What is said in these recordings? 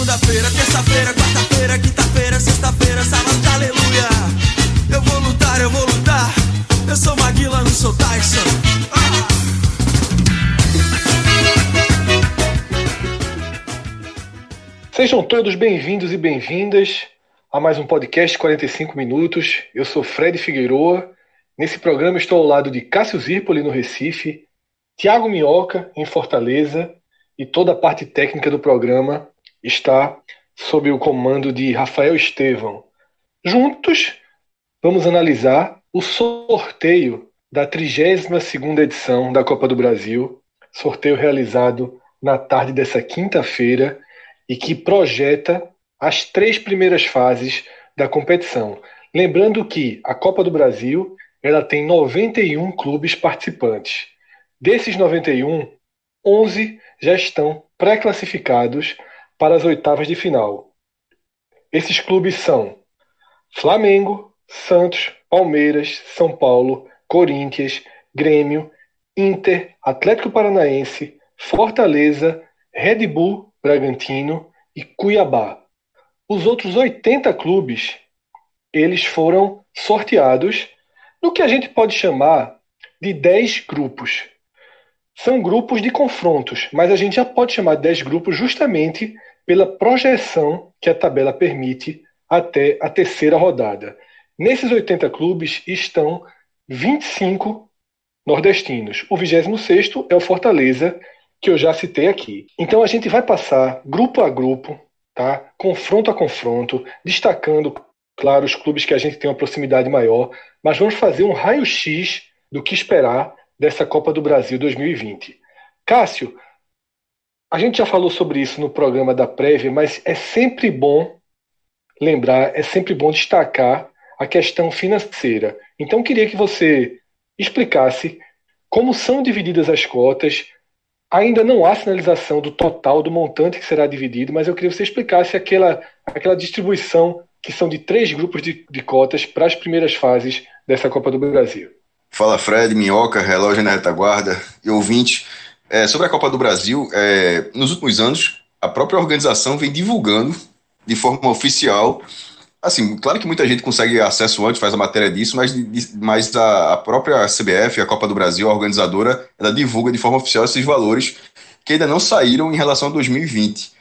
segunda-feira, terça-feira, quarta-feira, quinta-feira, sexta-feira, sábado de aleluia. Eu vou lutar, eu vou lutar. Eu sou Maguila, não sou Tyson. Sejam todos bem-vindos e bem-vindas a mais um podcast 45 minutos. Eu sou Fred Figueroa. Nesse programa estou ao lado de Cássio Zirpoli no Recife, Thiago Minhoca em Fortaleza, e toda a parte técnica do programa está sob o comando de Rafael Estevão. Juntos, vamos analisar o sorteio da 32ª edição da Copa do Brasil, sorteio realizado na tarde dessa quinta-feira e que projeta as 3 primeiras fases da competição. Lembrando que a Copa do Brasil ela tem 91 clubes participantes. Desses 91, 11 já estão pré-classificados para as oitavas de final. Esses clubes são Flamengo, Santos, Palmeiras, São Paulo, Corinthians, Grêmio, Inter, Atlético Paranaense, Fortaleza, Red Bull, Bragantino e Cuiabá. Os outros 80 clubes, eles foram sorteados no que a gente pode chamar de 10 grupos. São grupos de confrontos, mas a gente já pode chamar de 10 grupos justamente pela projeção que a tabela permite até a terceira rodada. Nesses 80 clubes estão 25 nordestinos. O 26º é o Fortaleza, que eu já citei aqui. Então a gente vai passar grupo a grupo, tá? Confronto a confronto, destacando, claro, os clubes que a gente tem uma proximidade maior, mas vamos fazer um raio-x do que esperar dessa Copa do Brasil 2020. Cássio, a gente já falou sobre isso no programa da prévia, mas é sempre bom lembrar, é sempre bom destacar a questão financeira. Então, queria que você explicasse como são divididas as cotas. Ainda não há sinalização do total do montante que será dividido, mas eu queria que você explicasse aquela distribuição que são de 3 grupos de cotas para as primeiras fases dessa Copa do Brasil. Fala Fred, Minhoca, relógio na retaguarda e ouvinte. Sobre a Copa do Brasil, nos últimos anos, a própria organização vem divulgando de forma oficial. Assim, claro que muita gente consegue acesso antes, faz a matéria disso, mas a própria CBF, a Copa do Brasil, a organizadora, ela divulga de forma oficial esses valores que ainda não saíram em relação a 2020.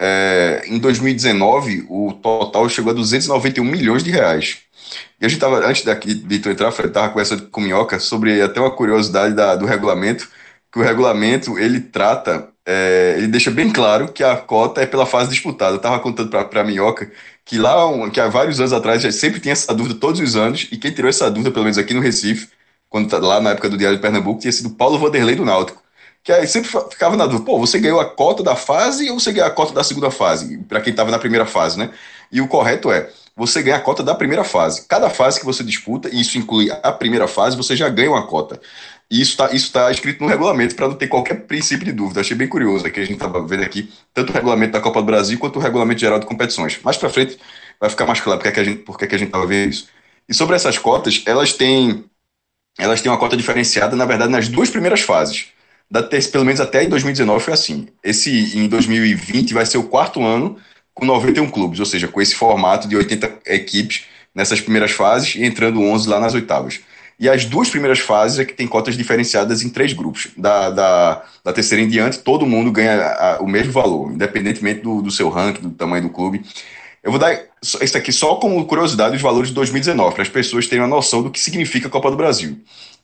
Em 2019, o total chegou a 291 milhões de reais. E a gente estava, antes de tu entrar, Fred, estava conversando com o Minhoca sobre até uma curiosidade do regulamento, que o regulamento, ele trata, ele deixa bem claro que a cota é pela fase disputada. Eu estava contando para a Minhoca que há vários anos atrás já sempre tinha essa dúvida todos os anos, e quem tirou essa dúvida, pelo menos aqui no Recife, lá na época do Diário de Pernambuco, tinha sido Paulo Vanderlei do Náutico, que aí sempre ficava na dúvida, você ganhou a cota da fase ou você ganhou a cota da segunda fase, para quem estava na primeira fase, né? E o correto você ganha a cota da primeira fase. Cada fase que você disputa, e isso inclui a primeira fase, você já ganha uma cota. E isso tá escrito no regulamento para não ter qualquer princípio de dúvida. Achei bem curioso que a gente estava vendo aqui, tanto o regulamento da Copa do Brasil quanto o regulamento geral de competições. Mais para frente vai ficar mais claro por que a gente estava vendo isso. E sobre essas cotas, elas têm uma cota diferenciada, na verdade, nas 2 primeiras fases. Pelo menos até em 2019 foi assim. Em 2020 vai ser o 4º ano com 91 clubes, ou seja, com esse formato de 80 equipes nessas primeiras fases e entrando 11 lá nas oitavas. E as 2 primeiras fases é que tem cotas diferenciadas em 3 grupos. Da terceira em diante, todo mundo ganha o mesmo valor, independentemente do seu ranking, do tamanho do clube. Eu vou dar isso aqui só como curiosidade, os valores de 2019, para as pessoas terem uma noção do que significa a Copa do Brasil.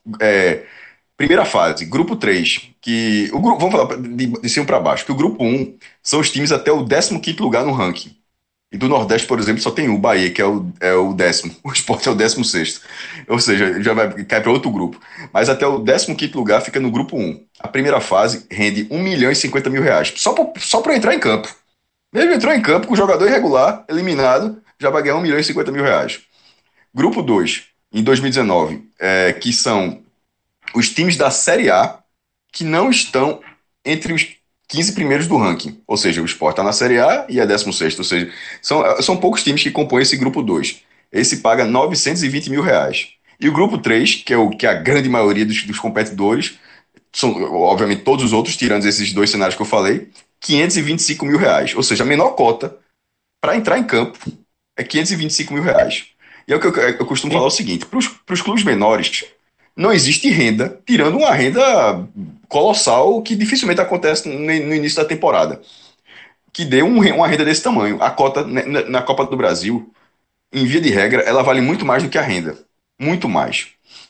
Primeira fase, grupo 3, vamos falar de cima para baixo, que o grupo 1 são os times até o 15º lugar no ranking. E do Nordeste, por exemplo, só tem o Bahia, que é o 10º. O Sport é o 16º. Ou seja, já cai para outro grupo. Mas até o 15º lugar fica no grupo 1. A primeira fase rende 1 milhão e 50 mil reais. Só para entrar em campo. Mesmo entrou em campo com o jogador irregular, eliminado, já vai ganhar 1 milhão e 50 mil reais. Grupo 2, em 2019, que são os times da Série A que não estão entre os 15 primeiros do ranking. Ou seja, o Sport está na Série A e é 16º. Ou seja, são poucos times que compõem esse grupo 2. Esse paga 920 mil reais. E o grupo 3, que é a grande maioria dos competidores, são, obviamente, todos os outros, tirando esses 2 cenários que eu falei, 525 mil reais. Ou seja, a menor cota para entrar em campo é 525 mil reais. E é o que eu costumo falar o seguinte: para os clubes menores, não existe renda, tirando uma renda colossal que dificilmente acontece no início da temporada, que dê uma renda desse tamanho. A cota na Copa do Brasil, em via de regra, ela vale muito mais do que a renda. Muito mais.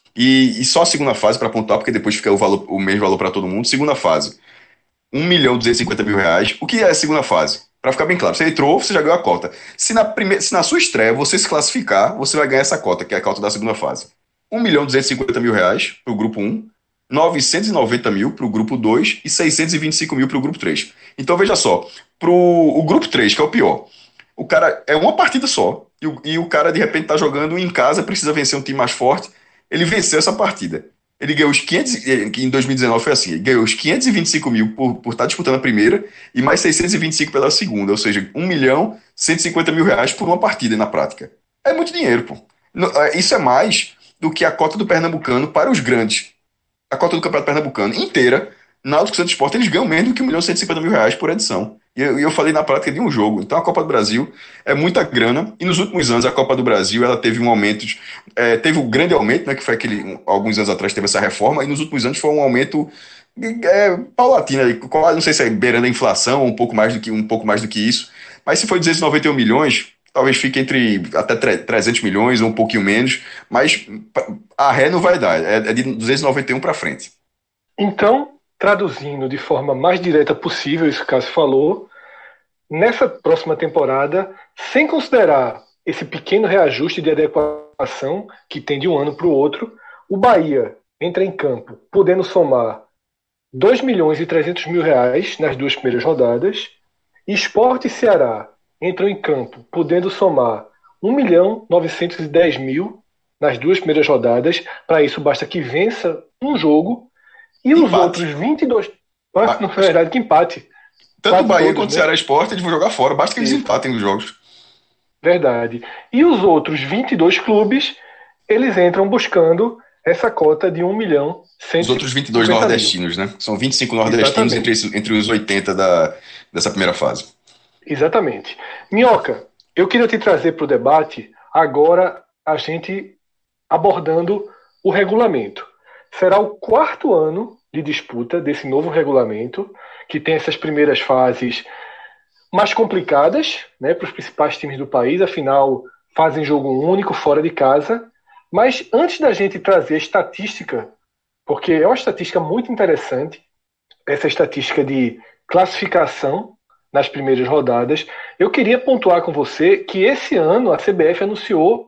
E só a segunda fase, para pontuar, porque depois fica o mesmo valor para todo mundo. Segunda fase, 1.250.000 reais. O que é a segunda fase? Para ficar bem claro, você entrou, você já ganhou a cota. Se na sua estreia você se classificar, você vai ganhar essa cota, que é a cota da segunda fase. 1.250.000 reais para o grupo 1, 990 mil para o grupo 2 e 625 mil para o grupo 3. Então veja só, para o grupo 3, que é o pior, o cara é uma partida só, e o cara de repente está jogando em casa, precisa vencer um time mais forte, ele venceu essa partida. Ele ganhou os 500, que em 2019 foi assim, ele ganhou os 525 mil por estar disputando a primeira e mais 625 pela segunda, ou seja, 1.150.000 reais por uma partida na prática. É muito dinheiro, pô. Isso é mais do que a cota do Pernambucano para os grandes. A cota do Campeonato Pernambucano inteira, Náutico e Santos Sport, eles ganham menos do que 1.150.000 reais por edição. E eu falei na prática de um jogo. Então a Copa do Brasil é muita grana. E nos últimos anos a Copa do Brasil ela teve um aumento, teve um grande aumento, né, que foi alguns anos atrás teve essa reforma, e nos últimos anos foi um aumento paulatino, não sei se é beirando a inflação, um pouco mais do que isso. Mas se foi 291 milhões, talvez fique entre até 300 milhões ou um pouquinho menos, mas a ré não vai dar, é de 291 para frente. Então, traduzindo de forma mais direta possível isso que o Cássio falou, nessa próxima temporada, sem considerar esse pequeno reajuste de adequação que tem de um ano para o outro, o Bahia entra em campo podendo somar 2.300.000 reais nas duas primeiras rodadas, e Sport e Ceará entram em campo podendo somar 1.910.000 nas duas primeiras rodadas. Para isso basta que vença um jogo, e os outros 22... Na verdade, que empate. Tanto o Bahia quanto o Ceará Sport, eles vão jogar fora, basta que eles empatem os jogos. Verdade. E os outros 22 clubes, eles entram buscando essa cota de 1.100.000. Os outros 22 nordestinos, né? São 25 nordestinos entre os 80 dessa primeira fase. Exatamente. Minhoca, eu queria te trazer para o debate agora a gente abordando o regulamento. Será o 4º ano de disputa desse novo regulamento, que tem essas primeiras fases mais complicadas, né, para os principais times do país, afinal fazem jogo único fora de casa. Mas antes da gente trazer a estatística, porque é uma estatística muito interessante, essa estatística de classificação nas primeiras rodadas, eu queria pontuar com você que esse ano a CBF anunciou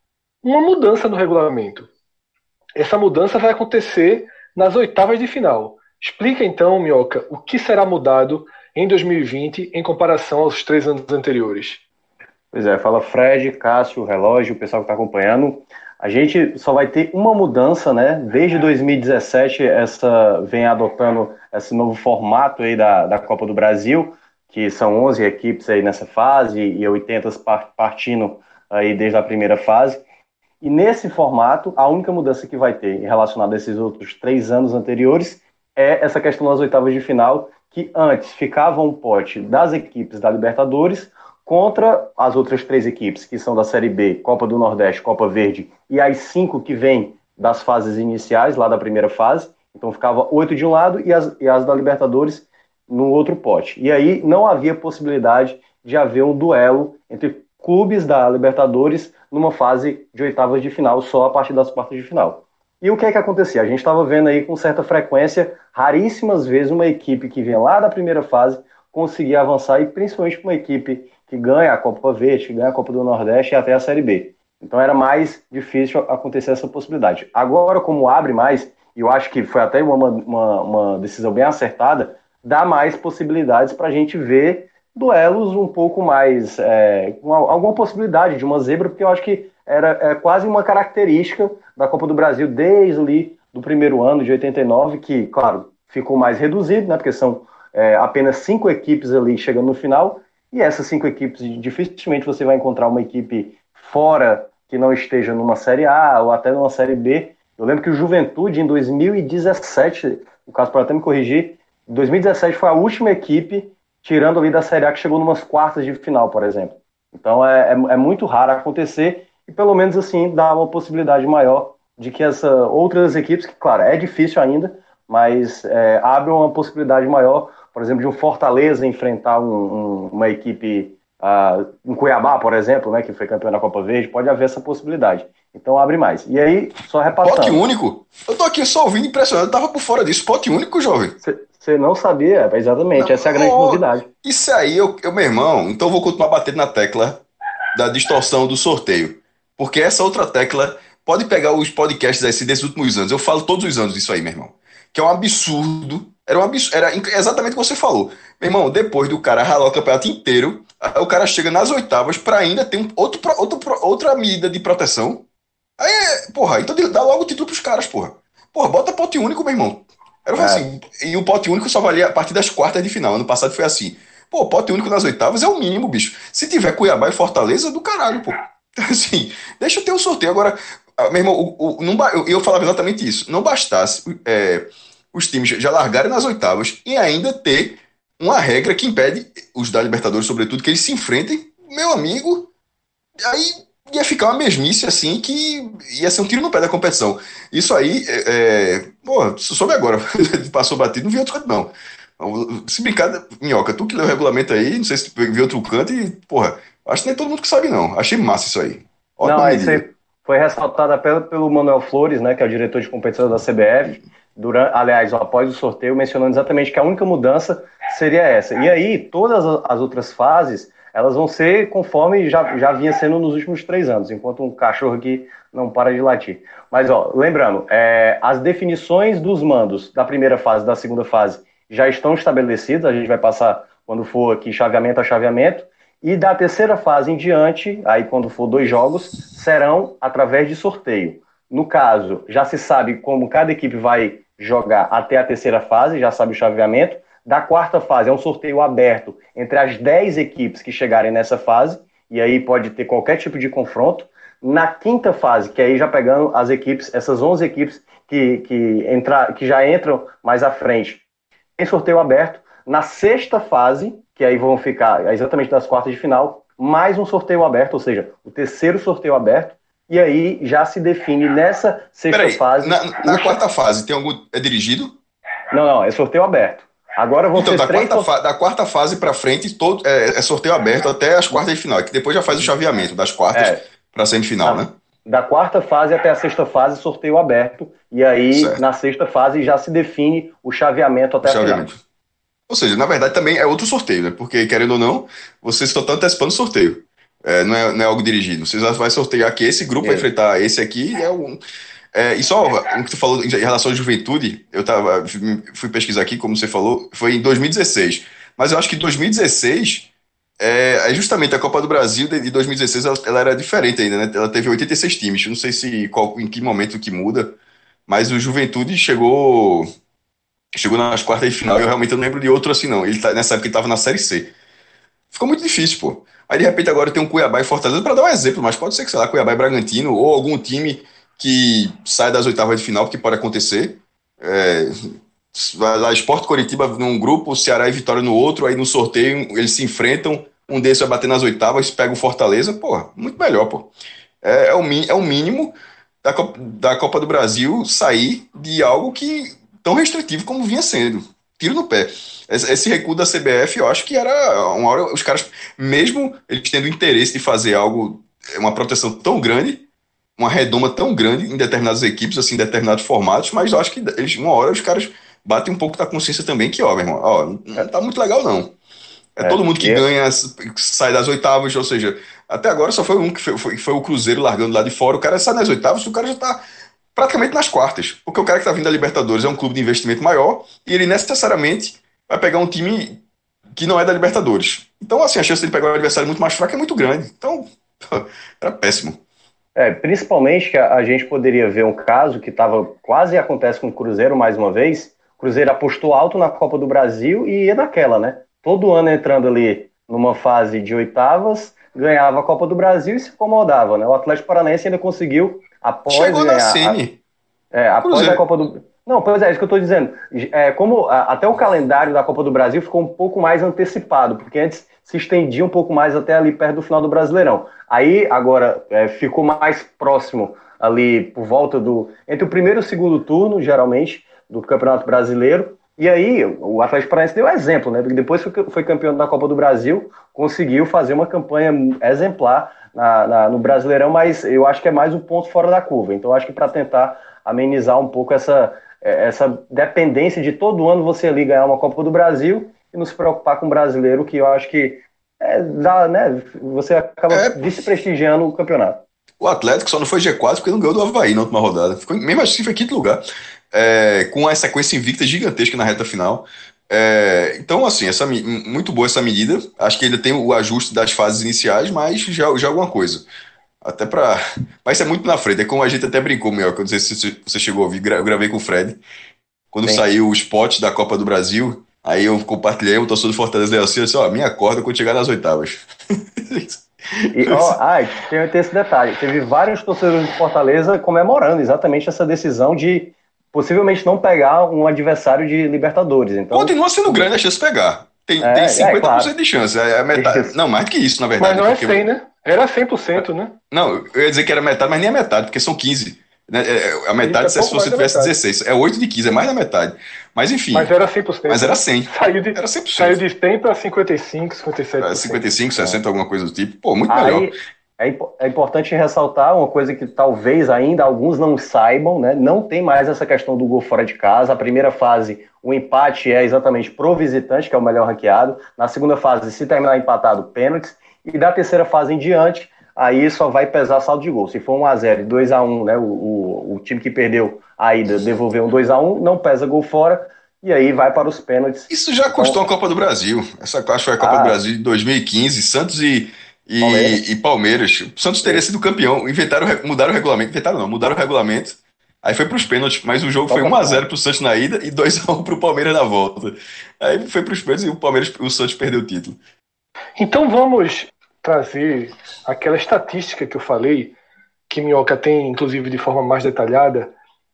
uma mudança no regulamento. Essa mudança vai acontecer nas oitavas de final. Explica então, Minhoca, o que será mudado em 2020 em comparação aos 3 anos anteriores. Pois é, fala Fred, Cássio, Relógio, o pessoal que está acompanhando. A gente só vai ter uma mudança, né? Desde 2017, vem adotando esse novo formato aí da Copa do Brasil, que são 11 equipes aí nessa fase e 80 partindo aí desde a primeira fase. E nesse formato, a única mudança que vai ter relacionada a esses outros 3 anos anteriores é essa questão das oitavas de final, que antes ficava um pote das equipes da Libertadores contra as outras 3 equipes, que são da Série B, Copa do Nordeste, Copa Verde, e as 5 que vêm das fases iniciais, lá da primeira fase. Então ficava 8 de um lado e as da Libertadores no outro pote. E aí não havia possibilidade de haver um duelo entre clubes da Libertadores numa fase de oitavas de final, só a partir das quartas de final. E o que é que acontecia? A gente estava vendo aí com certa frequência, raríssimas vezes, uma equipe que vinha lá da primeira fase conseguir avançar, e principalmente uma equipe que ganha a Copa Verde, que ganha a Copa do Nordeste e até a Série B. Então era mais difícil acontecer essa possibilidade. Agora, como abre mais, e eu acho que foi até uma decisão bem acertada, dá mais possibilidades para a gente ver duelos um pouco mais, com alguma possibilidade de uma zebra, porque eu acho que era quase uma característica da Copa do Brasil desde ali do primeiro ano, de 89, que, claro, ficou mais reduzido, né, porque são apenas 5 equipes ali chegando no final, e essas 5 equipes, dificilmente você vai encontrar uma equipe fora que não esteja numa Série A ou até numa Série B. Eu lembro que o Juventude, em 2017, o caso pode até me corrigir, em 2017 foi a última equipe tirando ali da Série A que chegou numas quartas de final, por exemplo. Então é muito raro acontecer e pelo menos assim dá uma possibilidade maior de que essas outras equipes, que claro, é difícil ainda, mas abre uma possibilidade maior, por exemplo, de um Fortaleza enfrentar uma equipe, um Cuiabá, por exemplo, né, que foi campeão da Copa Verde, pode haver essa possibilidade. Então abre mais. E aí, só repassando. Pote único? Eu tô aqui só ouvindo impressionado, eu tava por fora disso. Pote único, jovem. Você não sabia? Exatamente, não, essa é a grande novidade. Isso aí, meu irmão, então eu vou continuar batendo na tecla da distorção do sorteio. Porque essa outra tecla pode pegar os podcasts assim, desses últimos anos. Eu falo todos os anos isso aí, meu irmão. Que é um absurdo. Era exatamente o que você falou. Meu irmão, depois do cara ralar o campeonato inteiro, o cara chega nas oitavas pra ainda ter outra medida de proteção. Aí, porra, então dá logo o título pros caras, porra. Porra, bota pote único, meu irmão. Era assim, e o pote único só valia a partir das quartas de final. Ano passado foi assim. Pô, pote único nas oitavas é o mínimo, bicho. Se tiver Cuiabá e Fortaleza, do caralho, pô. Assim, deixa eu ter um sorteio. Agora, meu irmão, eu falava exatamente isso. Não bastasse os times já largarem nas oitavas e ainda ter uma regra que impede os da Libertadores, sobretudo, que eles se enfrentem, meu amigo, aí ia ficar uma mesmice assim que ia ser um tiro no pé da competição. Isso aí, pô, soube agora, passou batido, não vi outro canto não. Se brincar, Minhoca, tu que leu o regulamento aí, não sei se tu viu outro canto e, porra, acho que nem todo mundo que sabe não. Achei massa isso aí. Ótima não, isso aí foi ressaltado apenas pelo Manuel Flores, né, que é o diretor de competição da CBF, aliás, após o sorteio, mencionando exatamente que a única mudança seria essa. E aí, todas as outras fases, elas vão ser conforme já vinha sendo nos últimos 3 anos, enquanto um cachorro aqui não para de latir. Mas, ó, lembrando, as definições dos mandos da primeira fase e da segunda fase já estão estabelecidas, a gente vai passar, quando for aqui, chaveamento a chaveamento, e da terceira fase em diante, aí quando for 2 jogos, serão através de sorteio. No caso, já se sabe como cada equipe vai jogar até a terceira fase, já sabe o chaveamento. Da quarta fase é um sorteio aberto entre as 10 equipes que chegarem nessa fase, e aí pode ter qualquer tipo de confronto. Na quinta fase, que aí já pegando as equipes, essas 11 equipes que já entram mais à frente, tem sorteio aberto. Na sexta fase, que aí vão ficar exatamente das quartas de final, mais um sorteio aberto, ou seja, o terceiro sorteio aberto, e aí já se define nessa sexta fase... Na quarta fase, tem algum... É dirigido? Não, é sorteio aberto. Agora vão então, ser da quarta fase para frente, é sorteio aberto até as quartas de final, que depois já faz o chaveamento das quartas para a semifinal, né? Da quarta fase até a sexta fase, sorteio aberto, e aí certo. Na sexta fase já se define o chaveamento até a final. Ou seja, na verdade também é outro sorteio, né? Porque, querendo ou não, vocês só estão antecipando o sorteio. Não é algo dirigido. Vocês vão sortear que esse grupo vai enfrentar esse aqui. E só o que tu falou em relação à juventude, fui pesquisar aqui, como você falou, foi em 2016. Mas eu acho que 2016 é justamente a Copa do Brasil de 2016, ela era diferente ainda, né? Ela teve 86 times. Eu não sei em que momento que muda, mas o Juventude chegou nas quartas de final. Eu realmente não lembro de outro assim, não. Nessa época ele estava na Série C. Ficou muito difícil, pô. Aí, de repente, agora tem um Cuiabá e Fortaleza, para dar um exemplo, mas pode ser que, sei lá, Cuiabá e Bragantino, ou algum time que sai das oitavas de final, que pode acontecer. Vai lá, Sport Coritiba num grupo, Ceará e Vitória no outro, aí no sorteio eles se enfrentam, um desses vai bater nas oitavas, pega o Fortaleza, pô, muito melhor, pô. É o mínimo da Copa do Brasil sair de algo que tão restritivo como vinha sendo. Tiro no pé. Esse recuo da CBF, eu acho que era uma hora, os caras, mesmo eles tendo interesse de fazer algo, uma proteção tão grande, uma redoma tão grande em determinadas equipes, assim, em determinados formatos, mas eu acho que uma hora os caras batem um pouco da consciência também que, ó, meu irmão, não tá muito legal, não. Todo mundo que ganha, sai das oitavas, ou seja, até agora só foi um que foi o Cruzeiro largando lá de fora, o cara sai nas oitavas, o cara já tá praticamente nas quartas, porque o cara que tá vindo da Libertadores é um clube de investimento maior, e ele necessariamente vai pegar um time que não é da Libertadores. Então, assim, a chance de ele pegar um adversário muito mais fraco é muito grande. Então, era péssimo. Principalmente que a gente poderia ver um caso que quase acontece com o Cruzeiro mais uma vez. O Cruzeiro apostou alto na Copa do Brasil e ia naquela, né? Todo ano entrando ali numa fase de oitavas, ganhava a Copa do Brasil e se incomodava, né? O Atlético Paranaense ainda conseguiu, após chegou ganhar... na semi. Após a Copa do... Não, pois é isso que eu estou dizendo. Como até o calendário da Copa do Brasil ficou um pouco mais antecipado, porque antes se estendia um pouco mais até ali perto do final do Brasileirão. Aí, agora, ficou mais próximo ali por volta entre o primeiro e o segundo turno, geralmente, do Campeonato Brasileiro. E aí, o Atlético Paranaense deu exemplo, né? Porque depois foi campeão da Copa do Brasil, conseguiu fazer uma campanha exemplar no Brasileirão, mas eu acho que é mais um ponto fora da curva. Então, eu acho que para tentar amenizar um pouco essa dependência de todo ano você ali ganhar uma Copa do Brasil e não se preocupar com o brasileiro, que eu acho que né, você acaba desprestigiando o campeonato. O Atlético só não foi G4 porque não ganhou do Avaí na última rodada. Mesmo assim, foi quinto lugar. Com a sequência invicta gigantesca na reta final. Então, assim, muito boa essa medida. Acho que ainda tem o ajuste das fases iniciais, mas já alguma coisa. Até pra. Mas isso é muito na frente. É como a gente até brincou, Mel, que eu não sei se você chegou a ouvir, eu gravei com o Fred. Quando saiu o spot da Copa do Brasil, aí eu compartilhei, o torcedor do Fortaleza deu assim, minha corda quando chegar nas oitavas. Tem esse detalhe. Teve vários torcedores de Fortaleza comemorando exatamente essa decisão de possivelmente não pegar um adversário de Libertadores. Então, continua sendo grande a chance de pegar. Tem 50% claro. De chance. É metade. Não, mais do que isso, na verdade. Mas não é 100, né? Era 100%, né? Não, eu ia dizer que era metade, mas nem a metade, porque são 15. A metade, se você tivesse 16. É 8 de 15, é mais da metade. Mas enfim. Mas era 100%. Mas era 100. Era 100%. Saiu de 100 para 55, 57%. 55, 60, alguma coisa do tipo. Pô, muito melhor. É importante ressaltar uma coisa que talvez ainda alguns não saibam, né? Não tem mais essa questão do gol fora de casa. A primeira fase, o empate é exatamente pro visitante, que é o melhor ranqueado. Na segunda fase, se terminar empatado, pênaltis. E da terceira fase em diante, aí só vai pesar saldo de gol. Se for 1-0 e 2-1, né? O time que perdeu a ida devolveu um 2-1, não pesa gol fora. E aí vai para os pênaltis. Isso já custou a Copa do Brasil. Essa acho que foi a Copa do Brasil de 2015. Santos e Palmeiras. O Santos teria sido campeão. Mudaram o regulamento. Mudaram o regulamento. Aí foi para os pênaltis, mas o jogo foi 1-0 para o Santos na ida e 2-1 para o Palmeiras na volta. Aí foi para os pênaltis e o Santos perdeu o título. Então vamos trazer aquela estatística que eu falei, que Minhoca tem, inclusive, de forma mais detalhada,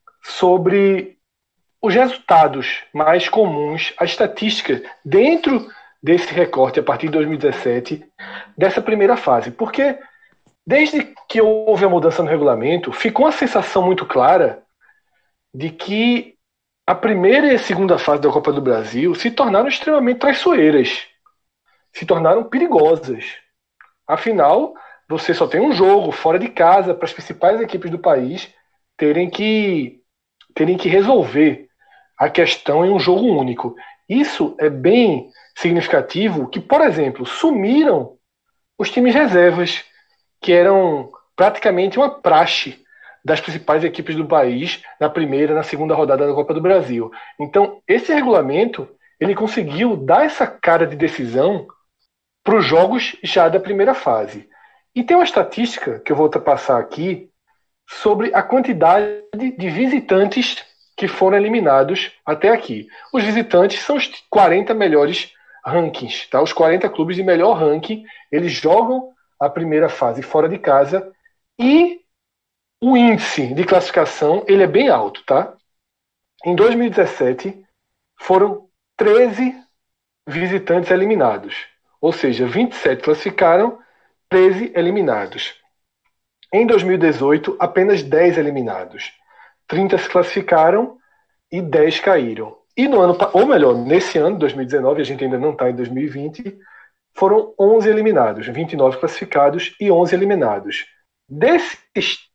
sobre os resultados mais comuns, a estatística dentro desse recorte a partir de 2017, dessa primeira fase. Porque desde que houve a mudança no regulamento, ficou uma sensação muito clara de que a primeira e a segunda fase da Copa do Brasil se tornaram extremamente traiçoeiras, se tornaram perigosas. Afinal, você só tem um jogo fora de casa para as principais equipes do país terem que resolver a questão em um jogo único. Isso é bem significativo que, por exemplo, sumiram os times reservas, que eram praticamente uma praxe das principais equipes do país na primeira e na segunda rodada da Copa do Brasil. Então, esse regulamento ele conseguiu dar essa cara de decisão para os jogos já da primeira fase. E tem uma estatística que eu vou passar aqui sobre a quantidade de visitantes que foram eliminados até aqui. Os visitantes são os 40 melhores rankings, tá? Os 40 clubes de melhor ranking, eles jogam a primeira fase fora de casa e o índice de classificação ele é bem alto, tá? Em 2017 foram 13 visitantes eliminados. Ou seja, 27 classificaram, 13 eliminados. Em 2018, apenas 10 eliminados. 30 se classificaram e 10 caíram. E no ano, ou melhor, nesse ano, 2019, a gente ainda não está em 2020, foram 11 eliminados, 29 classificados e 11 eliminados. Desses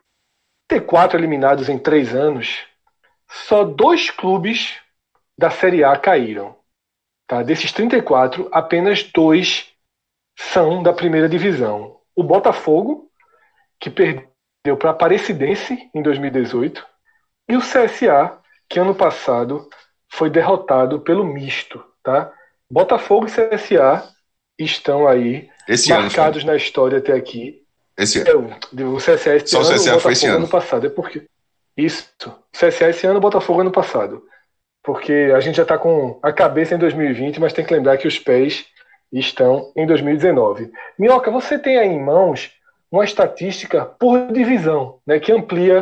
34 eliminados em 3 anos, só 2 clubes da Série A caíram. Tá? Desses 34, apenas 2 são da primeira divisão. O Botafogo, que perdeu para a Aparecidense em 2018, e o CSA, que ano passado foi derrotado pelo misto. Tá? Botafogo e CSA estão aí marcados na história até aqui. Esse ano. O CSA esse Só ano, o CSA foi esse ano passado. É porque isso. O CSA esse ano, o Botafogo ano passado. Porque a gente já está com a cabeça em 2020, mas tem que lembrar que os pés estão em 2019. Minhoca, você tem aí em mãos uma estatística por divisão, né, que amplia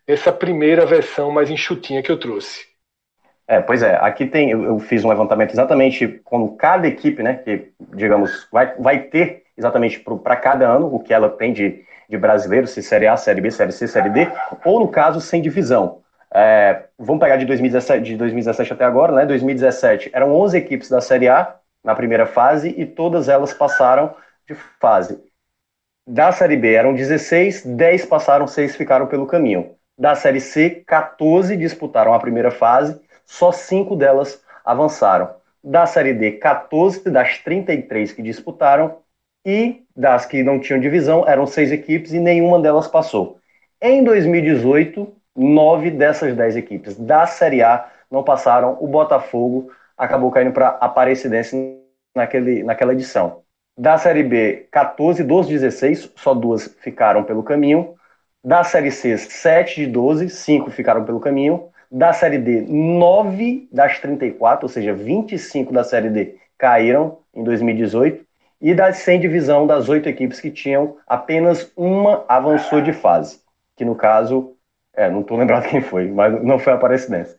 essa primeira versão mais enxutinha que eu trouxe. Pois é, aqui tem, eu fiz um levantamento exatamente com cada equipe, né, que, digamos, vai ter exatamente para cada ano o que ela tem de brasileiro, se Série A, Série B, Série C, Série D, ou no caso, sem divisão. Vamos pegar de 2017 até agora, né, 2017 eram 11 equipes da Série A na primeira fase e todas elas passaram de fase. Da Série B eram 16, 10 passaram, 6 ficaram pelo caminho. Da Série C, 14 disputaram a primeira fase, só 5 delas avançaram. Da Série D, 14 das 33 que disputaram, e das que não tinham divisão, eram 6 equipes e nenhuma delas passou. Em 2018, 9 dessas 10 equipes da Série A não passaram. O Botafogo acabou caindo para a Aparecidense naquela edição. Da Série B, 14 dos 16, só 2 ficaram pelo caminho. Da Série C, 7 de 12, 5 ficaram pelo caminho. Da Série D, 9 das 34, ou seja, 25 da Série D caíram em 2018. E das 100 divisão, das 8 equipes que tinham, apenas uma avançou de fase. Que no caso, não estou lembrado quem foi, mas não foi a Aparecidense.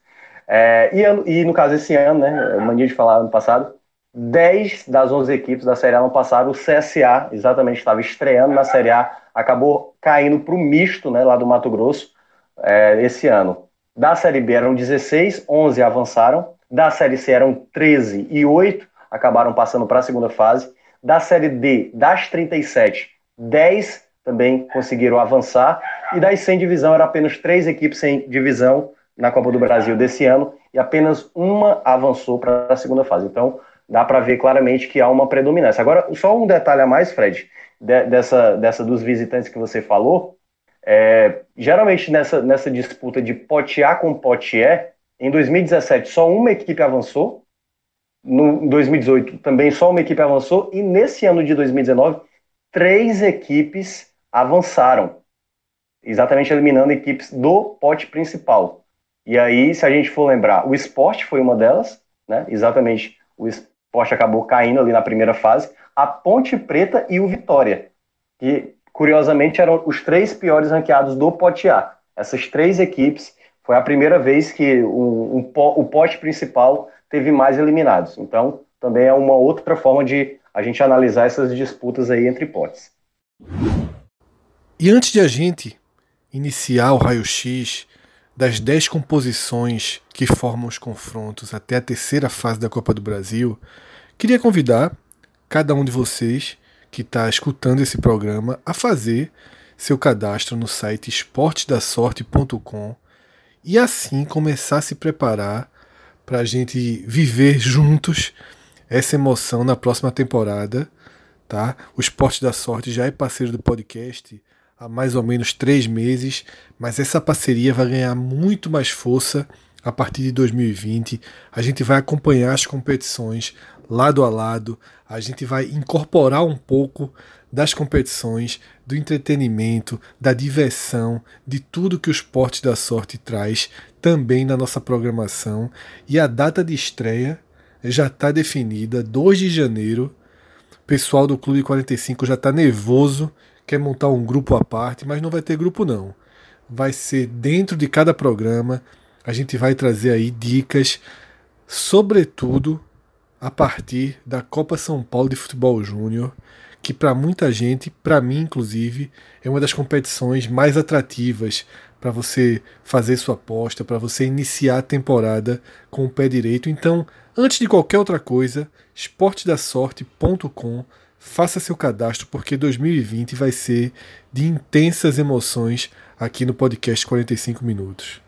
E no caso esse ano, né, mania de falar ano passado, 10 das 11 equipes da Série A não passaram. O CSA, exatamente, estava estreando na Série A, acabou caindo para o misto, né, lá do Mato Grosso, esse ano. Da Série B eram 16, 11 avançaram. Da Série C eram 13 e 8 acabaram passando para a segunda fase. Da Série D, das 37, 10 também conseguiram avançar. E das 100 divisão, eram apenas 3 equipes sem divisão na Copa do Brasil desse ano. E apenas uma avançou para a segunda fase. Então, dá para ver claramente que há uma predominância. Agora, só um detalhe a mais, Fred, dessa dos visitantes que você falou. Geralmente nessa disputa de pote A com pote E, em 2017 só uma equipe avançou, em 2018 também só uma equipe avançou, e nesse ano de 2019 3 equipes avançaram, exatamente eliminando equipes do pote principal. E aí, se a gente for lembrar, o Sport foi uma delas, né? Exatamente, o Sport acabou caindo ali na primeira fase, a Ponte Preta e o Vitória, que curiosamente eram os 3 piores ranqueados do pote A. Essas 3 equipes, foi a primeira vez que o pote principal teve mais eliminados. Então, também é uma outra forma de a gente analisar essas disputas aí entre potes. E antes de a gente iniciar o raio-x das 10 composições que formam os confrontos até a terceira fase da Copa do Brasil, queria convidar cada um de vocês que está escutando esse programa a fazer seu cadastro no site esportesdasorte.com e assim começar a se preparar para a gente viver juntos essa emoção na próxima temporada, tá? O Esporte da Sorte já é parceiro do podcast há mais ou menos 3 meses, mas essa parceria vai ganhar muito mais força a partir de 2020. A gente vai acompanhar as competições lado a lado, a gente vai incorporar um pouco das competições, do entretenimento, da diversão, de tudo que o Esporte da Sorte traz também na nossa programação. E a data de estreia já está definida, 2 de janeiro. O pessoal do Clube 45 já está nervoso, quer montar um grupo à parte, mas não vai ter grupo não. Vai ser dentro de cada programa, a gente vai trazer aí dicas, sobretudo a partir da Copa São Paulo de Futebol Júnior, que para muita gente, para mim inclusive, é uma das competições mais atrativas para você fazer sua aposta, para você iniciar a temporada com o pé direito. Então, antes de qualquer outra coisa, esportedasorte.com, faça seu cadastro, porque 2020 vai ser de intensas emoções aqui no podcast 45 Minutos.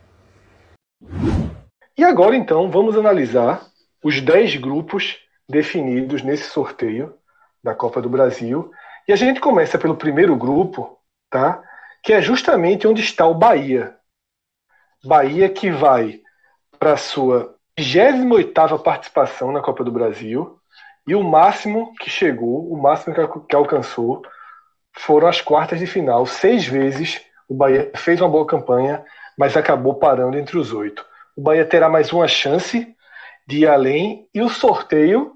E agora então vamos analisar os 10 grupos definidos nesse sorteio da Copa do Brasil. E a gente começa pelo primeiro grupo, tá? Que é justamente onde está o Bahia. Bahia que vai para a sua 28ª participação na Copa do Brasil, e o máximo que chegou, o máximo que alcançou, foram as quartas de final. 6 vezes o Bahia fez uma boa campanha, mas acabou parando entre os 8. O Bahia terá mais uma chance de ir além, e o sorteio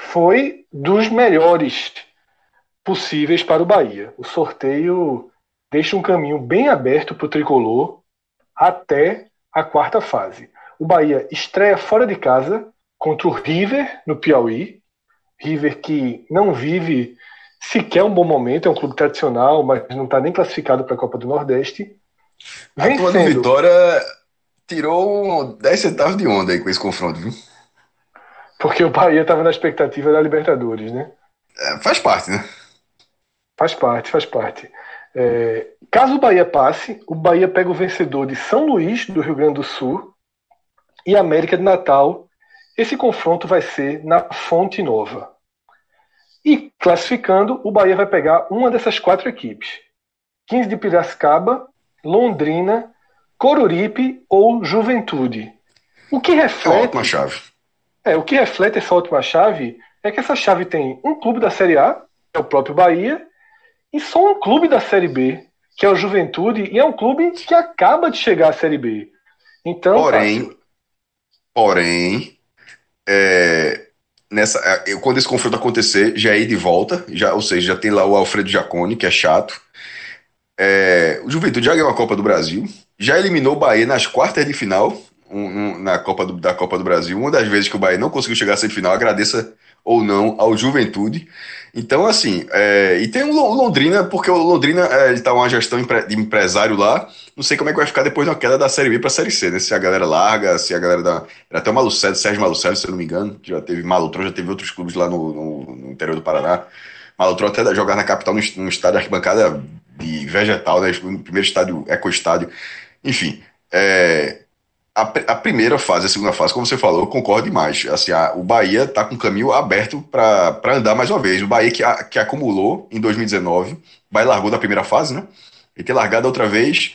foi dos melhores possíveis para o Bahia. O sorteio deixa um caminho bem aberto para o tricolor até a quarta fase. O Bahia estreia fora de casa contra o River, no Piauí. River que não vive sequer um bom momento, é um clube tradicional, mas não está nem classificado para a Copa do Nordeste. A turma do Vitória tirou 10 centavos de onda aí com esse confronto, viu? Porque o Bahia estava na expectativa da Libertadores, né? Faz parte, né? Faz parte. Caso o Bahia passe, o Bahia pega o vencedor de São Luís, do Rio Grande do Sul, e América de Natal. Esse confronto vai ser na Fonte Nova. E classificando, o Bahia vai pegar uma dessas 4 equipes: 15 de Piracicaba, Londrina, Coruripe ou Juventude. O que reflete... É uma ótima chave. O que reflete essa última chave é que essa chave tem um clube da Série A, que é o próprio Bahia, e só um clube da Série B, que é o Juventude, e é um clube que acaba de chegar à Série B. Então, porém, quando esse confronto acontecer, já é ir de volta, ou seja, já tem lá o Alfredo Jaconi, que é chato. O Juventude já ganhou a Copa do Brasil, já eliminou o Bahia nas quartas de final, da Copa do Brasil. Uma das vezes que o Bahia não conseguiu chegar à semifinal, agradeça ou não ao Juventude. Então, assim, e tem o Londrina, porque o Londrina ele tá uma gestão de empresário lá. Não sei como é que vai ficar depois da queda da Série B para a Série C, né? Se a galera larga, se a galera da. Era até o Malucelli, Sérgio Malucelli, se eu não me engano. Já teve Malutrão, já teve outros clubes lá no interior do Paraná. Malutrão até jogar na capital num estádio de arquibancada de vegetal, né? No primeiro estádio, ecoestádio. Enfim, a primeira fase, a segunda fase, como você falou, eu concordo demais. Assim, o Bahia está com o caminho aberto para andar mais uma vez. O Bahia que acumulou em 2019, o Bahia largou da primeira fase, né? Ele tem largado outra vez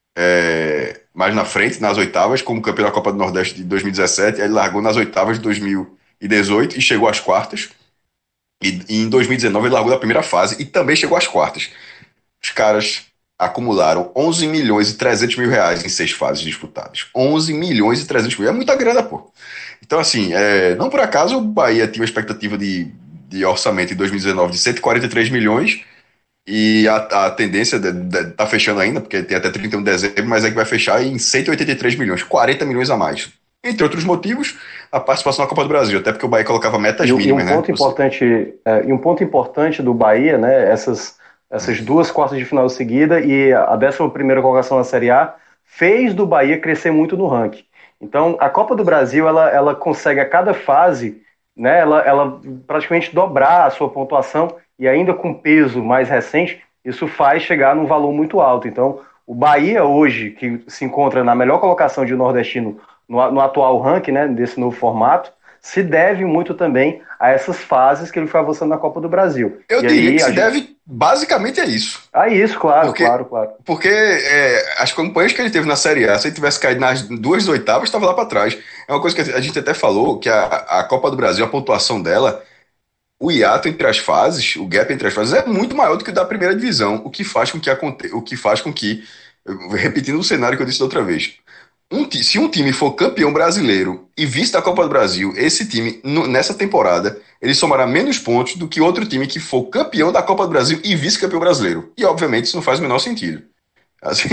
mais na frente, nas oitavas, como campeão da Copa do Nordeste de 2017. Ele largou nas oitavas de 2018 e chegou às quartas. E em 2019 ele largou da primeira fase e também chegou às quartas. Os caras acumularam 11 milhões e 300 mil reais em 6 fases disputadas. 11 milhões e 300 mil. É muita grana, pô. Então, assim, não por acaso o Bahia tinha uma expectativa de orçamento em 2019 de 143 milhões e a tendência tá fechando ainda, porque tem até 31 de dezembro, mas é que vai fechar em 183 milhões, 40 milhões a mais. Entre outros motivos, a participação na Copa do Brasil, até porque o Bahia colocava metas mínimas, né? E um ponto importante do Bahia, né, essas 2 quartas de final seguida e a 11ª colocação na Série A fez do Bahia crescer muito no ranking. Então, a Copa do Brasil, ela consegue a cada fase, né, ela praticamente dobrar a sua pontuação e ainda com peso mais recente, isso faz chegar num valor muito alto. Então, o Bahia hoje, que se encontra na melhor colocação de nordestino no atual ranking, né, desse novo formato, se deve muito também a essas fases que ele foi avançando na Copa do Brasil. Eu diria que se deve basicamente a isso. A isso, claro. Porque as campanhas que ele teve na Série A, se ele tivesse caído nas 2 oitavas, estava lá para trás. É uma coisa que a gente até falou, que a Copa do Brasil, a pontuação dela, o hiato entre as fases, o gap entre as fases é muito maior do que o da primeira divisão, o que faz com que, repetindo o cenário que eu disse da outra vez, se um time for campeão brasileiro e vice da Copa do Brasil, esse time, nessa temporada, ele somará menos pontos do que outro time que for campeão da Copa do Brasil e vice-campeão brasileiro. E, obviamente, isso não faz o menor sentido. Assim,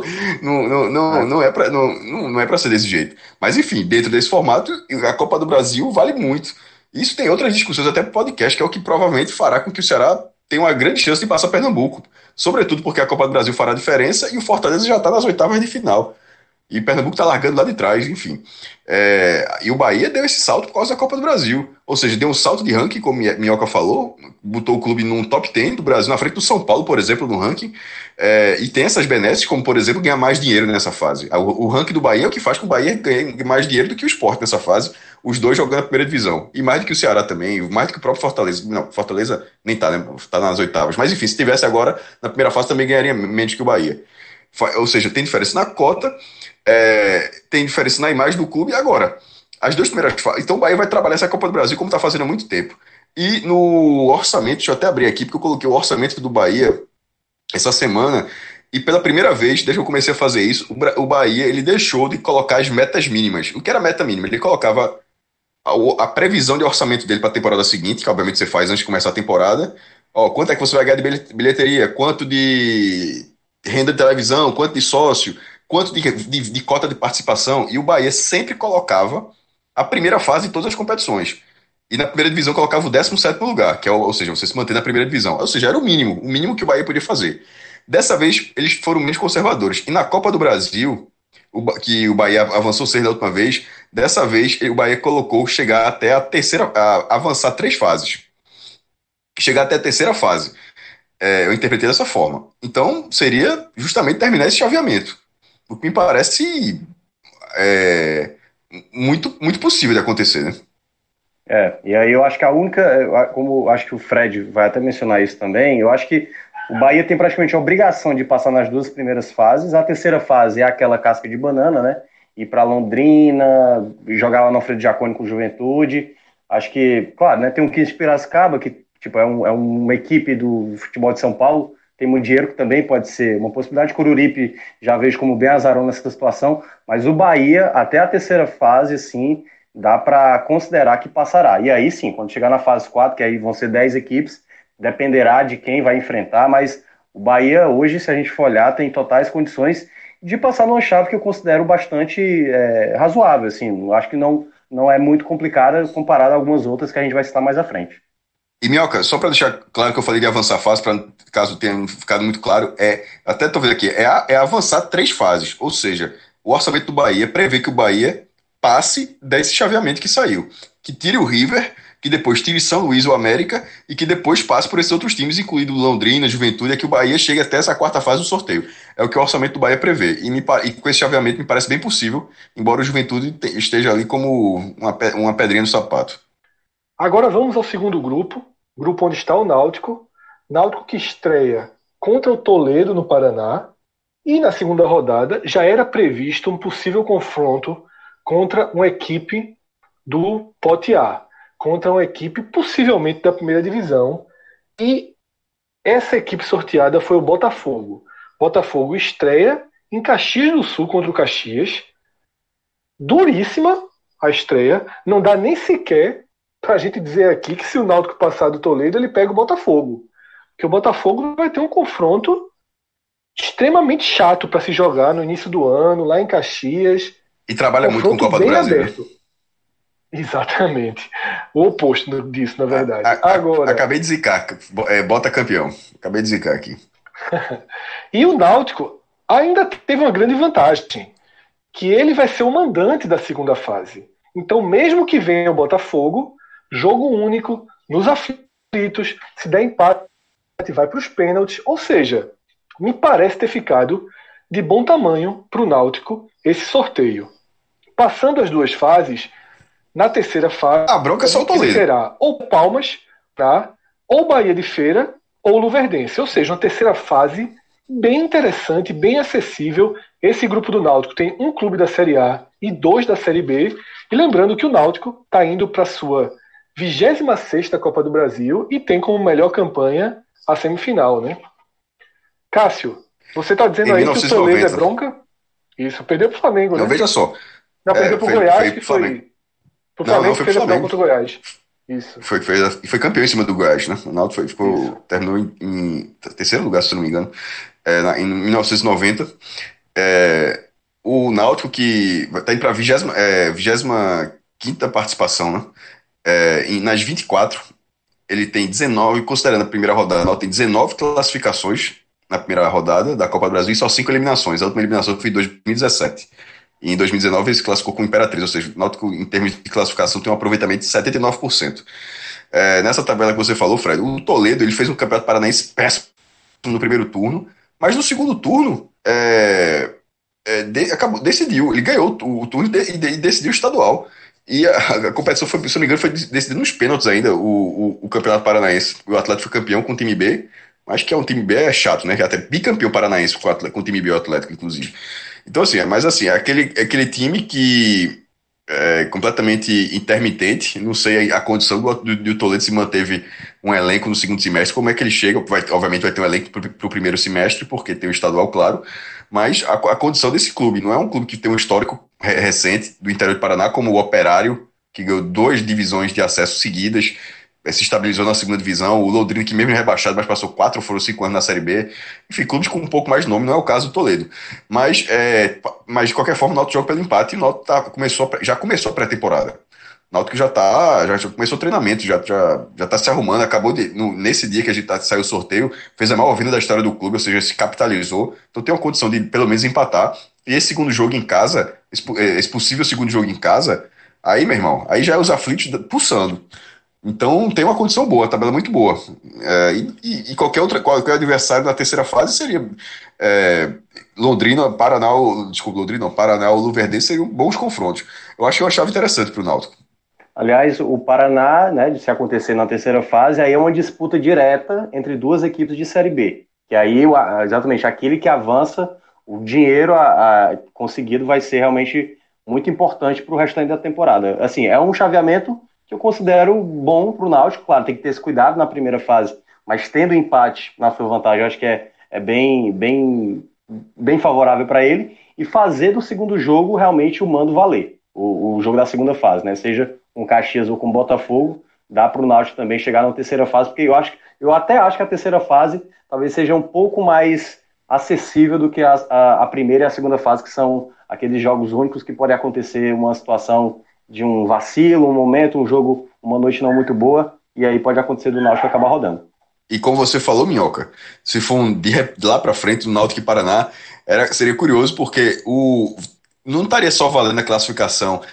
não é pra ser desse jeito. Mas, enfim, dentro desse formato, a Copa do Brasil vale muito. Isso tem outras discussões, até pro podcast, que é o que provavelmente fará com que o Ceará tenha uma grande chance de passar Pernambuco. Sobretudo porque a Copa do Brasil fará diferença e o Fortaleza já está nas oitavas de final. E Pernambuco está largando lá de trás, enfim. E o Bahia deu esse salto por causa da Copa do Brasil. Ou seja, deu um salto de ranking, como Minhoca falou, botou o clube num top 10 do Brasil, na frente do São Paulo, por exemplo, no ranking. E tem essas benesses, como, por exemplo, ganhar mais dinheiro nessa fase. O ranking do Bahia é o que faz com que o Bahia ganhe mais dinheiro do que o Sport nessa fase. Os dois jogando na primeira divisão. E mais do que o Ceará também, mais do que o próprio Fortaleza. Não, Fortaleza nem tá, né? Tá nas oitavas. Mas enfim, se tivesse agora, na primeira fase também ganharia menos que o Bahia. Ou seja, tem diferença na cota, tem diferença na imagem do clube. E agora, as 2 primeiras fases. Então o Bahia vai trabalhar essa Copa do Brasil como está fazendo há muito tempo. E no orçamento, deixa eu até abrir aqui, porque eu coloquei o orçamento do Bahia essa semana. E pela primeira vez, desde que eu comecei a fazer isso, o Bahia ele deixou de colocar as metas mínimas. O que era meta mínima? Ele colocava a previsão de orçamento dele para a temporada seguinte, que obviamente você faz antes de começar a temporada. Quanto é que você vai ganhar de bilheteria? Quanto de renda de televisão, quanto de sócio, quanto de cota de participação, e o Bahia sempre colocava a primeira fase em todas as competições. E na primeira divisão colocava o 17º lugar, que é, ou seja, você se mantém na primeira divisão. Ou seja, era o mínimo que o Bahia podia fazer. Dessa vez, eles foram menos conservadores. E na Copa do Brasil, que o Bahia avançou 6 da última vez, dessa vez o Bahia colocou chegar até a terceira, avançar 3 fases. Chegar até a terceira fase. Eu interpretei dessa forma. Então, seria justamente terminar esse chaveamento. O que me parece muito, muito possível de acontecer, né? E aí eu acho que a única, como acho que o Fred vai até mencionar isso também, eu acho que o Bahia tem praticamente a obrigação de passar nas 2 primeiras fases. A terceira fase é aquela casca de banana, né? Ir para Londrina, jogar lá no Alfredo Jaconi com Juventude. Acho que, claro, né? Tem um 15 de Piracicaba, que tipo, é uma equipe do futebol de São Paulo, tem muito dinheiro, que também pode ser uma possibilidade. Coruripe já vejo como bem azarão nessa situação, mas o Bahia, até a terceira fase, sim, dá para considerar que passará. E aí sim, quando chegar na fase 4, que aí vão ser 10 equipes, dependerá de quem vai enfrentar, mas o Bahia hoje, se a gente for olhar, tem totais condições de passar numa chave que eu considero bastante razoável, assim, acho que não é muito complicada comparada a algumas outras que a gente vai citar mais à frente. E, Minhoca, só para deixar claro que eu falei de avançar fase, para caso tenha ficado muito claro, até estou vendo aqui, avançar 3 fases, ou seja, o orçamento do Bahia prevê que o Bahia passe desse chaveamento que saiu, que tire o River, que depois tire São Luís ou América, e que depois passe por esses outros times, incluindo Londrina, Juventude, que o Bahia chegue até essa 4ª fase do sorteio. É o que o orçamento do Bahia prevê, e com esse chaveamento me parece bem possível, embora o Juventude esteja ali como uma pedrinha no sapato. Agora vamos ao segundo grupo onde está o Náutico que estreia contra o Toledo no Paraná, e na segunda rodada já era previsto um possível confronto contra uma equipe do Pote A, contra uma equipe possivelmente da primeira divisão, e essa equipe sorteada foi o Botafogo. Botafogo estreia em Caxias do Sul contra o Caxias, duríssima a estreia, não dá nem sequer pra gente dizer aqui que se o Náutico passar do Toledo, ele pega o Botafogo. Porque o Botafogo vai ter um confronto extremamente chato para se jogar no início do ano, lá em Caxias. E trabalha muito com Copa do Brasil. Aberto. Exatamente. O oposto disso, na verdade. Agora, acabei de zicar. Bota campeão. Acabei de zicar aqui. E o Náutico ainda teve uma grande vantagem, que ele vai ser o mandante da segunda fase. Então, mesmo que venha o Botafogo, jogo único, nos aflitos, se der empate, vai para os pênaltis. Ou seja, me parece ter ficado de bom tamanho para o Náutico esse sorteio. Passando as 2 fases, na terceira fase, a bronca é só o Toledo. Será ou Palmas, ou Bahia de Feira, ou Luverdense. Ou seja, uma terceira fase bem interessante, bem acessível. Esse grupo do Náutico tem um clube da Série A e 2 da Série B. E lembrando que o Náutico está indo para a sua 26ª Copa do Brasil e tem como melhor campanha a semifinal, né? Cássio, você está dizendo aí que o Toledo é bronca? Isso, perdeu para o Flamengo, né? Não, veja só. Não, perdeu para o Goiás, que foi... Pro Flamengo, foi fez pro a final contra o Goiás. Isso. Foi campeão em cima do Goiás, né? O Náutico terminou em terceiro lugar, se não me engano, em 1990. O Náutico, que está indo para a 25ª participação, né? Nas 24, ele tem 19, considerando a primeira rodada, o Náutico tem 19 classificações na primeira rodada da Copa do Brasil e só 5 eliminações. A última eliminação foi em 2017. E em 2019 ele se classificou com Imperatriz, ou seja, o Náutico, em termos de classificação, tem um aproveitamento de 79%. Nessa tabela que você falou, Fred, o Toledo ele fez um campeonato paranaense péssimo no primeiro turno, mas no segundo turno decidiu, ele ganhou o turno e decidiu o estadual. E a competição foi, se não me engano, foi decidida nos pênaltis ainda, o campeonato paranaense. O Atlético foi campeão com o time B, mas que um time B chato, né? Que é até bicampeão paranaense com o time B, o Atlético, inclusive. Então, assim, aquele time que é completamente intermitente. Não sei a condição do Toledo se manteve um elenco no segundo semestre, como é que ele chega. Obviamente vai ter um elenco para o primeiro semestre, porque tem o estadual, claro. Mas a condição desse clube não é um clube que tem um histórico recente do interior do Paraná, como o Operário, que ganhou 2 divisões de acesso seguidas, se estabilizou na segunda divisão, o Londrina, que mesmo rebaixado, mas passou 4 ou 5 anos na Série B, enfim, clubes com um pouco mais de nome, não é o caso do Toledo. Mas de qualquer forma, o Náutico joga pelo empate e o Náutico já começou a pré-temporada. O Náutico já começou o treinamento, já tá se arrumando, nesse dia que a gente saiu o sorteio, fez a maior vinda da história do clube, ou seja, se capitalizou, então tem uma condição de pelo menos empatar, e esse segundo jogo em casa, esse possível segundo jogo em casa, aí, meu irmão, aí já é os aflitos pulsando. Então tem uma condição boa, a tabela é muito boa. E qualquer adversário na terceira fase seria Londrina, Paraná, Londrina, não, Paraná ou Luverdense seriam bons confrontos. Eu acho que é uma chave interessante para o Náutico. Aliás, o Paraná, né, de se acontecer na terceira fase, aí é uma disputa direta entre duas equipes de Série B. Que aí, exatamente, aquele que avança, o dinheiro conseguido vai ser realmente muito importante para o restante da temporada. Assim, é um chaveamento que eu considero bom para o Náutico. Claro, tem que ter esse cuidado na primeira fase, mas tendo empate na sua vantagem, eu acho que é bem favorável para ele. E fazer do segundo jogo realmente o mando valer, o jogo da segunda fase, né? Seja com Caxias ou com Botafogo, dá para o Náutico também chegar na terceira fase, porque eu até acho que a terceira fase talvez seja um pouco mais acessível do que a primeira e a segunda fase, que são aqueles jogos únicos que pode acontecer uma situação de um vacilo, um momento, um jogo, uma noite não muito boa, e aí pode acontecer do Náutico acabar rodando. E como você falou, Minhoca, se for de lá para frente, o Náutico e Paraná, seria curioso, porque não estaria só valendo a classificação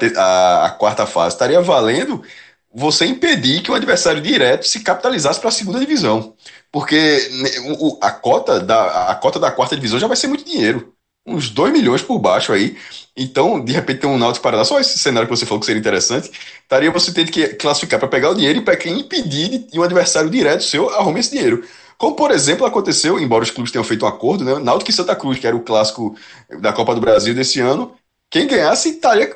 a quarta fase, estaria valendo você impedir que o adversário direto se capitalizasse para a segunda divisão. Porque a cota da quarta divisão já vai ser muito dinheiro. Uns 2 milhões por baixo aí. Então, de repente, tem um Náutico Paraná, só esse cenário que você falou que seria interessante, estaria você tendo que classificar para pegar o dinheiro e para quem impedir de um adversário direto seu arrume esse dinheiro. Como, por exemplo, aconteceu, embora os clubes tenham feito um acordo, né? Náutico e Santa Cruz, que era o clássico da Copa do Brasil desse ano, quem ganhasse estaria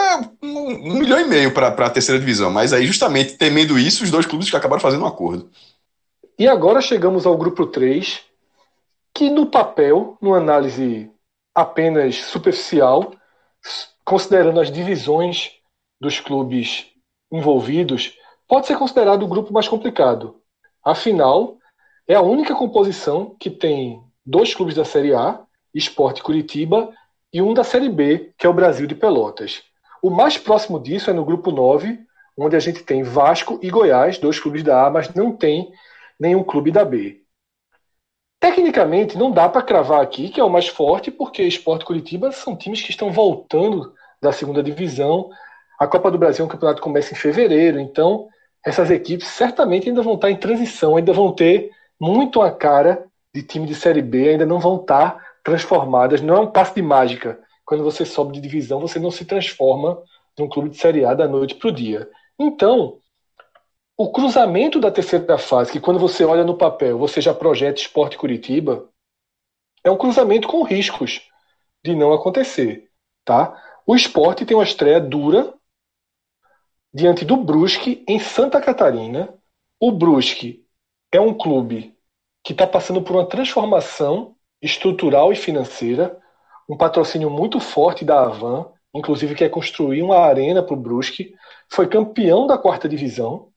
1,5 milhão para a terceira divisão. Mas aí, justamente, temendo isso, os dois clubes acabaram fazendo um acordo. E agora chegamos ao grupo 3, que no papel, numa análise apenas superficial, considerando as divisões dos clubes envolvidos, pode ser considerado o grupo mais complicado. Afinal, é a única composição que tem 2 clubes da Série A, Sport e Curitiba, e um da Série B, que é o Brasil de Pelotas. O mais próximo disso é no grupo 9, onde a gente tem Vasco e Goiás, 2 clubes da A, mas não tem nenhum clube da B. Tecnicamente, não dá para cravar aqui que é o mais forte, porque Sport e Curitiba são times que estão voltando da segunda divisão. A Copa do Brasil é um campeonato que começa em fevereiro, então essas equipes certamente ainda vão estar em transição, ainda vão ter muito a cara de time de Série B, ainda não vão estar transformadas. Não é um passe de mágica. Quando você sobe de divisão, você não se transforma de um clube de Série A da noite para o dia. Então, o cruzamento da terceira fase, que quando você olha no papel, você já projeta Sport e Curitiba, é um cruzamento com riscos de não acontecer. Tá? O Sport tem uma estreia dura diante do Brusque, em Santa Catarina. O Brusque é um clube que está passando por uma transformação estrutural e financeira, um patrocínio muito forte da Avan, inclusive quer construir uma arena para o Brusque, foi campeão da quarta divisão,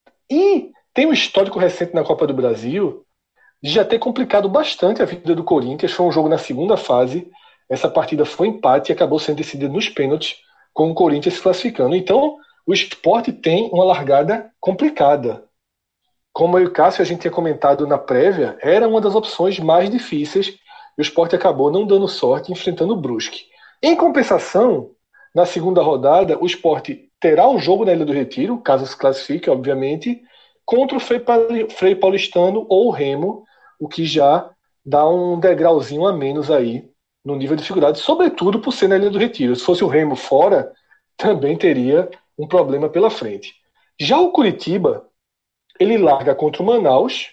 e tem um histórico recente na Copa do Brasil de já ter complicado bastante a vida do Corinthians. Foi um jogo na segunda fase, essa partida foi empate e acabou sendo decidida nos pênaltis, com o Corinthians se classificando. Então, o Sport tem uma largada complicada. Como eu e o Cássio a gente tinha comentado na prévia, era uma das opções mais difíceis e o Sport acabou não dando sorte enfrentando o Brusque. Em compensação, na segunda rodada, o Sport terá um jogo na Ilha do Retiro, caso se classifique, obviamente, contra o Frei Paulistano ou o Remo, o que já dá um degrauzinho a menos aí no nível de dificuldade, sobretudo por ser na Ilha do Retiro. Se fosse o Remo fora, também teria um problema pela frente. Já o Curitiba, ele larga contra o Manaus,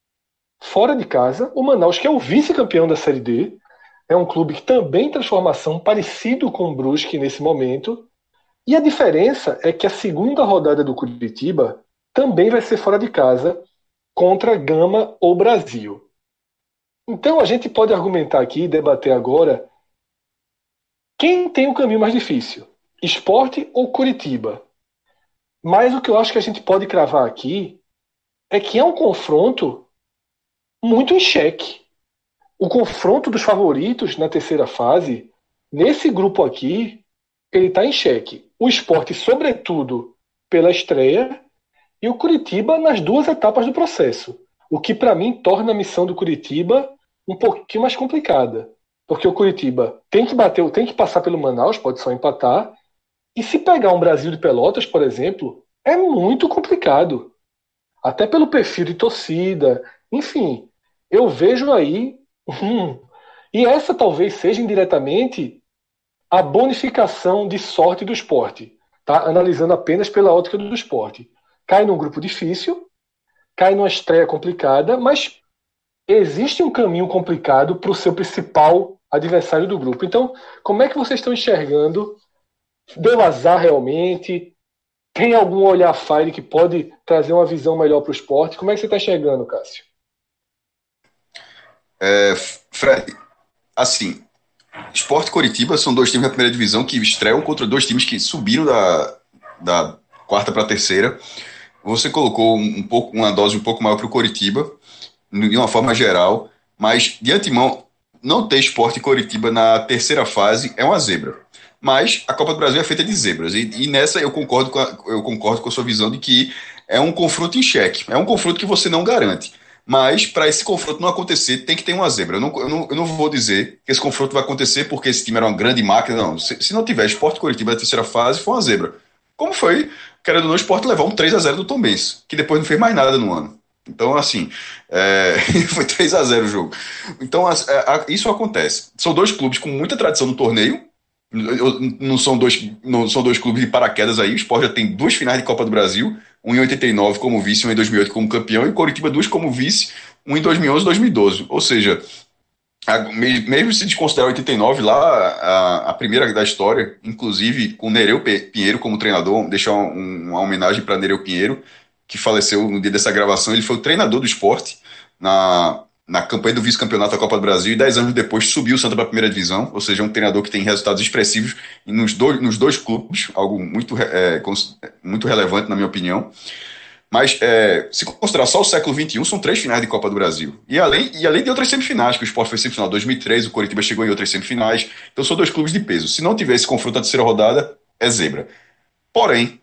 fora de casa. O Manaus, que é o vice-campeão da Série D, é um clube que também em transformação, parecido com o Brusque nesse momento. E a diferença é que a segunda rodada do Curitiba também vai ser fora de casa, contra Gama ou Brasil. Então a gente pode argumentar aqui, debater agora, quem tem o caminho mais difícil? Sport ou Curitiba? Mas o que eu acho que a gente pode cravar aqui é que é um confronto muito em xeque. O confronto dos favoritos na terceira fase, nesse grupo aqui, ele está em xeque. O Sport, sobretudo, pela estreia, e o Curitiba nas duas etapas do processo. O que, para mim, torna a missão do Curitiba um pouquinho mais complicada. Porque o Curitiba tem que passar pelo Manaus, pode só empatar. E se pegar um Brasil de Pelotas, por exemplo, é muito complicado. Até pelo perfil de torcida. Enfim, eu vejo aí. E essa talvez seja indiretamente a bonificação de sorte do esporte. Tá? Analisando apenas pela ótica do esporte. Cai num grupo difícil, cai numa estreia complicada, mas existe um caminho complicado para o seu principal adversário do grupo. Então, como é que vocês estão enxergando? Deu azar realmente? Tem algum olhar fire que pode trazer uma visão melhor para o esporte? Como é que você está enxergando, Cássio? Fred, assim, Sport e Coritiba são dois times da primeira divisão que estreiam contra dois times que subiram da quarta para a terceira. Você colocou uma dose um pouco maior para o Coritiba, de uma forma geral, mas de antemão, não ter Sport e Coritiba na terceira fase é uma zebra. Mas a Copa do Brasil é feita de zebras, e nessa eu concordo com a sua visão de que é um confronto em xeque, é um confronto que você não garante. Mas para esse confronto não acontecer, tem que ter uma zebra. Eu não vou dizer que esse confronto vai acontecer porque esse time era uma grande máquina, não. Se não tiver Sport e Coritiba na terceira fase, foi uma zebra. Como foi, querendo ou não, o Sport levar um 3-0 do Tombense, que depois não fez mais nada no ano. Então, assim, foi 3-0 o jogo. Então, isso acontece. São dois clubes com muita tradição no torneio. Não são dois clubes de paraquedas aí. O Sport já tem duas finais de Copa do Brasil, um em 89 como vice, um em 2008 como campeão, e o Coritiba duas como vice, um em 2011 e 2012. Ou seja, mesmo se desconsiderar 89 lá, a primeira da história, inclusive com Nereu Pinheiro como treinador, deixar uma homenagem para Nereu Pinheiro, que faleceu no dia dessa gravação. Ele foi o treinador do Sport na campanha do vice-campeonato da Copa do Brasil, e 10 anos depois subiu o Santa para a primeira divisão, ou seja, um treinador que tem resultados expressivos nos dois clubes, algo muito relevante na minha opinião. Mas se considerar só o século XXI, são 3 finais de Copa do Brasil. E além de outras semifinais, que o Sport foi semifinal em 2003, o Coritiba chegou em outras semifinais, então são dois clubes de peso. Se não tiver esse confronto na terceira rodada, é zebra. Porém,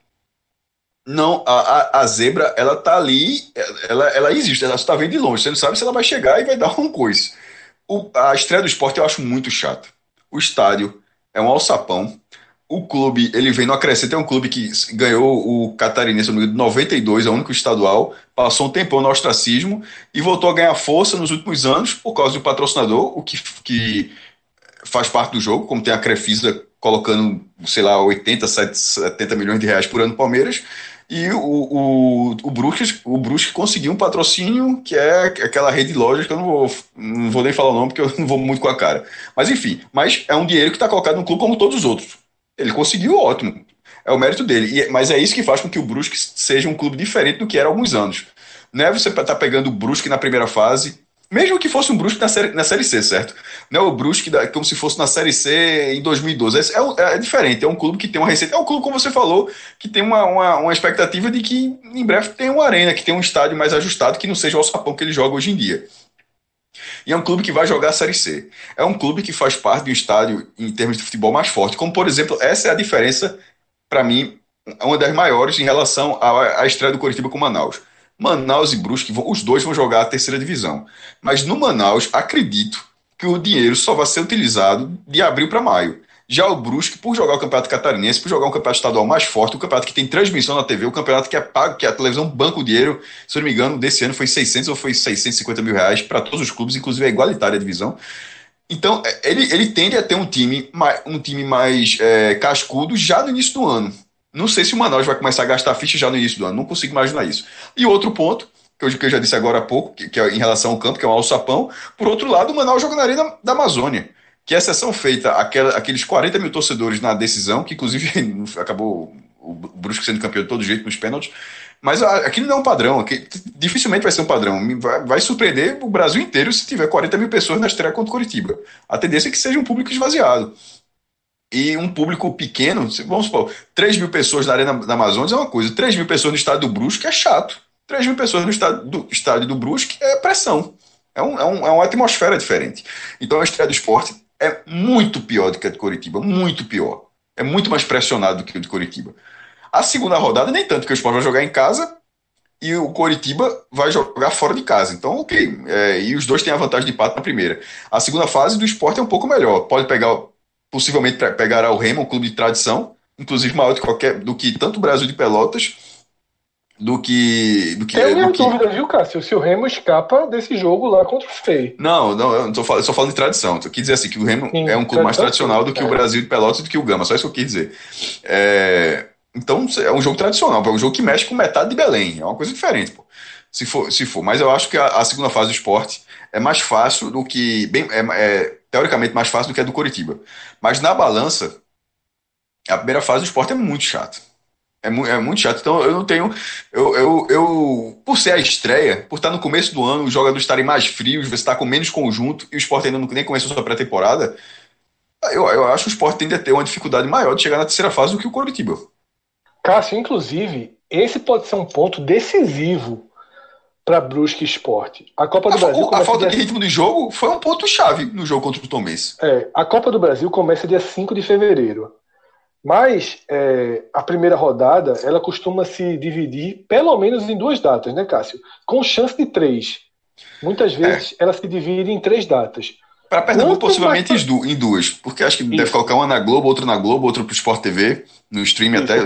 não, a zebra, ela tá ali, ela existe, ela está vendo de longe. Você não sabe se ela vai chegar e vai dar um coice. A estreia do Sport eu acho muito chata. O estádio é um alçapão. O clube, ele vem no acrescento, é um clube que ganhou o Catarinense no 92, é o único estadual, passou um tempão no ostracismo e voltou a ganhar força nos últimos anos por causa do patrocinador, o que faz parte do jogo, como tem a Crefisa colocando, sei lá, 80, 70 milhões de reais por ano no Palmeiras. E o Brusque conseguiu um patrocínio que é aquela rede de lojas que eu não vou nem falar o nome porque eu não vou muito com a cara. Mas enfim, é um dinheiro que está colocado no clube como todos os outros. Ele conseguiu, ótimo. É o mérito dele. Mas é isso que faz com que o Brusque seja um clube diferente do que era há alguns anos. Não é você tá pegando o Brusque na primeira fase, mesmo que fosse um Brusque na série C, certo? Não é o Brusque como se fosse na Série C em 2012. É diferente, é um clube que tem uma receita. É um clube, como você falou, que tem uma expectativa de que em breve tenha uma arena, que tenha um estádio mais ajustado, que não seja o alçapão que ele joga hoje em dia. E é um clube que vai jogar a Série C. É um clube que faz parte de um estádio em termos de futebol mais forte. Como, por exemplo, essa é a diferença, para mim, uma das maiores em relação à estreia do Coritiba com Manaus. Manaus e Brusque, os dois vão jogar a terceira divisão. Mas no Manaus, acredito que o dinheiro só vai ser utilizado de abril para maio. Já o Brusque, por jogar o Campeonato Catarinense, por jogar um campeonato estadual mais forte, o campeonato que tem transmissão na TV, o campeonato que é pago, que a televisão banca o dinheiro, se eu não me engano, desse ano foi 600 ou foi 650 mil reais para todos os clubes, inclusive a igualitária a divisão. Então, ele tende a ter um time mais cascudo já no início do ano. Não sei se o Manaus vai começar a gastar ficha já no início do ano, não consigo imaginar isso. E outro ponto, que eu já disse agora há pouco, que é em relação ao campo, que é um alçapão, por outro lado, o Manaus joga na Arena da Amazônia, que é a exceção feita aqueles 40 mil torcedores na decisão, que inclusive acabou o Brusque sendo campeão de todo jeito nos pênaltis, mas aquilo não é um padrão, dificilmente vai ser um padrão, vai surpreender o Brasil inteiro se tiver 40 mil pessoas na estreia contra o Coritiba. A tendência é que seja um público esvaziado. e um público pequeno, vamos supor, 3 mil pessoas na Arena da Amazonas é uma coisa, 3 mil pessoas no estádio do Brusque é chato, 3 mil pessoas no estádio do Brusque é pressão, é uma atmosfera diferente. Então a estreia do Sport é muito pior do que a de Coritiba, muito pior. É muito mais pressionado do que o de Coritiba. A segunda rodada, nem tanto, porque o Sport vai jogar em casa e o Coritiba vai jogar fora de casa. Então, ok. E os dois têm a vantagem de empate na primeira. A segunda fase do Sport é um pouco melhor. Pode pegar, possivelmente pegará o Remo, um clube de tradição, inclusive maior do que tanto o Brasil de Pelotas, Tenho minha dúvida, viu, Cássio? Se o Remo escapa desse jogo lá contra o FEI. Não, eu não tô só falando de tradição. Eu quis dizer assim, que o Remo é um clube mais tradicional do que o Brasil de Pelotas e do que o Gama. Só isso que eu quis dizer. Então, é um jogo tradicional, é um jogo que mexe com metade de Belém. É uma coisa diferente, pô. Se for. Mas eu acho que a segunda fase do Sport é mais fácil do que. Teoricamente mais fácil do que a do Coritiba. Mas na balança, a primeira fase do Sport é muito chata. É muito chato. Então eu não tenho. Por ser a estreia, por estar no começo do ano, os jogadores estarem mais frios, você está com menos conjunto e o Sport ainda nem começou sua pré-temporada, eu acho que o Sport tende a ter uma dificuldade maior de chegar na terceira fase do que o Coritiba. Cássio, inclusive, esse pode ser um ponto decisivo para Brusque Sport. A Copa do Brasil. A falta de ritmo de jogo foi um ponto-chave no jogo contra o Tombense. A Copa do Brasil começa dia 5 de fevereiro. Mas a primeira rodada, ela costuma se dividir pelo menos em 2 datas, né, Cássio? Com chance de 3. Muitas vezes ela se divide em 3 datas. Para Pernambuco, possivelmente em 2, porque acho que deve colocar uma na Globo, outra na Globo, outra pro Sport TV, no stream até.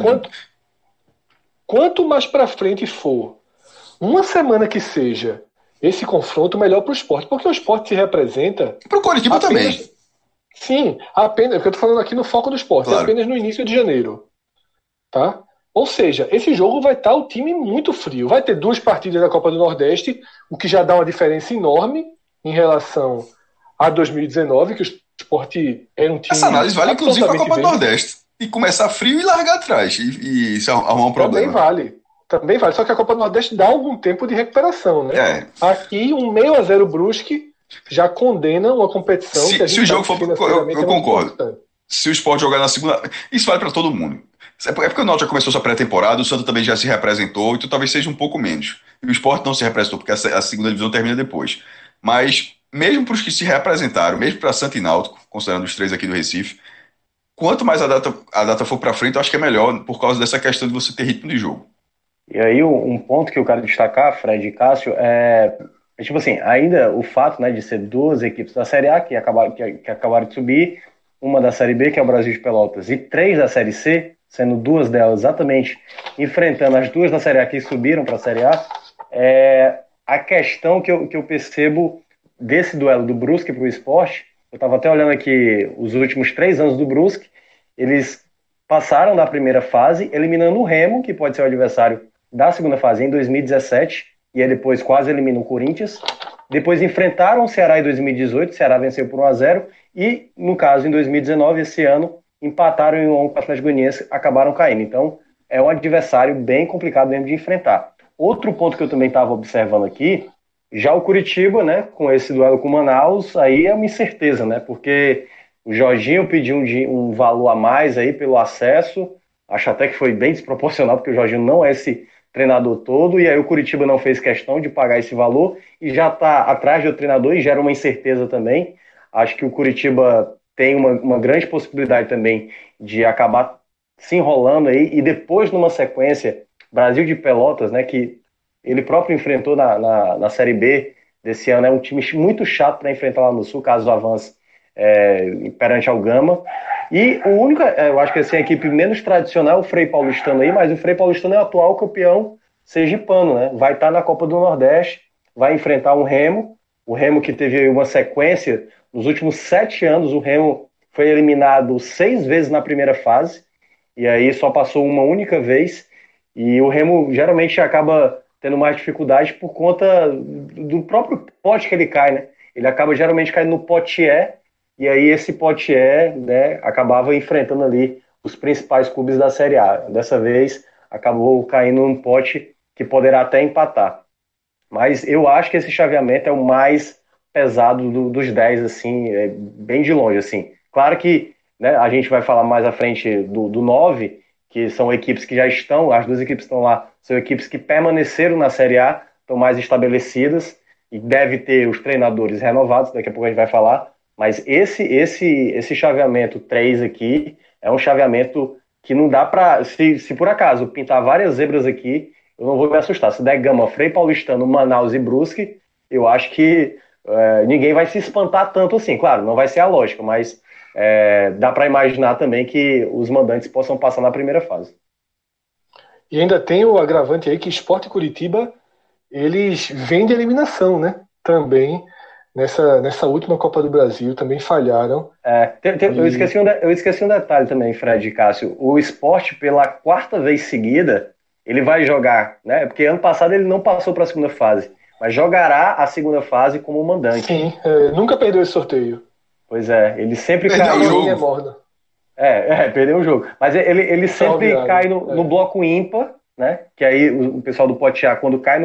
Quanto mais para frente for, uma semana que seja esse confronto, melhor para o Sport, porque o Sport se representa. Para o Coritiba também. Sim, apenas, porque eu estou falando aqui no foco do Sport, claro. Apenas no início de janeiro. Tá? Ou seja, esse jogo vai estar o time muito frio. Vai ter 2 partidas da Copa do Nordeste, o que já dá uma diferença enorme em relação a 2019, que o Sport era um time. Essa análise vale inclusive para a Copa do Nordeste. E começar frio e largar atrás. E isso arrumar um problema. Também vale. Só que a Copa do Nordeste dá algum tempo de recuperação, né? Aqui, um 6-0 Brusque já condena uma competição. Se o jogo for. Eu concordo. Se o Sport jogar na segunda. Isso vale para todo mundo. É porque o Náutico já começou sua pré-temporada, o Santos também já se representou, então talvez seja um pouco menos. E o Sport não se representou, porque a segunda divisão termina depois. Mas, mesmo para os que se representaram, mesmo para Santos e Náutico, considerando os 3 aqui do Recife, quanto mais a data for para frente, eu acho que é melhor, por causa dessa questão de você ter ritmo de jogo. E aí, um ponto que eu quero destacar, Fred e Cássio, tipo assim, ainda o fato, né, de ser 2 equipes da Série A que acabaram de subir, uma da Série B, que é o Brasil de Pelotas, e 3 da Série C, sendo 2 delas exatamente enfrentando as 2 da Série A que subiram para a Série A, a questão que eu percebo desse duelo do Brusque para o Sport. Eu estava até olhando aqui os últimos 3 anos do Brusque, eles passaram da primeira fase, eliminando o Remo, que pode ser o adversário da segunda fase, em 2017, e aí depois quase eliminam o Corinthians. Depois enfrentaram o Ceará em 2018, o Ceará venceu por 1-0, e no caso, em 2019, esse ano, empataram em 1-1 com o Atlético Goianiense, acabaram caindo. Então, é um adversário bem complicado mesmo de enfrentar. Outro ponto que eu também estava observando aqui, já o Curitiba, né, com esse duelo com o Manaus, aí é uma incerteza, né, porque o Jorginho pediu um valor a mais aí pelo acesso, acho até que foi bem desproporcional, porque o Jorginho não é esse treinador todo, e aí o Curitiba não fez questão de pagar esse valor, e já está atrás do treinador, e gera uma incerteza também. Acho que o Curitiba tem uma grande possibilidade também de acabar se enrolando aí, e depois numa sequência, Brasil de Pelotas, né, que ele próprio enfrentou na Série B desse ano, é um time muito chato para enfrentar lá no Sul, caso avance perante ao Gama. E o único, eu acho que assim, a equipe menos tradicional é o Frei Paulistano aí, mas o Frei Paulistano é o atual campeão sergipano, né? Vai estar na Copa do Nordeste, vai enfrentar o Remo que teve uma sequência, nos últimos 7 anos o Remo foi eliminado 6 vezes na primeira fase, e aí só passou uma única vez, e o Remo geralmente acaba tendo mais dificuldade por conta do próprio pote que ele cai, né? Ele acaba geralmente caindo no pote E, e aí esse pote E, né, acabava enfrentando ali os principais clubes da Série A. Dessa vez acabou caindo num pote que poderá até empatar. Mas eu acho que esse chaveamento é o mais pesado dos 10, assim, bem de longe, assim. Claro que né? A gente vai falar mais à frente do 9, que são equipes que já estão, as duas equipes que estão lá, são equipes que permaneceram na Série A, estão mais estabelecidas, e deve ter os treinadores renovados, daqui a pouco a gente vai falar, mas esse chaveamento 3 aqui é um chaveamento que não dá para, se por acaso pintar várias zebras aqui, eu não vou me assustar. Se der Gama, Frei Paulistano, Manaus e Brusque, eu acho que ninguém vai se espantar tanto assim. Claro, não vai ser a lógica, mas dá para imaginar também que os mandantes possam passar na primeira fase. E ainda tem o agravante aí que Sport e Curitiba, eles vêm de eliminação, né? Também, nessa última Copa do Brasil, também falharam. Eu esqueci um detalhe também, Fred e Cássio. O Sport, pela 4ª vez seguida, ele vai jogar, né? Porque ano passado ele não passou para a segunda fase, mas jogará a segunda fase como mandante. Sim, nunca perdeu esse sorteio. Pois é, ele sempre Perdeu cai o jogo. Perdeu o jogo. Mas ele sempre cai no bloco ímpar, né? Que aí o pessoal do Pote A, quando cai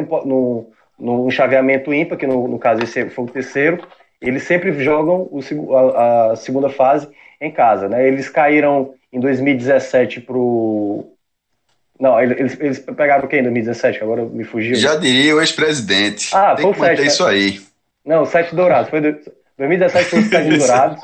no chaveamento ímpar, que no caso esse foi o terceiro, eles sempre jogam a segunda fase em casa, né? Eles caíram em 2017 pro... Não, eles pegaram o quê em 2017? Agora me fugiu. Já diria o ex-presidente. Tem que manter isso aí. Não, o 7 Dourados. 2017 foi o 7 Dourados.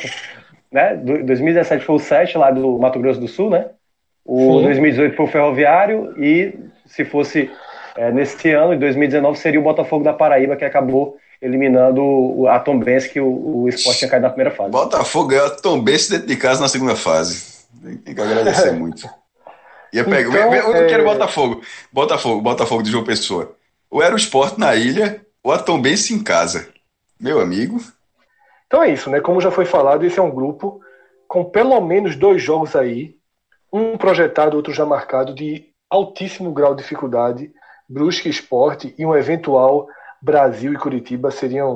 Né? 2017 foi o 7 lá do Mato Grosso do Sul, né? O 2018 foi o Ferroviário e se fosse nesse ano, em 2019, seria o Botafogo da Paraíba, que acabou eliminando a Tombense, que o Sport tinha caído na primeira fase. Botafogo ganhou a Tombense dentro de casa na segunda fase. Tem que agradecer muito. Eu quero Botafogo de João Pessoa. Ou era o Sport na ilha, ou a Tombense em casa. Meu amigo. Então é isso, né? Como já foi falado, esse é um grupo com pelo menos 2 jogos aí, um projetado, outro já marcado, de altíssimo grau de dificuldade. Brusque, Sport e um eventual Brasil e Curitiba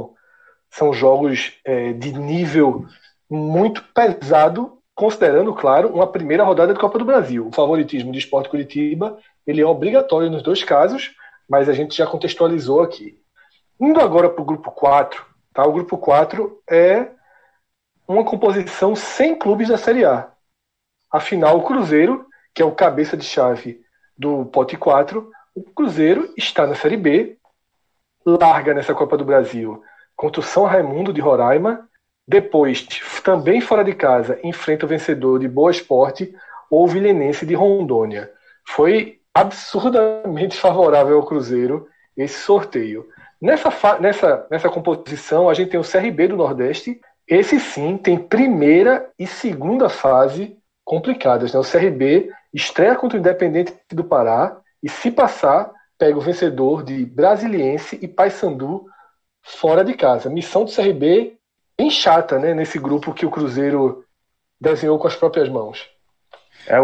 são jogos de nível muito pesado, considerando, claro, uma primeira rodada de Copa do Brasil. O favoritismo de Sport e Curitiba, ele é obrigatório nos 2 casos, mas a gente já contextualizou aqui. Indo agora para o grupo 4, tá? O grupo 4 é uma composição sem clubes da Série A. Afinal, o Cruzeiro, que é o cabeça de chave do pote 4, o Cruzeiro está na Série B, larga nessa Copa do Brasil contra o São Raimundo de Roraima, depois, também fora de casa, enfrenta o vencedor de Boa Esporte ou o Vilhenense de Rondônia. Foi absurdamente favorável ao Cruzeiro esse sorteio. Nessa composição, a gente tem o CRB do Nordeste. Esse sim tem primeira e segunda fase complicadas, né? O CRB estreia contra o Independente do Pará e, se passar, pega o vencedor de Brasiliense e Paysandu fora de casa. Missão do CRB bem chata, né? Nesse grupo que o Cruzeiro desenhou com as próprias mãos. É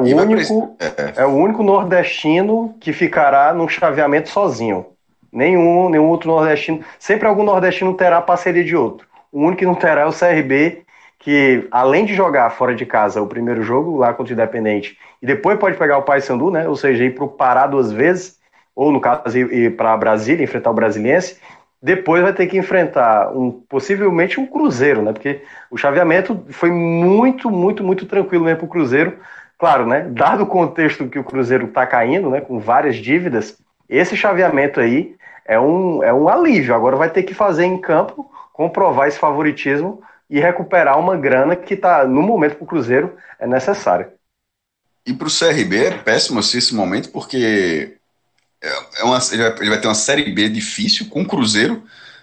o único nordestino que ficará num chaveamento sozinho. Nenhum outro nordestino. Sempre algum nordestino terá parceria de outro. O único que não terá é o CRB, que além de jogar fora de casa o primeiro jogo, lá contra o Independente, e depois pode pegar o Paysandu, né? Ou seja, ir para o Pará 2 vezes, ou no caso ir para Brasília, enfrentar o Brasiliense, depois vai ter que enfrentar possivelmente um Cruzeiro, né? Porque o chaveamento foi muito, muito, muito tranquilo mesmo para o Cruzeiro. Claro, né? Dado o contexto que o Cruzeiro está caindo, né? Com várias dívidas, esse chaveamento aí é um alívio. Agora vai ter que fazer em campo, comprovar esse favoritismo e recuperar uma grana que tá, no momento para o Cruzeiro é necessária. E para o CRB é péssimo assim, esse momento, porque ele vai ter uma Série B difícil com o Cruzeiro.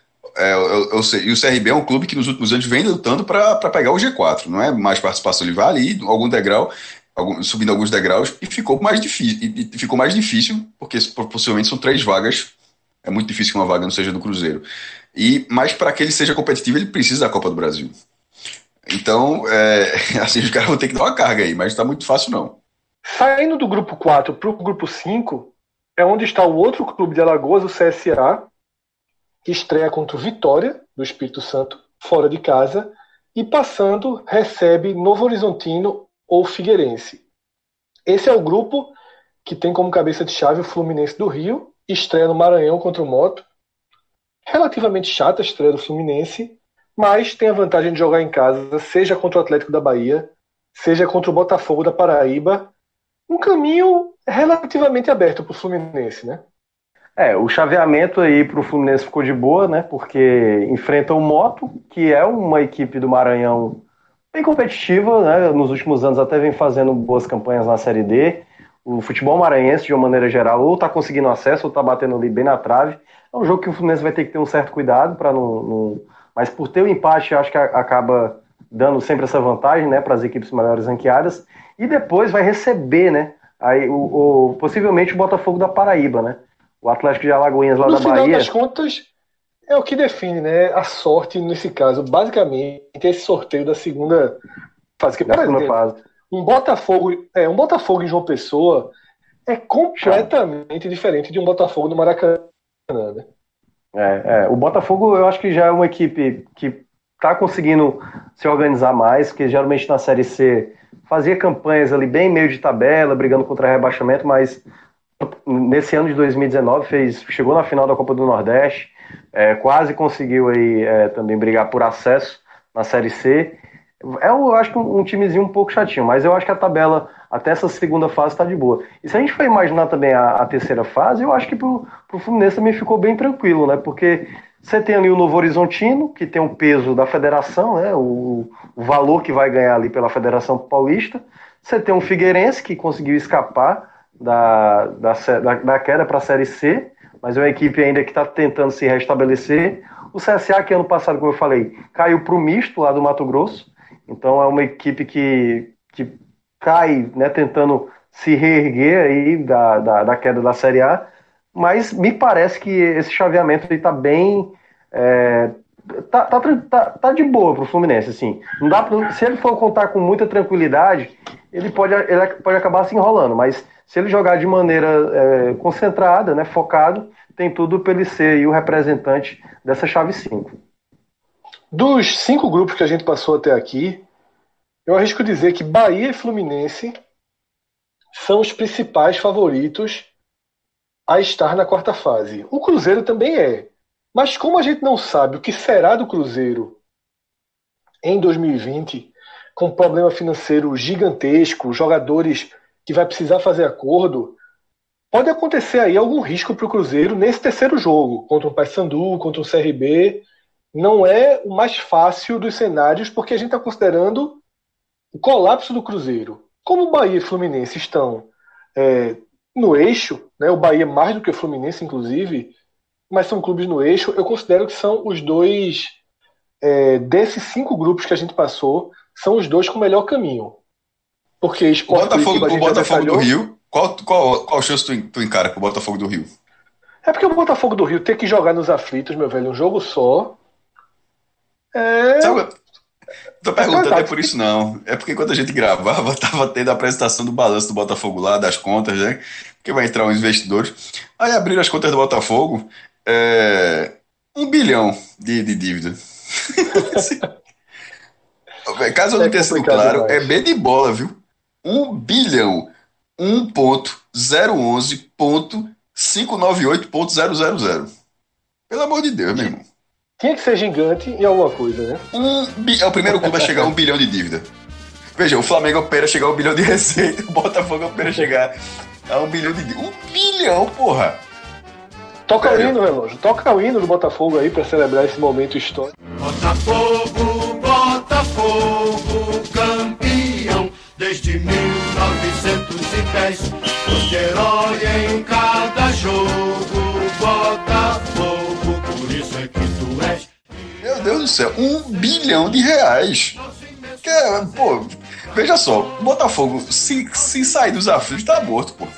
E o CRB é um clube que nos últimos anos vem lutando para pegar o G4. Não é mais participação, ele vai ali, algum degrau, subindo alguns degraus, e ficou mais difícil, porque possivelmente são 3 vagas. É muito difícil que uma vaga não seja do Cruzeiro. Mas para que ele seja competitivo, ele precisa da Copa do Brasil. Então, assim, os caras vão ter que dar uma carga aí, mas não está muito fácil, não. Saindo do grupo 4 para o grupo 5, é onde está o outro clube de Alagoas, o CSA, que estreia contra o Vitória, do Espírito Santo, fora de casa, e passando, recebe Novo Horizontino ou Figueirense. Esse é o grupo que tem como cabeça de chave o Fluminense do Rio, estreia no Maranhão contra o Moto. Relativamente chata a estreia do Fluminense, mas tem a vantagem de jogar em casa, seja contra o Atlético da Bahia, seja contra o Botafogo da Paraíba, um caminho relativamente aberto para o Fluminense, né? O chaveamento aí para o Fluminense ficou de boa, né? Porque enfrenta o Moto, que é uma equipe do Maranhão bem competitiva, né? Nos últimos anos até vem fazendo boas campanhas na Série D. O futebol maranhense, de uma maneira geral, ou está conseguindo acesso ou está batendo ali bem na trave. É um jogo que o Fluminense vai ter que ter um certo cuidado para não... Mas por ter o empate, acho que acaba dando sempre essa vantagem, né, para as equipes melhores ranqueadas. E depois vai receber, né? Aí, possivelmente o Botafogo da Paraíba, né? O Atlético de Alagoinhas lá da Bahia. No final das contas, é o que define, né? A sorte, nesse caso, basicamente, é esse sorteio da segunda fase. Por exemplo, um Botafogo em João Pessoa é completamente diferente de um Botafogo no Maracanã, né? O Botafogo, eu acho que já é uma equipe que está conseguindo se organizar mais, porque geralmente na Série C fazia campanhas ali bem meio de tabela, brigando contra rebaixamento, mas nesse ano de 2019 chegou na final da Copa do Nordeste, quase conseguiu aí também brigar por acesso na Série C. Eu acho que um timezinho um pouco chatinho, mas eu acho que a tabela até essa segunda fase está de boa. E se a gente for imaginar também a terceira fase, eu acho que pro Fluminense também ficou bem tranquilo, né? Porque você tem ali o Novo Horizontino, que tem o peso da federação, né? O valor que vai ganhar ali pela Federação Paulista. Você tem o Figueirense, que conseguiu escapar da queda para a Série C, mas é uma equipe ainda que está tentando se restabelecer. O CSA, que ano passado, como eu falei, caiu para o misto lá do Mato Grosso. Então é uma equipe que cai, né, tentando se reerguer aí da queda da Série A, mas me parece que esse chaveamento está bem... Tá de boa para o Fluminense, assim. Não dá se ele for contar com muita tranquilidade, ele pode acabar se enrolando, mas se ele jogar de maneira concentrada, né, focado, tem tudo para ele ser aí o representante dessa chave 5. Dos 5 grupos que a gente passou até aqui, eu arrisco dizer que Bahia e Fluminense são os principais favoritos a estar na quarta fase. O Cruzeiro também é. Mas como a gente não sabe o que será do Cruzeiro em 2020, com um problema financeiro gigantesco, jogadores que vai precisar fazer acordo, pode acontecer aí algum risco para o Cruzeiro nesse terceiro jogo, contra um Paysandu, contra um CRB. Não é o mais fácil dos cenários, porque a gente está considerando o colapso do Cruzeiro. Como o Bahia e o Fluminense estão no eixo, né, o Bahia mais do que o Fluminense, inclusive, mas são clubes no eixo, eu considero que são os dois, desses 5 grupos que a gente passou, são os dois com o melhor caminho. Porque o Botafogo do Rio, qual chance tu encara com o Botafogo do Rio? É porque o Botafogo do Rio tem que jogar nos aflitos, meu velho, um jogo só. Sabe, tô perguntando é por isso não. É porque quando a gente gravava, tava tendo a apresentação do balanço do Botafogo lá, das contas, né? Porque vai entrar uns investidores. Aí abriram as contas do Botafogo, 1 bilhão de dívida. Caso eu não tenha sido claro, demais. É bem de bola, viu? 1 bilhão, 1.011.598.000. Pelo amor de Deus, meu irmão. Tinha que ser gigante em alguma coisa, né? É o primeiro clube a chegar a 1 bilhão de dívida. Veja, o Flamengo opera chegar a 1 bilhão de receita, o Botafogo opera chegar a 1 bilhão de dívida. 1 bilhão, porra! Toca o hino, relógio. Toca o hino do Botafogo aí pra celebrar esse momento histórico. Botafogo, Botafogo, campeão desde 1910. Os herói em cada jogo, Botafogo, por isso é que tu és. Meu Deus do céu, 1 bilhão de reais. Veja só, o Botafogo, se sair dos aflitos, tá morto, pô.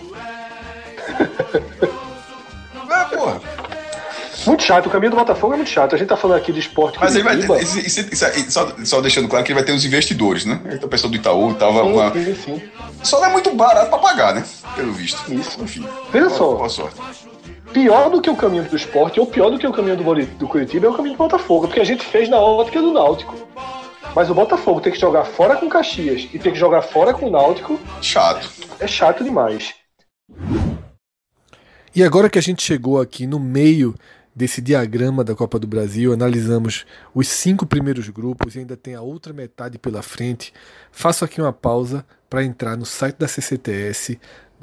Porra. Muito chato, o caminho do Botafogo é muito chato. A gente tá falando aqui de esporte. Mas ele vai ter, só deixando claro que ele vai ter os investidores, né? Então, o pessoal do Itaú tava sim. Só não é muito barato pra pagar, né? Pelo visto. Isso. Enfim. Veja só. Boa sorte. Pior do que o caminho do esporte, ou pior do que o caminho do Curitiba, é o caminho do Botafogo, porque a gente fez na ótica do Náutico. Mas o Botafogo tem que jogar fora com Caxias e tem que jogar fora com o Náutico. Chato. É chato demais. E agora que a gente chegou aqui no meio desse diagrama da Copa do Brasil, analisamos os 5 primeiros grupos e ainda tem a outra metade pela frente, faço aqui uma pausa para entrar no site da CCTS,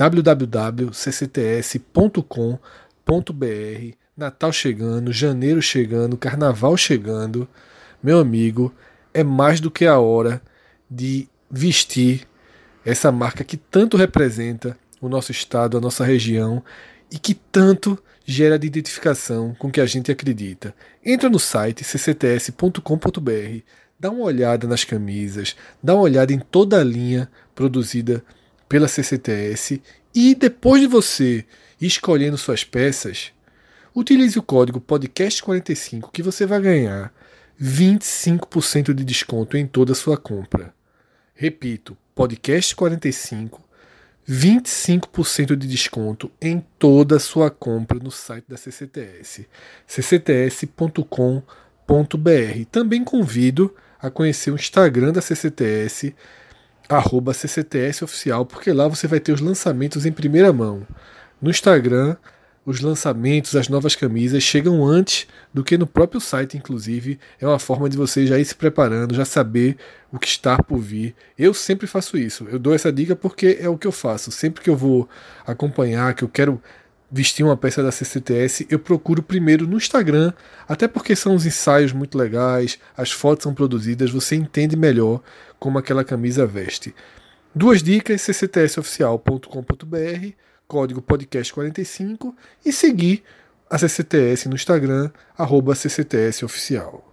www.ccts.com.br. Natal chegando, janeiro chegando, carnaval chegando. Meu amigo, é mais do que a hora de vestir essa marca que tanto representa o nosso estado, a nossa região e que tanto gera de identificação com o que a gente acredita. Entra no site ccts.com.br, dá uma olhada nas camisas, dá uma olhada em toda a linha produzida pela CCTS e depois de você ir escolhendo suas peças, utilize o código podcast45 que você vai ganhar 25% de desconto em toda a sua compra. Repito, podcast45, 25% de desconto em toda a sua compra no site da CCTS, ccts.com.br. Também convido a conhecer o Instagram da CCTS, @CCTSOficial, porque lá você vai ter os lançamentos em primeira mão. No Instagram, os lançamentos, as novas camisas chegam antes do que no próprio site, inclusive. É uma forma de você já ir se preparando, já saber o que está por vir. Eu sempre faço isso. Eu dou essa dica porque é o que eu faço. Sempre que eu vou acompanhar, que eu quero vestir uma peça da CCTS, eu procuro primeiro no Instagram, até porque são os ensaios muito legais, as fotos são produzidas, você entende melhor como aquela camisa veste. 2 dicas, cctsoficial.com.br, código podcast45 e seguir a CCTS no Instagram, @CCTSOficial.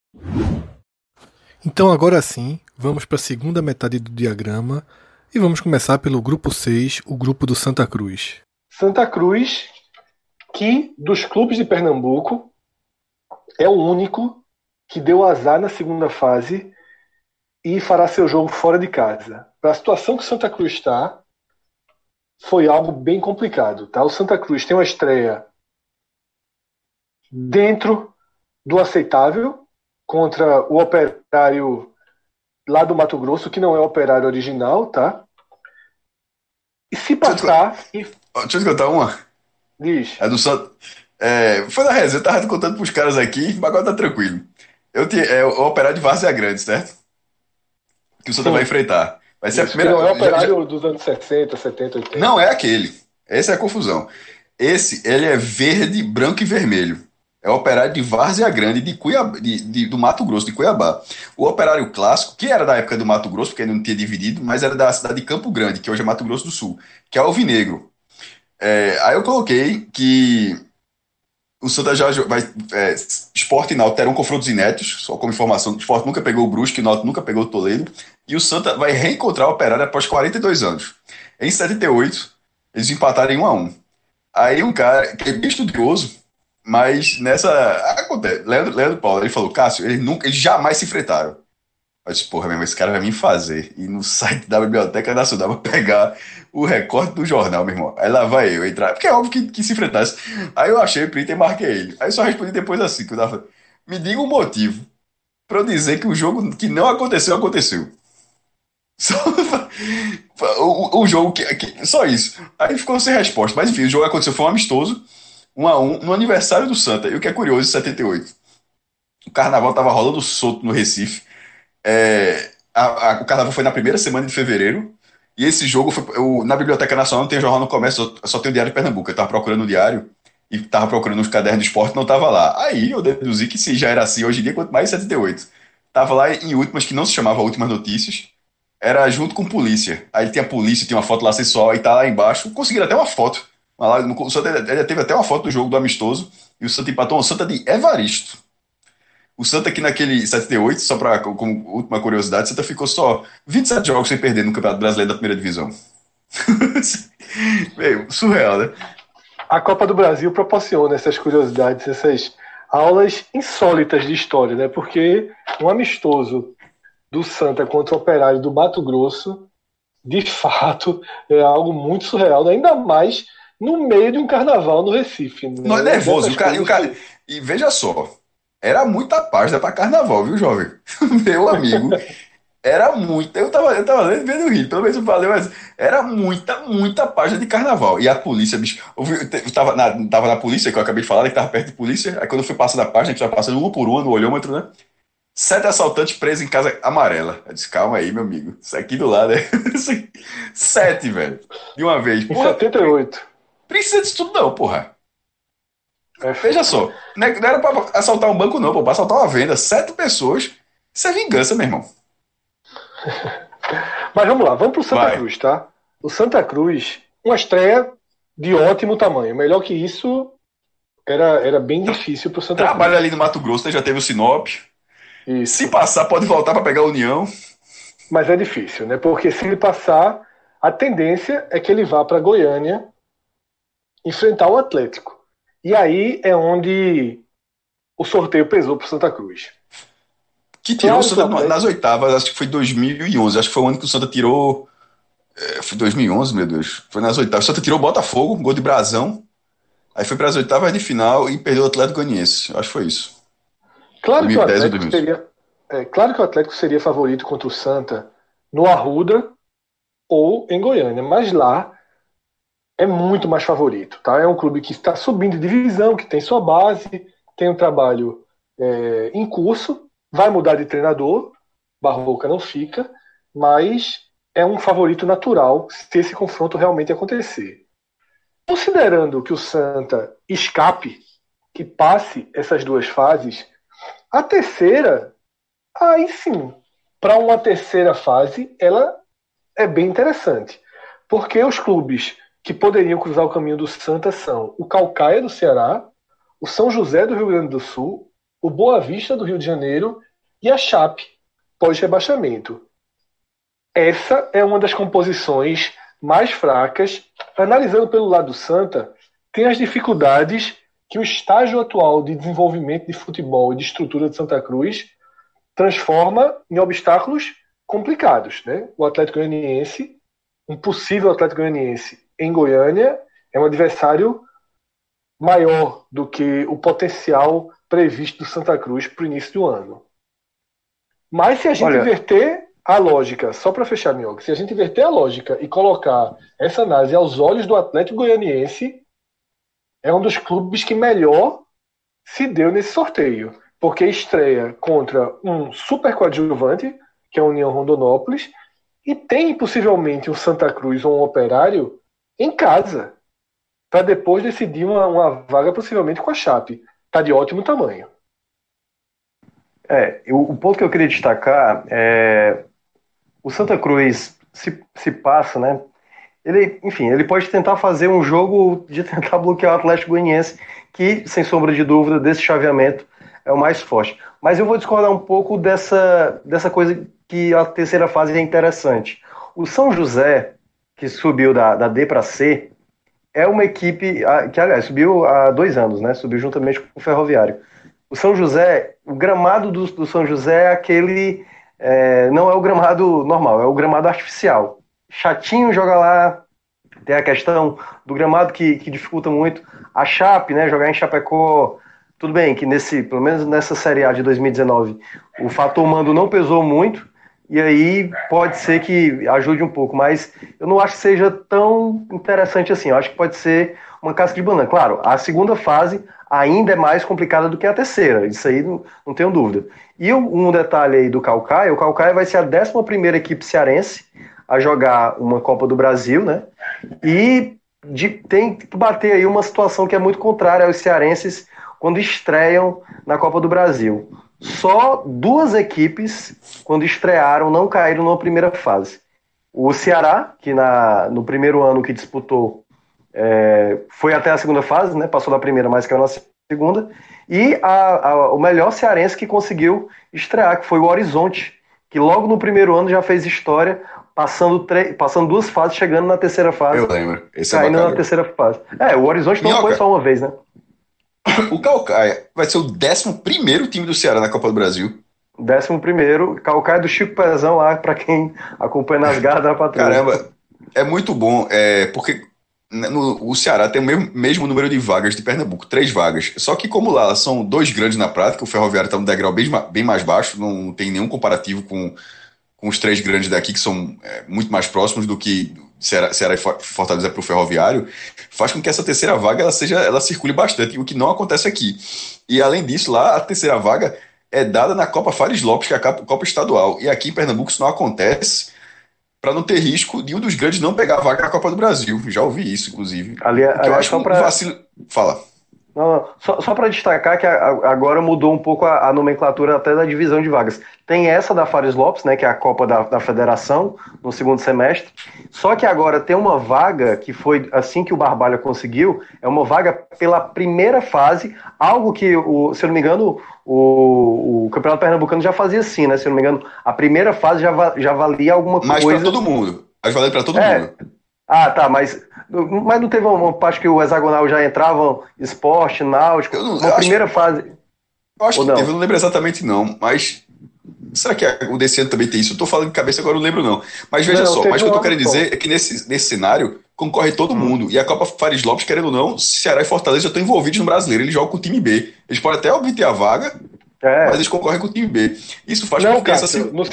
Então agora sim, vamos para a segunda metade do diagrama e vamos começar pelo grupo 6, o grupo do Santa Cruz. Santa Cruz, que dos clubes de Pernambuco é o único que deu azar na segunda fase e fará seu jogo fora de casa. Para a situação que o Santa Cruz está, foi algo bem complicado. Tá? O Santa Cruz tem uma estreia dentro do aceitável contra o Operário lá do Mato Grosso, que não é o Operário original, tá? E se passar... Deixa eu te contar uma. Diz. É do Santa... foi na resenha, eu tava te contando pros caras aqui, mas agora tá tranquilo. O Operário de Várzea Grande, certo? Que o Santa vai enfrentar. Vai ser a primeira... Não é o Operário dos anos 60, 70, 80. Não é aquele. Essa é a confusão. Ele é verde, branco e vermelho. É o Operário de Várzea Grande do Mato Grosso, de Cuiabá. O Operário clássico, que era da época do Mato Grosso, porque ele não tinha dividido, mas era da cidade de Campo Grande, que hoje é Mato Grosso do Sul, que é alvinegro. Aí eu coloquei que o Santa já vai... Sport e Náutico terão confrontos inéditos, só como informação. O Sport nunca pegou o Brusque, o Náutico nunca pegou o Toledo. E o Santa vai reencontrar o Operário após 42 anos. Em 78, eles empataram em 1-1. Aí um cara, que é bem estudioso, mas nessa... Acontece. Leandro Paulo, ele falou, Cássio, eles jamais se enfrentaram. Eu disse, porra, mesmo, esse cara vai me fazer. E no site da Biblioteca Nacional, vou pegar o recorte do jornal, meu irmão. Aí lá vai eu entrar. Porque é óbvio que se enfrentasse. Aí eu achei o print e marquei ele. Aí só respondi depois assim, que eu tava... Me diga um motivo pra eu dizer que o jogo que não aconteceu, aconteceu. Só... o jogo só isso. Aí ficou sem resposta. Mas enfim, o jogo aconteceu, foi um amistoso, 1-1, no aniversário do Santa. E o que é curioso, em 78. O carnaval tava rolando solto no Recife. O carnaval foi na primeira semana de fevereiro. E esse jogo foi. Na Biblioteca Nacional não tem jornal no comércio, só tem o Diário de Pernambuco. Eu tava procurando o diário e tava procurando os cadernos de esporte, não tava lá. Aí eu deduzi que se já era assim hoje em dia, quanto mais em 78. Tava lá em Últimas, que não se chamava Últimas Notícias. Era junto com polícia. Aí tinha polícia, tinha uma foto lá acessória, e tá lá embaixo. Conseguiram até uma foto. O Santa ele teve até uma foto do jogo do amistoso. E o Santa empatou o Santa de Evaristo. O Santa aqui naquele 78, só para como última curiosidade, o Santa ficou só 27 jogos sem perder no Campeonato Brasileiro da Primeira Divisão. Meio surreal, né? A Copa do Brasil proporciona essas curiosidades, essas aulas insólitas de história, né? Porque um amistoso do Santa contra o Operário do Mato Grosso, de fato, é algo muito surreal, ainda mais no meio de um carnaval no Recife. Né? Não é nervoso, e veja só, era muita página para carnaval, viu, jovem? Meu amigo, Era muita. Eu tava lendo vendo o rir, pelo menos eu falei, mas era muita página de carnaval. E a polícia, bicho, eu tava na polícia, que eu acabei de falar, que tava perto de polícia. Aí quando eu fui passando a página, que já passando uma por uma no olhômetro, né? 7 assaltantes presos em casa amarela. Eu disse, calma aí, meu amigo. Isso aqui do lado é. 7, velho. De uma vez. Em Porra, 78. precisa disso tudo, não, porra. Veja só. Não era pra assaltar um banco, não, pô. Pra assaltar uma venda. 7 pessoas. Isso é vingança, meu irmão. Mas vamos lá, vamos pro Santa Vai. Cruz, tá? O Santa Cruz, uma estreia de ótimo tamanho. Melhor que isso, era bem difícil pro Santa Trabalha Cruz. ali no Mato Grosso, né? Já teve o Sinop. Isso. Se passar, pode voltar pra pegar a União. Mas é difícil, né? Porque se ele passar, a tendência é que ele vá para Goiânia enfrentar o Atlético. E aí é onde o sorteio pesou pro Santa Cruz. Que tirou Claro o Santa que o Atlético- nas oitavas, acho que foi 2011. Acho que foi o ano que o Santa tirou. Foi 2011, meu Deus. Foi nas oitavas. O Santa tirou o Botafogo, gol de Brasão. Aí foi para as oitavas de final e perdeu o Atlético Goianiense. Acho que foi isso. Claro que o 2010 ou Atlético 2011. seria, claro que o Atlético seria favorito contra o Santa no Arruda ou em Goiânia, mas lá é muito mais favorito, tá? É um clube que está subindo de divisão, que tem sua base, tem um trabalho em curso, vai mudar de treinador, Barroca não fica, mas é um favorito natural se esse confronto realmente acontecer. Considerando que o Santa escape, que passe essas duas fases, a terceira, aí sim, para uma terceira fase, ela é bem interessante. Porque os clubes que poderiam cruzar o caminho do Santa são o Caucaia do Ceará, o São José do Rio Grande do Sul, o Boa Vista do Rio de Janeiro e a Chape, pós-rebaixamento. Essa é uma das composições mais fracas. Analisando pelo lado do Santa, tem as dificuldades que o estágio atual de desenvolvimento de futebol e de estrutura de Santa Cruz transforma em obstáculos complicados, né? O Atlético Goianiense, um possível Atlético Goianiense em Goiânia, é um adversário maior do que o potencial previsto do Santa Cruz para o início do ano. Mas se a gente inverter a lógica, só para fechar, Minhoca, se a gente inverter a lógica e colocar essa análise aos olhos do Atlético Goianiense, é um dos clubes que melhor se deu nesse sorteio, porque estreia contra um super coadjuvante, que é a União Rondonópolis, e tem possivelmente um Santa Cruz ou um Operário em casa, para depois decidir uma vaga possivelmente com a Chape. Está de ótimo tamanho. O ponto que eu queria destacar é o Santa Cruz se passa, né? Ele pode tentar fazer um jogo de tentar bloquear o Atlético Goianiense, que, sem sombra de dúvida, desse chaveamento é o mais forte. Mas eu vou discordar um pouco dessa coisa que a terceira fase é interessante. O São José, que subiu da D para C, é uma equipe que, aliás, subiu há 2 anos, né? Subiu juntamente com o Ferroviário. O São José, o gramado do São José é aquele... não é o gramado normal, é o gramado artificial. Chatinho jogar lá, tem a questão do gramado que dificulta muito. A Chape, né, jogar em Chapecó, tudo bem que pelo menos nessa Série A de 2019, o fator mando não pesou muito, e aí pode ser que ajude um pouco, mas eu não acho que seja tão interessante assim. Eu acho que pode ser uma casca de banana. Claro, a segunda fase ainda é mais complicada do que a terceira, isso aí não tenho dúvida. E um detalhe aí do Caucaia, o Caucaia vai ser a 11ª equipe cearense a jogar uma Copa do Brasil, né? E tem que bater aí uma situação que é muito contrária aos cearenses quando estreiam na Copa do Brasil. Só 2 equipes, quando estrearam, não caíram na primeira fase. O Ceará, que no primeiro ano que disputou, foi até a segunda fase, né? Passou da primeira, mas caiu na segunda. E o melhor cearense que conseguiu estrear, que foi o Horizonte, que logo no primeiro ano já fez história, passando 2 fases, chegando na terceira fase. Eu lembro. Esse caindo bacana. na terceira fase. O Horizonte não foi só uma vez, né? O Caucaia vai ser o 11º time do Ceará na Copa do Brasil. 11º, Caucaia do Chico Pezão lá, pra quem acompanha nas garras da patrulha. Caramba, é muito bom, porque o Ceará tem o mesmo número de vagas de Pernambuco, 3 vagas. Só que como lá são 2 grandes na prática, o Ferroviário está no degrau bem mais baixo, não tem nenhum comparativo com com os três grandes daqui, que são muito mais próximos do que Ceará e Fortaleza para o Ferroviário, faz com que essa terceira vaga ela circule bastante, o que não acontece aqui. E além disso, lá a terceira vaga é dada na Copa Fares Lopes, que é a Copa Estadual. E aqui em Pernambuco isso não acontece, para não ter risco de um dos grandes não pegar a vaga na Copa do Brasil. Já ouvi isso, inclusive. Eu acho um vacilo. Fala. Não, só para destacar que agora mudou um pouco a nomenclatura até da divisão de vagas. Tem essa da Fares Lopes, né, que é a Copa da Federação, no segundo semestre. Só que agora tem uma vaga que foi assim que o Barbalha conseguiu, é uma vaga pela primeira fase, algo que, se eu não me engano, o Campeonato Pernambucano já fazia assim, né? Se eu não me engano, a primeira fase já valia alguma coisa. Mas para todo mundo. Mas valeu para todo mundo. Ah, tá, mas não teve uma parte que o hexagonal já entravam esporte, náutico, primeira fase? Eu acho que teve, eu não lembro exatamente não, mas será que o desse ano também tem isso? Eu tô falando de cabeça agora, eu não lembro não. Mas veja só, mas o que eu tô querendo dizer é que nesse cenário concorre todo mundo, e a Copa Fares Lopes, querendo ou não, Ceará e Fortaleza já estão envolvidos no Brasileiro, eles jogam com o time B. Eles podem até obter a vaga, mas eles concorrem com o time B. Isso faz com que Cássio, no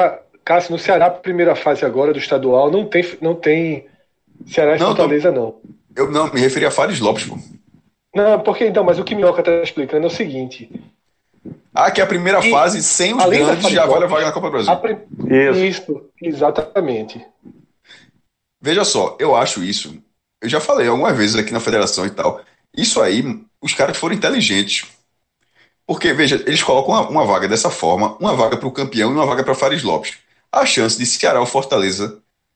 Ceará, primeira fase agora do estadual, não tem Ceará e Fortaleza, não. Eu não, me referi a Fares Lopes, pô. Não, porque então, mas o que Minhoca está explicando é o seguinte. Que a primeira fase, sem os grandes, já vale a vaga na Copa do Brasil. Isso, exatamente. Veja só, eu acho isso. Eu já falei algumas vezes aqui na federação e tal. Isso aí, os caras foram inteligentes. Porque, veja, eles colocam uma vaga dessa forma, uma vaga para o campeão e uma vaga para Fares Lopes. A chance de Ceará ou Fortaleza.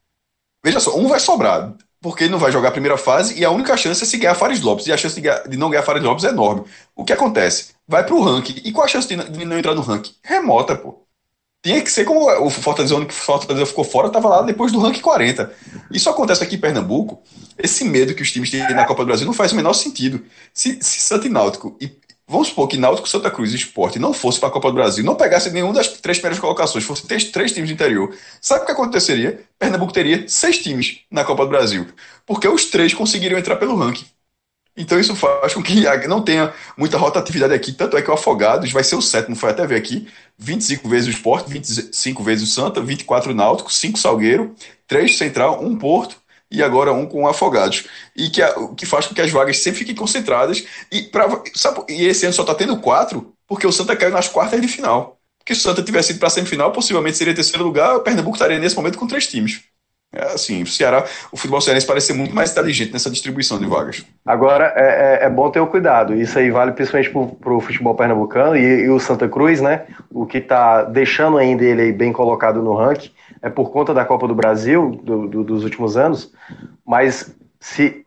Veja só, um vai sobrar, porque ele não vai jogar a primeira fase e a única chance é se ganhar Fares Lopes. E a chance de não ganhar Fares Lopes é enorme. O que acontece? Vai pro ranking. E qual a chance de não entrar no ranking? Remota, pô. Tinha que ser como o Fortaleza, onde o Fortaleza ficou fora, estava lá depois do ranking 40. Isso acontece aqui em Pernambuco. Esse medo que os times têm na Copa do Brasil não faz o menor sentido. Se Santa e Náutico, e vamos supor que Náutico, Santa Cruz e Sport não fosse para a Copa do Brasil, não pegasse nenhuma das três primeiras colocações, fosse três times do interior, sabe o que aconteceria? Pernambuco teria 6 times na Copa do Brasil, porque os 3 conseguiriam entrar pelo ranking. Então isso faz com que não tenha muita rotatividade aqui, tanto é que o Afogados vai ser o 7º, foi até ver aqui, 25 vezes o Sport, 25 vezes o Santa, 24 o Náutico, 5 Salgueiro, 3 Central, 1 Porto, e agora 1 com Afogados. E que faz com que as vagas sempre fiquem concentradas. E esse ano só está tendo 4, porque o Santa caiu nas quartas de final. Porque se o Santa tivesse ido para a semifinal, possivelmente seria terceiro lugar, o Pernambuco estaria nesse momento com 3 times. Assim, o futebol cearense parece ser muito mais inteligente nessa distribuição de vagas. Agora, é bom ter o cuidado. Isso aí vale principalmente para o futebol pernambucano e o Santa Cruz, né? O que está deixando ainda ele aí bem colocado no ranking é por conta da Copa do Brasil dos últimos anos. Mas se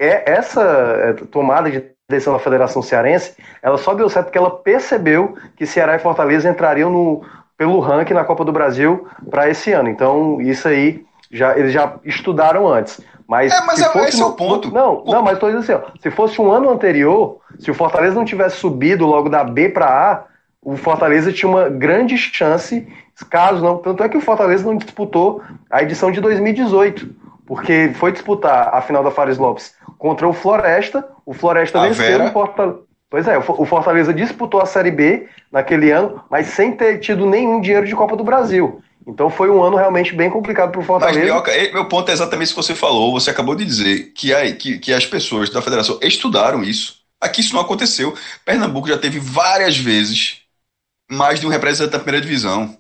essa tomada de decisão da Federação Cearense, ela só deu certo porque ela percebeu que Ceará e Fortaleza entrariam pelo ranking na Copa do Brasil para esse ano. Então, isso aí eles já estudaram antes. Mas esse é o ponto. Mas estou dizendo assim, ó, se fosse um ano anterior, se o Fortaleza não tivesse subido logo da B para A, o Fortaleza tinha uma grande chance, caso não. Tanto é que o Fortaleza não disputou a edição de 2018, porque foi disputar a final da Fares Lopes contra o Floresta venceu o Fortaleza. Pois é, o Fortaleza disputou a Série B naquele ano, mas sem ter tido nenhum dinheiro de Copa do Brasil. Então foi um ano realmente bem complicado para o Fortaleza. Mas, Minhoca, meu ponto é exatamente isso que você falou. Você acabou de dizer que as pessoas da federação estudaram isso. Aqui isso não aconteceu. Pernambuco já teve várias vezes mais de um representante da primeira divisão.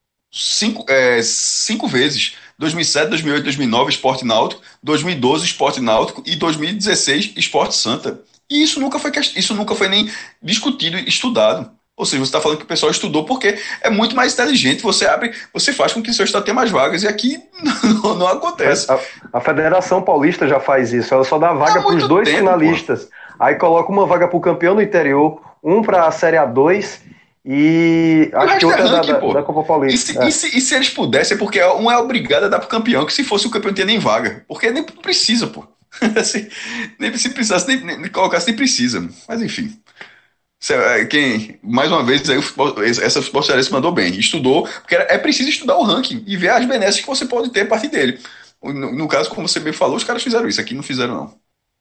5 vezes. 2007, 2008, 2009, Sport Náutico. 2012, Sport Náutico. E 2016, Sport Santa. E isso nunca foi nem discutido e estudado. Ou seja, você está falando que o pessoal estudou porque é muito mais inteligente. Você faz com que o seu estado tenha mais vagas. E aqui não acontece. A Federação Paulista já faz isso. Ela só dá vaga para os 2 finalistas. Pô. Aí coloca uma vaga para o campeão do interior, um para a Série A2 e acho que outra da Copa Paulista. E se eles pudessem, porque um é obrigado a dar para o campeão, que se fosse o campeão não tinha nem vaga. Porque nem precisa, pô. Nem se precisasse, nem colocasse, nem precisa. Mas enfim. Mais uma vez, aí essa futebol cearense mandou bem. Estudou, porque é preciso estudar o ranking e ver as benesses que você pode ter a partir dele. No caso, como você bem falou, os caras fizeram isso. Aqui não fizeram, não.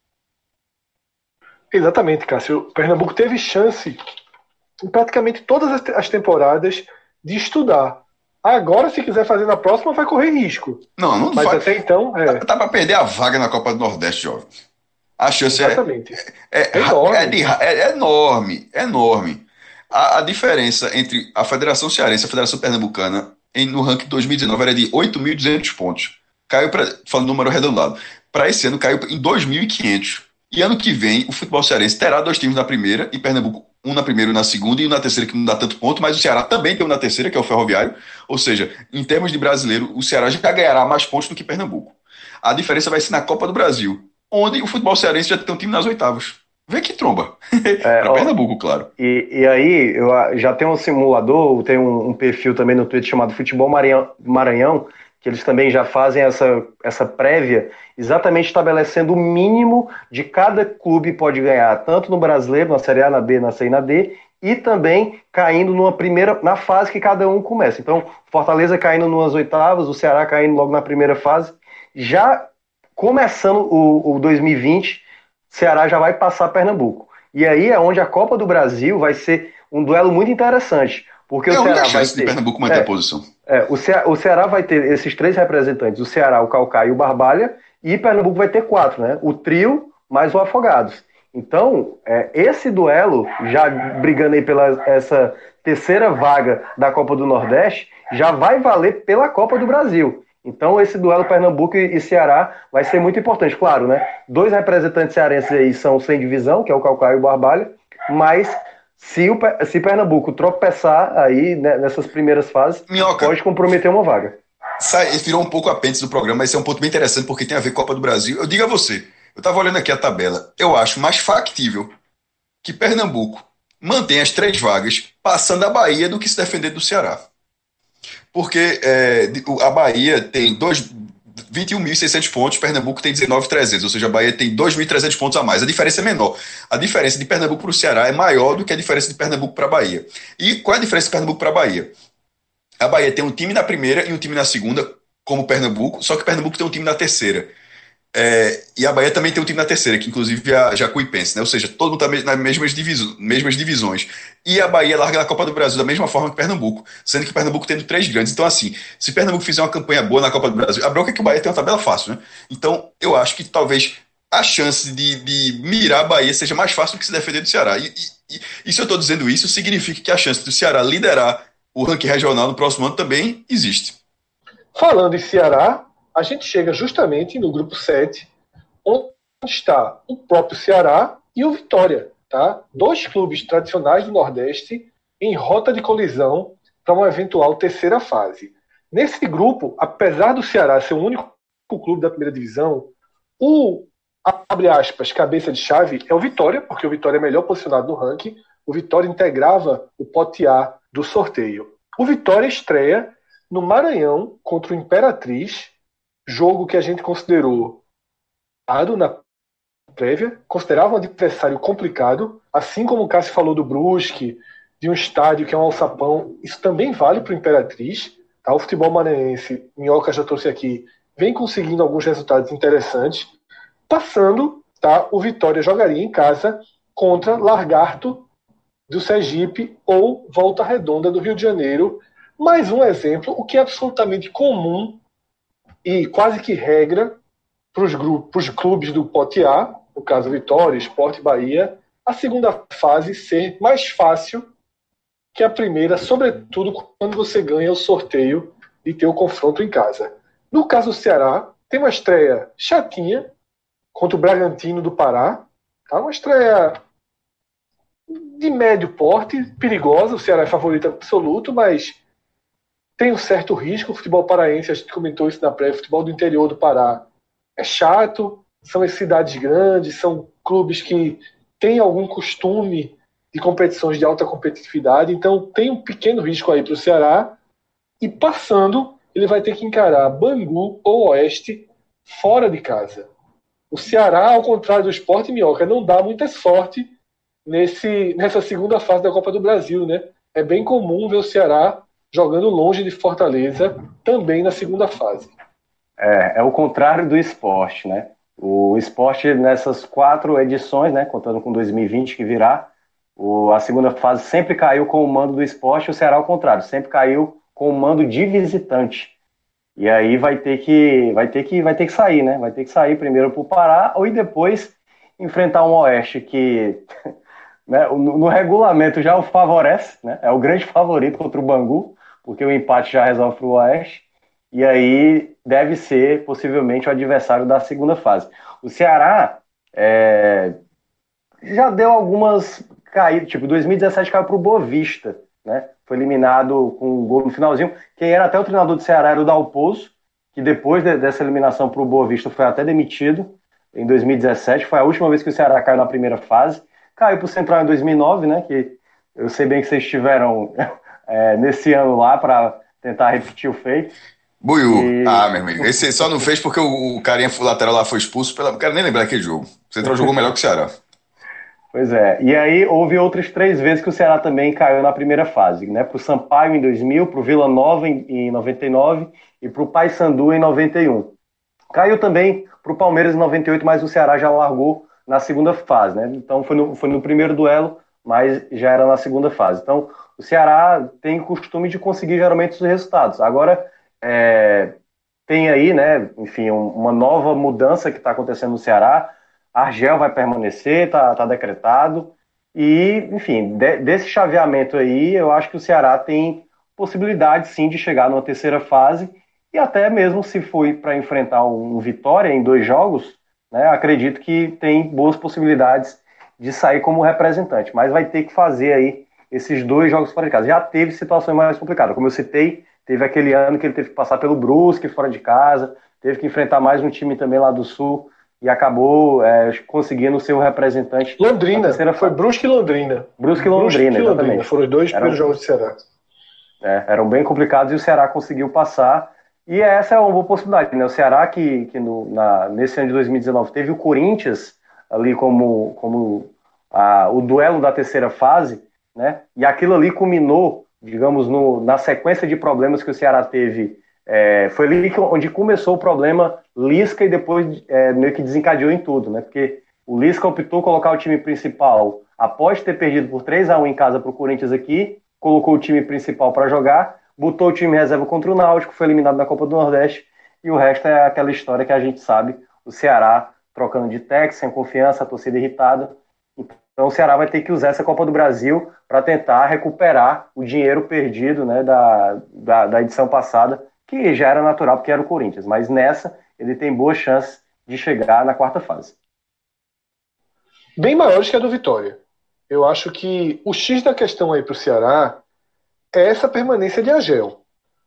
Exatamente, Cássio. O Pernambuco teve chance em praticamente todas as temporadas de estudar. Agora, se quiser fazer na próxima, vai correr risco. Não Mas vai. até então, Tá para perder a vaga na Copa do Nordeste, jovem. A chance exatamente. é enorme. é enorme, é enorme. A diferença entre a Federação Cearense e a Federação Pernambucana no ranking 2019 era de 8.200 pontos. Caiu para, falando número arredondado, para esse ano caiu em 2.500. E ano que vem o futebol cearense terá 2 times na primeira e Pernambuco um na primeira e na segunda e um na terceira que não dá tanto ponto, mas o Ceará também tem um na terceira, que é o Ferroviário. Ou seja, em termos de brasileiro, o Ceará já ganhará mais pontos do que Pernambuco. A diferença vai ser na Copa do Brasil, onde o futebol cearense já tem um time nas oitavas. Vê que tromba. Para Pernambuco, claro. E aí, eu já tenho um simulador, tem um perfil também no Twitter chamado Futebol Maranhão, que eles também já fazem essa prévia, exatamente estabelecendo o mínimo de cada clube pode ganhar, tanto no Brasileiro, na Série A, na B, na C e na D, e também caindo na fase que cada um começa. Então, Fortaleza caindo nas oitavas, o Ceará caindo logo na primeira fase. Já começando o 2020, Ceará já vai passar Pernambuco. E aí é onde a Copa do Brasil vai ser um duelo muito interessante. Porque o Ceará vai ter... de Pernambuco manter a posição. O Ceará vai ter esses 3 representantes, o Ceará, o Caucaia e o Barbalha, e Pernambuco vai ter 4, né? O trio mais o Afogados. Então, esse duelo, já brigando aí pela essa terceira vaga da Copa do Nordeste, já vai valer pela Copa do Brasil. Então, esse duelo Pernambuco e Ceará vai ser muito importante. Claro, né? 2 representantes cearenses aí são sem divisão, que é o Caucaia e o Barbalha, mas se Pernambuco tropeçar aí, né, nessas primeiras fases, Minhoca, pode comprometer uma vaga. Virou um pouco apêndice do programa, mas esse é um ponto bem interessante porque tem a ver com a Copa do Brasil. Eu digo a você, eu estava olhando aqui a tabela, eu acho mais factível que Pernambuco mantenha as 3 vagas passando a Bahia do que se defender do Ceará. Porque a Bahia tem 21.600 pontos, Pernambuco tem 19.300, ou seja, a Bahia tem 2.300 pontos a mais. A diferença é menor. A diferença de Pernambuco para o Ceará é maior do que a diferença de Pernambuco para a Bahia. E qual é a diferença de Pernambuco para a Bahia? A Bahia tem um time na primeira e um time na segunda, como Pernambuco, só que Pernambuco tem um time na terceira. E a Bahia também tem um time na terceira, que inclusive é a Jacuipense, né? Ou seja, todo mundo está nas mesmas divisões. E a Bahia larga na Copa do Brasil da mesma forma que Pernambuco, sendo que Pernambuco tendo 3 grandes. Então, assim, se Pernambuco fizer uma campanha boa na Copa do Brasil, a bronca é que o Bahia tem uma tabela fácil, né? Então, eu acho que talvez a chance de mirar a Bahia seja mais fácil do que se defender do Ceará. E se eu estou dizendo isso, significa que a chance do Ceará liderar o ranking regional no próximo ano também existe. Falando em Ceará, a gente chega justamente no grupo 7, onde está o próprio Ceará e o Vitória. Tá? 2 clubes tradicionais do Nordeste em rota de colisão para uma eventual terceira fase. Nesse grupo, apesar do Ceará ser o único clube da primeira divisão, o, abre aspas, cabeça de chave é o Vitória, porque o Vitória é melhor posicionado no ranking. O Vitória integrava o pote A do sorteio. O Vitória estreia no Maranhão contra o Imperatriz, jogo que a gente considerou na prévia, considerava um adversário complicado, assim como o Cássio falou do Brusque, de um estádio que é um alçapão, isso também vale para o Imperatriz. Tá? O futebol maranhense, Minhoca já trouxe aqui, vem conseguindo alguns resultados interessantes. Passando, tá? O Vitória jogaria em casa contra Lagarto do Sergipe ou Volta Redonda do Rio de Janeiro. Mais um exemplo, o que é absolutamente comum e quase que regra para os clubes do pote A, no caso Vitória, Sport e Bahia, a segunda fase ser mais fácil que a primeira, sobretudo quando você ganha o sorteio de ter o confronto em casa. No caso do Ceará, tem uma estreia chatinha contra o Bragantino do Pará, tá? Uma estreia de médio porte, perigosa, o Ceará é favorito absoluto, mas tem um certo risco. O futebol paraense, a gente comentou isso na pré, o futebol do interior do Pará é chato, são as cidades grandes, são clubes que têm algum costume de competições de alta competitividade, então tem um pequeno risco aí para o Ceará, e passando, ele vai ter que encarar Bangu ou Oeste fora de casa. O Ceará, ao contrário do Sport e Minhoca, não dá muita sorte nessa segunda fase da Copa do Brasil, né? É bem comum ver o Ceará jogando longe de Fortaleza também na segunda fase. É o contrário do Sport, né? O Sport, nessas 4 edições, né, contando com 2020 que virá, a segunda fase sempre caiu com o mando do Sport, e o Ceará ao contrário, sempre caiu com o mando de visitante. E aí vai ter que sair, né? Vai ter que sair primeiro para o Pará ou depois enfrentar um Oeste que, né, no regulamento já o favorece, né? É o grande favorito contra o Bangu, porque o empate já resolve para o Oeste. E aí deve ser possivelmente o adversário da segunda fase. O Ceará já deu algumas caídas, tipo 2017 caiu para o Boa Vista, né? Foi eliminado com um gol no finalzinho. Quem era até o treinador do Ceará era o Dalpozo, que depois dessa eliminação para o Boa Vista foi até demitido em 2017. Foi a última vez que o Ceará caiu na primeira fase. Caiu para o Central em 2009, né? Que eu sei bem que vocês estiveram nesse ano lá para tentar repetir o feito. Buiú, meu amigo, esse só não fez porque o carinha lateral lá foi expulso. Não quero nem lembrar aquele jogo. O Central jogou melhor que o Ceará. Pois é, e aí houve outras 3 vezes que o Ceará também caiu na primeira fase, né? Para o Sampaio em 2000, para o Vila Nova em 99 e para o Paysandu em 91. Caiu também para o Palmeiras em 98, mas o Ceará já largou na segunda fase, né? Então foi no primeiro duelo, mas já era na segunda fase. Então o Ceará tem costume de conseguir geralmente os resultados. Agora tem aí, né? Enfim, uma nova mudança que está acontecendo no Ceará. Argel vai permanecer, tá decretado. E, enfim, desse chaveamento aí, eu acho que o Ceará tem possibilidade, sim, de chegar numa terceira fase. E até mesmo se for para enfrentar um Vitória em 2 jogos, né, acredito que tem boas possibilidades de sair como representante. Mas vai ter que fazer aí esses 2 jogos fora de casa. Já teve situações mais complicadas. Como eu citei, teve aquele ano que ele teve que passar pelo Brusque fora de casa, teve que enfrentar mais um time também lá do Sul, e acabou conseguindo ser o representante. Londrina, foi Brusque e Londrina. Brusque e Londrina, exatamente. Foram os 2 primeiros jogos do Ceará. Eram bem complicados e o Ceará conseguiu passar. E essa é uma boa possibilidade, né? O Ceará que nesse ano de 2019 teve o Corinthians ali como o duelo da terceira fase, né? E aquilo ali culminou, digamos, na sequência de problemas que o Ceará teve. Foi ali onde começou o problema Lisca e depois meio que desencadeou em tudo, né? Porque o Lisca optou colocar o time principal após ter perdido por 3-1 em casa para o Corinthians aqui, colocou o time principal para jogar, botou o time reserva contra o Náutico, foi eliminado na Copa do Nordeste e o resto é aquela história que a gente sabe, o Ceará trocando de técnico, sem confiança, a torcida irritada. Então o Ceará vai ter que usar essa Copa do Brasil para tentar recuperar o dinheiro perdido, né, da edição passada, que já era natural porque era o Corinthians, mas nessa ele tem boas chances de chegar na quarta fase. Bem maiores que a do Vitória. Eu acho que o X da questão aí para o Ceará é essa permanência de Argel,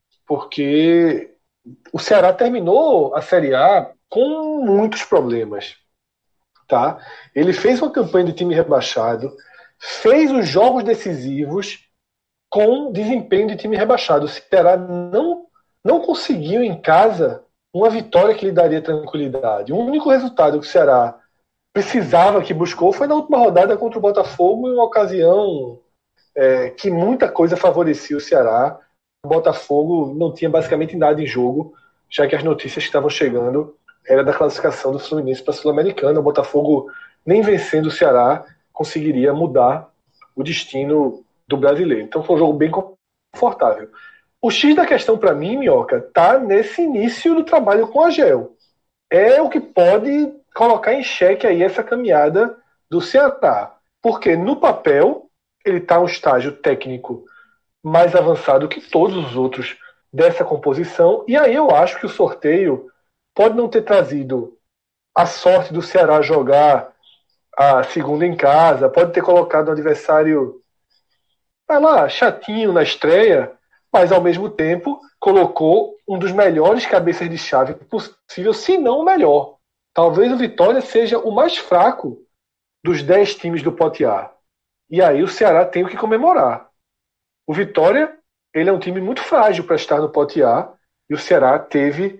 porque o Ceará terminou a Série A com muitos problemas. Tá? Ele fez uma campanha de time rebaixado, fez os jogos decisivos com desempenho de time rebaixado. O Ceará não conseguiu em casa uma vitória que lhe daria tranquilidade. O único resultado que o Ceará precisava, que buscou, foi na última rodada contra o Botafogo, em uma ocasião que muita coisa favorecia o Ceará. O Botafogo não tinha basicamente nada em jogo, já que as notícias que estavam chegando era da classificação do Fluminense para a Sul-Americana. O Botafogo, nem vencendo o Ceará, conseguiria mudar o destino do brasileiro. Então foi um jogo bem confortável. O X da questão para mim, Minhoca, tá nesse início do trabalho com a Argel. É o que pode colocar em xeque aí essa caminhada do Ceará. Porque no papel ele está um estágio técnico mais avançado que todos os outros dessa composição. E aí eu acho que o sorteio pode não ter trazido a sorte do Ceará jogar a segunda em casa, pode ter colocado um adversário, vai lá, chatinho na estreia, mas ao mesmo tempo colocou um dos melhores cabeças de chave possível, se não o melhor. Talvez o Vitória seja o mais fraco dos 10 times do Pote A. E aí o Ceará tem o que comemorar. O Vitória, ele é um time muito frágil para estar no Pote A, e o Ceará teve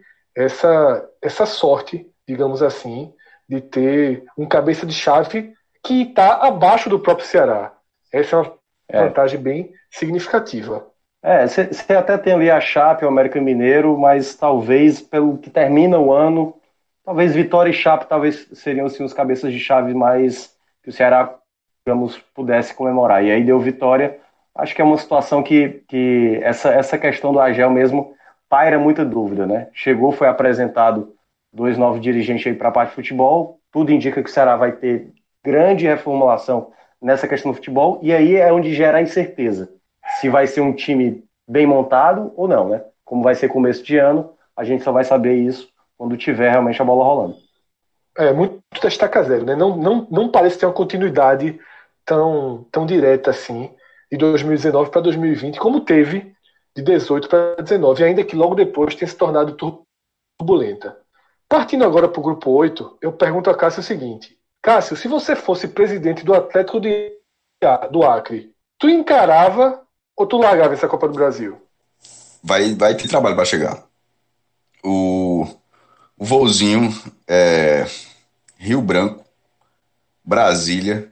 essa sorte, digamos assim, de ter um cabeça de chave que está abaixo do próprio Ceará. Essa é uma vantagem bem significativa. Você até tem ali a Chape, o América Mineiro, mas talvez, pelo que termina o ano, talvez Vitória e Chape talvez seriam assim, os cabeças de chave mais que o Ceará, digamos, pudesse comemorar. E aí deu Vitória Acho que é uma situação que essa questão do Agel mesmo paira muita dúvida, né? Chegou, foi apresentado 2 novos dirigentes aí para a parte de futebol, tudo indica que o Ceará vai ter grande reformulação nessa questão do futebol, e aí é onde gera a incerteza, se vai ser um time bem montado ou não, né? Como vai ser começo de ano, a gente só vai saber isso quando tiver realmente a bola rolando. Muito destaca zero, né? Não parece ter uma continuidade tão direta assim de 2019 para 2020, como teve de 18 para 19, ainda que logo depois tenha se tornado turbulenta. Partindo agora para o grupo 8, eu pergunto a Cássio o seguinte: Cássio, se você fosse presidente do Atlético do Acre, tu encarava ou tu largava essa Copa do Brasil? Vai ter trabalho para chegar. O voozinho é Rio Branco, Brasília,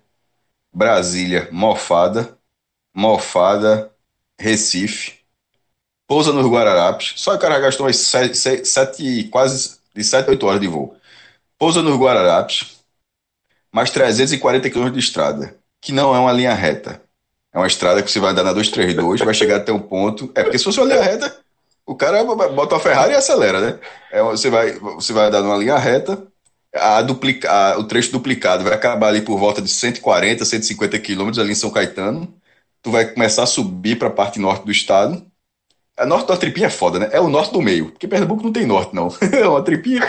Mofada, Recife, pousa nos Guararapes. Só o cara gastou umas 7, 8 horas de voo. Pousa nos Guararapes, mais 340 quilômetros de estrada, que não é uma linha reta. É uma estrada que você vai andar na 232, vai chegar até um ponto. Porque se fosse uma linha reta, o cara bota a Ferrari e acelera, né? Você vai andar numa linha reta, o trecho duplicado vai acabar ali por volta de 140, 150 quilômetros ali em São Caetano. Tu vai começar a subir para a parte norte do estado. A norte da tripinha é foda, né? É o norte do meio, porque Pernambuco não tem norte, não. É uma tripinha.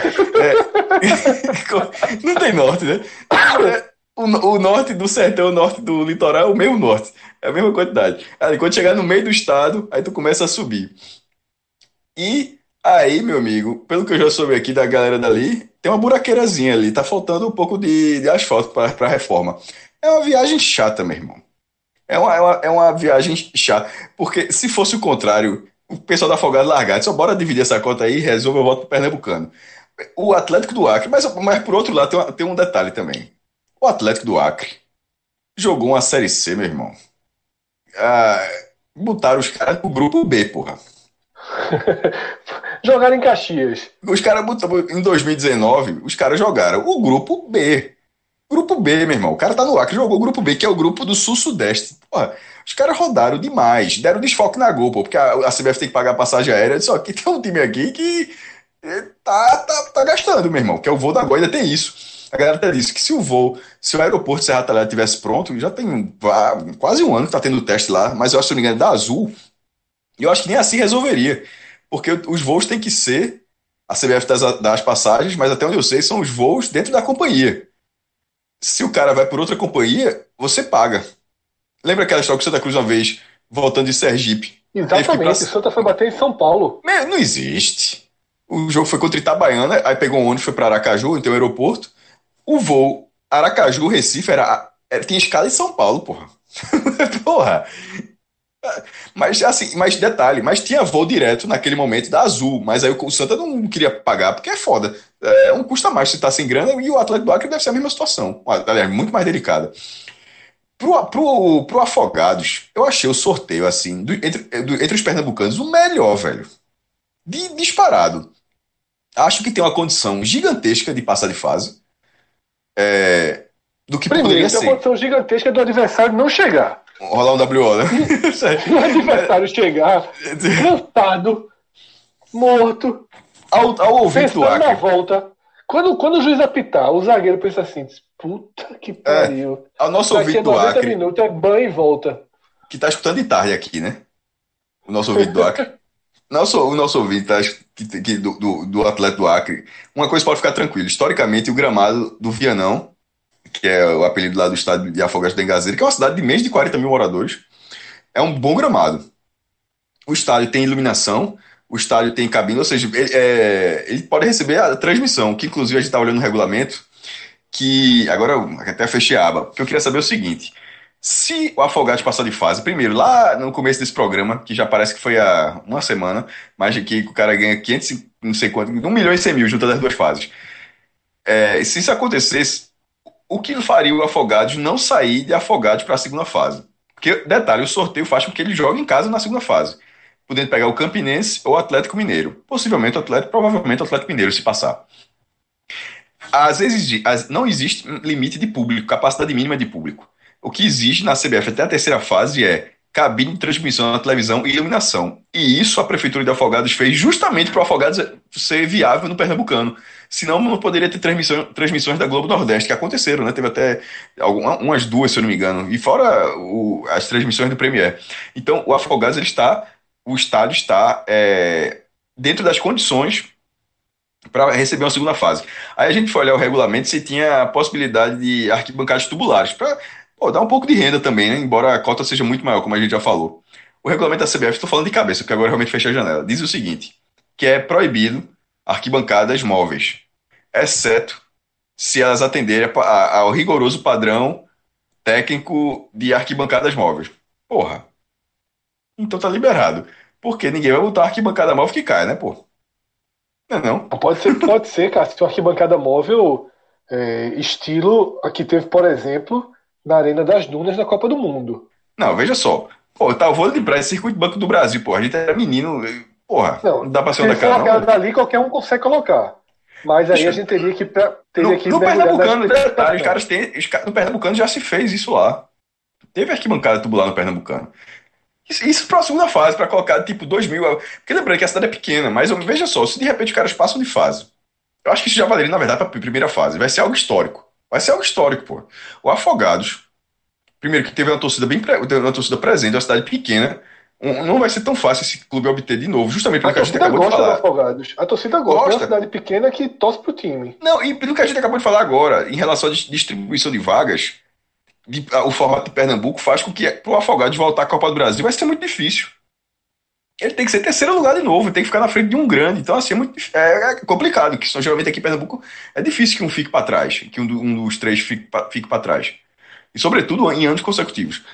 Não tem norte, né? O norte do sertão, o norte do litoral é o mesmo norte. É a mesma quantidade. Aí, quando chegar no meio do estado, aí tu começa a subir. E aí, meu amigo, pelo que eu já soube aqui da galera dali, tem uma buraqueirazinha ali. Tá faltando um pouco de asfalto para reforma. É uma viagem chata, meu irmão. É uma viagem chata. Porque se fosse o contrário, o pessoal da Afogado largar, só bora dividir essa conta aí e resolve, eu voto pro Pernambucano. O Atlético do Acre, mas por outro lado tem um detalhe também. O Atlético do Acre jogou uma Série C, meu irmão. Botaram os caras pro grupo B, porra. Jogaram em Caxias. Os caras botaram, em 2019, os caras jogaram o grupo B. Grupo B, meu irmão. O cara tá no Acre, jogou o grupo B, que é o grupo do Sul-Sudeste. Porra, os caras rodaram demais. Deram desfoque na Gol, pô, porque a CBF tem que pagar a passagem aérea. Só que tem um time aqui que tá gastando, meu irmão, que é o voo da Gol, ainda tem isso. A galera até disse que se o aeroporto de Serra Talhada tivesse pronto, já tem quase um ano que tá tendo teste lá, mas eu acho que, se não me engano, da Azul, e eu acho que nem assim resolveria, porque os voos têm que ser, a CBF dá as passagens, mas até onde eu sei, são os voos dentro da companhia. Se o cara vai por outra companhia, você paga. Lembra aquela história que o Santa Cruz uma vez, voltando de Sergipe? Exatamente, o Santa foi bater em São Paulo. Não existe. O jogo foi contra Itabaiana, aí pegou um ônibus, foi para Aracaju, então aeroporto. O voo Aracaju-Recife tinha escala em São Paulo, porra. Porra. Mas detalhe, mas tinha voo direto naquele momento da Azul, mas aí o Santa não queria pagar, porque é foda. É um custo a mais se tá sem grana, e o Atlético do Acre deve ser a mesma situação. Aliás, muito mais delicada. Pro Afogados, eu achei o sorteio, assim, entre os pernambucanos, o melhor, velho. Disparado. Acho que tem uma condição gigantesca de passar de fase. Do que poderia ser. Tem uma condição gigantesca do adversário não chegar. Rolar um WO, né? Se o adversário chegar cansado, morto, ao ouvinte do Acre. Na volta. Quando o juiz apitar, o zagueiro pensa assim: puta que pariu. Ao nosso ouvinte do Acre. Minutos, é banho e volta. Que tá escutando de tarde aqui, né? O nosso ouvinte do Acre. O nosso ouvinte do Atlético do Acre. Uma coisa pode ficar tranquilo. Historicamente, o gramado do Vianão, que é o apelido lá do estado de Afogados da Engazeira, que é uma cidade de menos de 40 mil moradores, é um bom gramado. O estádio tem iluminação, o estádio tem cabine, ou seja, ele pode receber a transmissão, que inclusive a gente está olhando no regulamento, que agora eu até fechei a aba, porque eu queria saber o seguinte: se o Afogados passar de fase, primeiro, lá no começo desse programa, que já parece que foi há uma semana, mas que o cara ganha 500, não sei quanto, 1 milhão e 100 mil junto das duas fases. Se isso acontecesse, o que faria o Afogados não sair de Afogados para a segunda fase? Porque, detalhe, o sorteio faz com que ele jogue em casa na segunda fase, podendo pegar o Campinense ou o Atlético Mineiro. Possivelmente provavelmente o Atlético Mineiro, se passar. Às vezes não existe limite de público, capacidade mínima de público. O que existe na CBF até a terceira fase é cabine de transmissão na televisão e iluminação. E isso a Prefeitura de Afogados fez justamente para o Afogados ser viável no Pernambucano. Senão não poderia ter transmissões da Globo Nordeste, que aconteceram, né? Teve até umas duas, se eu não me engano. E fora as transmissões do Premier. Então, o Afogados, o estádio está dentro das condições para receber uma segunda fase. Aí a gente foi olhar o regulamento se tinha a possibilidade de arquibancadas tubulares, para dar um pouco de renda também, né? Embora a cota seja muito maior, como a gente já falou. O regulamento da CBF, estou falando de cabeça, porque agora realmente fechei a janela, diz o seguinte, que é proibido arquibancadas móveis, exceto se elas atenderem ao rigoroso padrão técnico de arquibancadas móveis. Porra. Então tá liberado. Porque ninguém vai botar arquibancada móvel que cai, né, pô? Não. Pode ser, cara. Se tem uma arquibancada móvel, estilo a que teve, por exemplo, na Arena das Dunas na Copa do Mundo. Não, veja só. Pô, tá o vôlei de praia, circuito banco do Brasil, pô. A gente era menino, porra. Não dá pra ser outra cara, não. Se for dali, qualquer um consegue colocar. Mas aí a gente teria que no Pernambucano, detalhe, os caras no Pernambucano já se fez isso lá. Teve arquibancada tubular no Pernambucano. Isso para a segunda fase, para colocar tipo 2.000. Porque lembrando que a cidade é pequena, mas veja só, se de repente os caras passam de fase, eu acho que isso já valeria, na verdade, para a primeira fase. Vai ser algo histórico. Vai ser algo histórico, pô. O Afogados, primeiro que teve uma torcida presente, uma cidade pequena, não vai ser tão fácil esse clube obter de novo, justamente pelo que a gente acabou de falar. Afogados. A torcida gosta. É uma cidade pequena que torce pro time. Não, e pelo que a gente acabou de falar agora, em relação à distribuição de vagas, o formato de Pernambuco faz com que pro Afogados voltar à Copa do Brasil vai ser muito difícil. Ele tem que ser terceiro lugar de novo, tem que ficar na frente de um grande. Então, assim, é complicado, que geralmente aqui em Pernambuco é difícil que um fique para trás, que um dos três fique para trás. E, sobretudo, em anos consecutivos.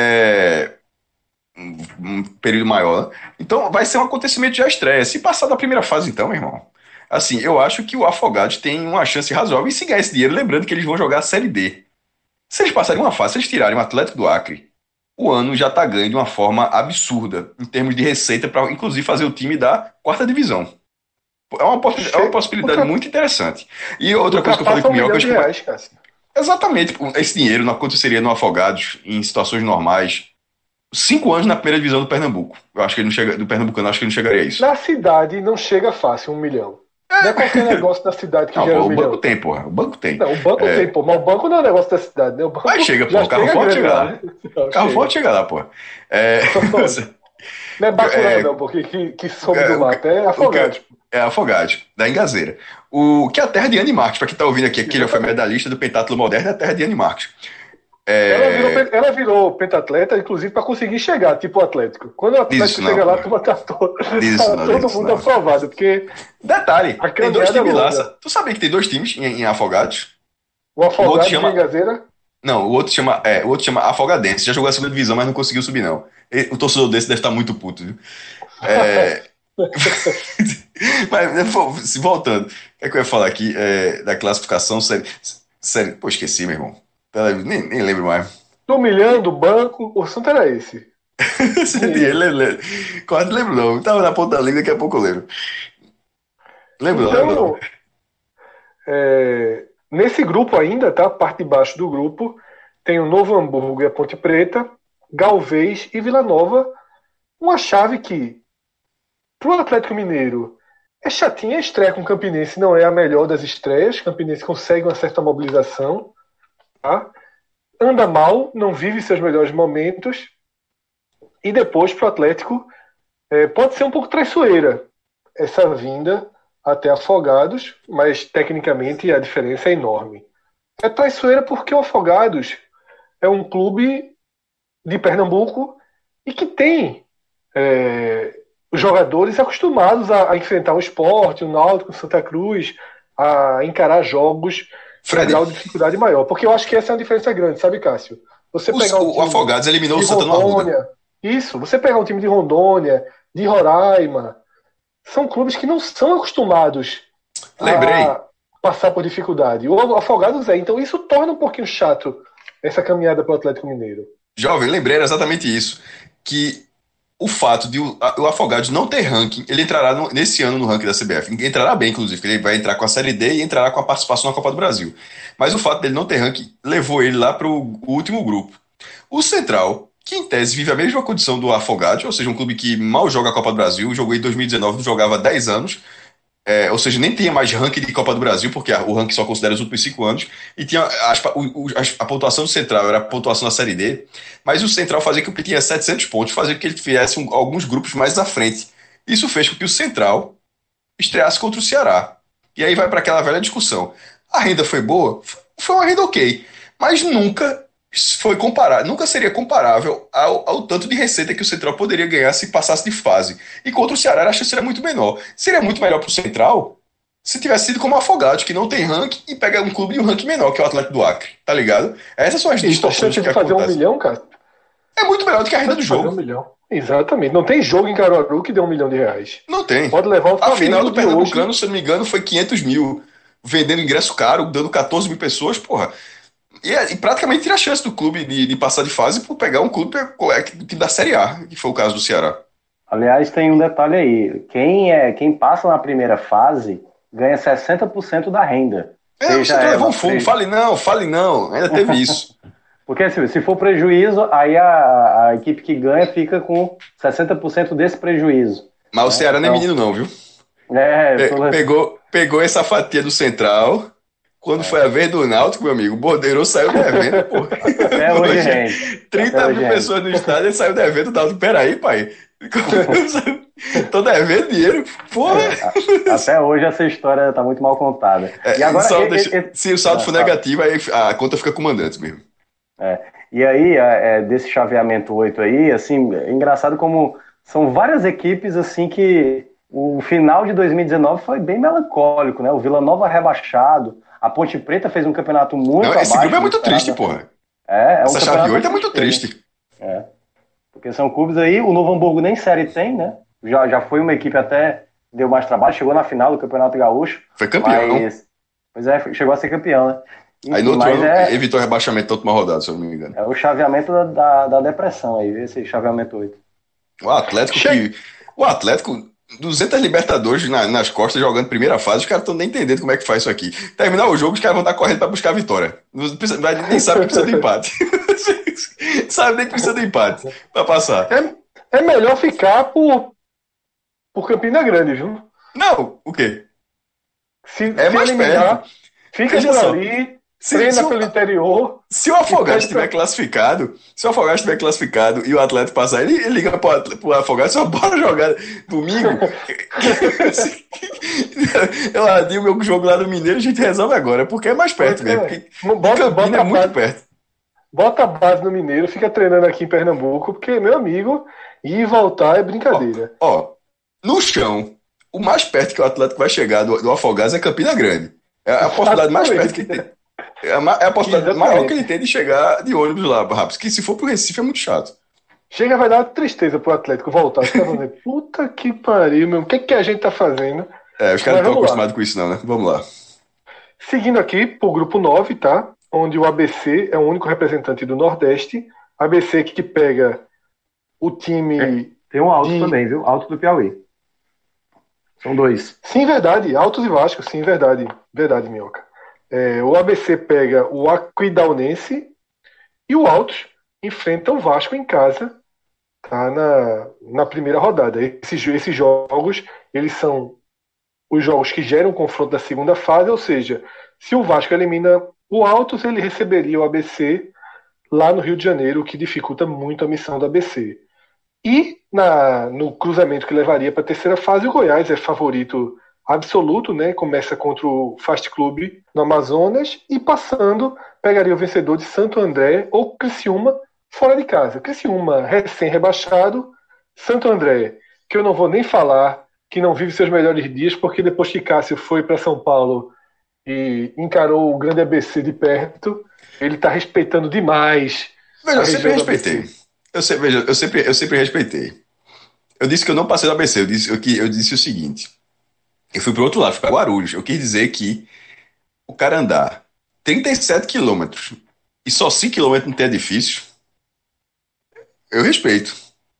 Um período maior. Né? Então, vai ser um acontecimento de estreia. Se passar da primeira fase, então, meu irmão, assim, eu acho que o Afogados tem uma chance razoável. E se ganhar esse dinheiro, lembrando que eles vão jogar a Série D. Se eles passarem uma fase, se eles tirarem o Atlético do Acre, o ano já está ganho de uma forma absurda, em termos de receita, para inclusive fazer o time da quarta divisão. É uma possibilidade muito interessante. E outra coisa que eu falei com o Minhoca... Exatamente. Esse dinheiro não aconteceria no Afogados em situações normais. 5 anos na primeira divisão do Pernambuco. Eu acho que ele não chega, do Pernambucano, acho que ele não chegaria a isso. Na cidade não chega fácil 1 milhão. Não é qualquer negócio da cidade que gera 1 milhão. O banco tem, porra. O banco tem. Não, o banco tem, pô. Mas o banco não é um negócio da cidade, né? O banco mas chega, pô. O carro forte chega lá. O carro forte chega lá, pô. Não é Bacurau, não, pô. Que some do mato. É Afogados. É Afogados, da Engazeira. Que é a terra de Anne Marques. Pra quem tá ouvindo aqui, que já foi medalhista do pentatlo moderno, é a terra de Anne Marques. Ela virou pentatleta, inclusive, para conseguir chegar, tipo o Atlético. Quando o Atlético chega lá, tá todo mundo aprovado. Porque detalhe, tem 2 times lá. Tu sabia que tem 2 times em Afogados? O Afogados e a Engazeira? Não, o outro chama Afogadense. Já jogou a segunda divisão, mas não conseguiu subir, não. O torcedor desse deve estar muito puto, viu? Mas, voltando, o que é que eu ia falar aqui? Da classificação série. Pô, esqueci, meu irmão. Nem lembro mais. Do milhão, do banco, o assunto era esse. Quase lembro não. Tava na ponta da língua, daqui a pouco eu lembro. Lembro não. Nesse grupo ainda, tá? Parte de baixo do grupo, tem o Novo Hamburgo e a Ponte Preta, Galvez e Vila Nova. Uma chave que, pro Atlético Mineiro, é chatinha. A estreia com o Campinense não é a melhor das estreias. O Campinense consegue uma certa mobilização. Tá? Anda mal, não vive seus melhores momentos, e depois para o Atlético pode ser um pouco traiçoeira essa vinda até Afogados, mas tecnicamente a diferença é enorme. É traiçoeira porque o Afogados é um clube de Pernambuco e que tem os jogadores acostumados a enfrentar o Sport, o Náutico, o Santa Cruz, a encarar jogos de grau de dificuldade maior. Porque eu acho que essa é uma diferença grande, sabe, Cássio? Você pegar o Afogados eliminou o Santana Arruda. Isso, você pegar um time de Rondônia, de Roraima, são clubes que não são acostumados a passar por dificuldade. O Afogados então isso torna um pouquinho chato essa caminhada para o Atlético Mineiro. Jovem, lembrei, era exatamente isso. Que o fato de o Afogados não ter ranking, ele entrará nesse ano no ranking da CBF. Entrará bem, inclusive, porque ele vai entrar com a Série D e entrará com a participação na Copa do Brasil. Mas o fato dele não ter ranking levou ele lá para o último grupo. O Central, que em tese vive a mesma condição do Afogados, ou seja, um clube que mal joga a Copa do Brasil, jogou em 2019, não jogava há 10 anos, ou seja, nem tinha mais ranking de Copa do Brasil, porque o ranking só considera os últimos 5 anos, e tinha a pontuação do Central, era a pontuação da Série D, mas o Central fazia com que tinha 700 pontos, fazia com que ele fizesse alguns grupos mais à frente. Isso fez com que o Central estreasse contra o Ceará. E aí vai para aquela velha discussão. A renda foi boa? Foi uma renda ok, mas nunca seria comparável ao tanto de receita que o Central poderia ganhar se passasse de fase. E contra o Ceará a chance seria muito menor. Seria muito melhor para o Central se tivesse sido como o Afogados, que não tem ranking e pega um clube de um ranking menor, que é o Atlético do Acre. Tá ligado? Essas são as distorções que fazer acontecem. 1 milhão, cara? É muito melhor do que a renda do jogo. 1 milhão. Exatamente. Não tem jogo em Caruaru que dê R$1 milhão. Não tem. Pode levar o A final do de Pernambucano, hoje. se eu não me engano, foi 500 mil. Vendendo ingresso caro, dando 14 mil pessoas, porra. E praticamente tira a chance do clube de passar de fase por pegar um clube da Série A, que foi o caso do Ceará. Aliás, tem um detalhe aí. Quem passa na primeira fase ganha 60% da renda. O Central levou um fumo. Fale não. Ainda teve isso. Porque se for prejuízo, aí a equipe que ganha fica com 60% desse prejuízo. Mas o Ceará não é menino não, viu? Pegou essa fatia do Central. Quando foi a vez do Náutico, meu amigo, o Bordeiro saiu devendo, pô. Até hoje, gente. 30 mil pessoas no estádio, ele saiu devendo o Náutico. Peraí, pai. Tô devendo dinheiro, porra. Até hoje essa história tá muito mal contada. E agora, se o saldo for negativo, aí a conta fica com o mandante mesmo. E aí, desse chaveamento 8 aí, assim, é engraçado como são várias equipes, assim, que o final de 2019 foi bem melancólico, né? O Vila Nova rebaixado, a Ponte Preta fez um campeonato muito abaixo. Esse grupo é muito triste, porra. Essa chave 8 é muito triste. Porque são clubes aí, o Novo Hamburgo nem série tem, né? Já foi uma equipe até, deu mais trabalho, chegou na final do Campeonato Gaúcho. Foi campeão. Pois chegou a ser campeão, né? Aí no outro ano evitou o rebaixamento da última rodada, se eu não me engano. É o chaveamento da depressão aí, esse chaveamento 8. O Atlético 200 Libertadores nas costas, jogando primeira fase, os caras estão nem entendendo como é que faz isso aqui. Terminar o jogo, os caras vão estar correndo para buscar a vitória. Nem sabe que precisa de empate. Sabe nem que precisa de empate para passar. É melhor ficar por Campina Grande, viu? Não, o quê? Se mais eliminar, perto. Fica por ali, treina pelo interior. Se o Afogados estiver classificado, e o Atlético passar, ele liga pro Afogados, só bora jogar domingo. Eu adio o meu jogo lá no Mineiro, a gente resolve agora, porque é mais perto mesmo. Campina é muito perto. Bota a base no Mineiro, fica treinando aqui em Pernambuco, porque, meu amigo, ir e voltar é brincadeira. No chão, o mais perto que o Atlético vai chegar do Afogados é Campina Grande. É a possibilidade mais perto que tem. É a possibilidade maior que ele tem de chegar de ônibus lá, rapaz. Que se for pro Recife é muito chato. Chega, vai dar tristeza pro Atlético voltar. Os caras vão dizer, puta que pariu, meu. O que a gente tá fazendo? Os caras não estão acostumados com isso, não, né? Vamos lá. Seguindo aqui pro grupo 9, tá? Onde o ABC é o único representante do Nordeste. ABC que pega o time. Tem um Alto também, viu? Alto do Piauí. São 2. Sim, verdade. Altos e Vasco, sim, verdade. Verdade, Minhoca. O ABC pega o Aquidauanense e o Altos enfrenta o Vasco em casa, tá, na primeira rodada. Esses jogos, eles são os jogos que geram o confronto da segunda fase, ou seja, se o Vasco elimina o Altos, ele receberia o ABC lá no Rio de Janeiro, o que dificulta muito a missão do ABC. E no cruzamento que levaria para a terceira fase, o Goiás é favorito absoluto, né? Começa contra o Fast Club no Amazonas e passando, pegaria o vencedor de Santo André ou Criciúma fora de casa. Criciúma recém-rebaixado, Santo André, que eu não vou nem falar, que não vive seus melhores dias, porque depois que Cássio foi para São Paulo e encarou o grande ABC de perto, ele está respeitando demais. Veja, eu sempre respeitei. Eu sempre respeitei. Eu disse que eu não passei do ABC, eu disse o seguinte. Eu fui pro outro lado, fui para Guarulhos. Eu quis dizer que o cara andar 37 quilômetros e só 5 quilômetros não tem edifício, eu respeito.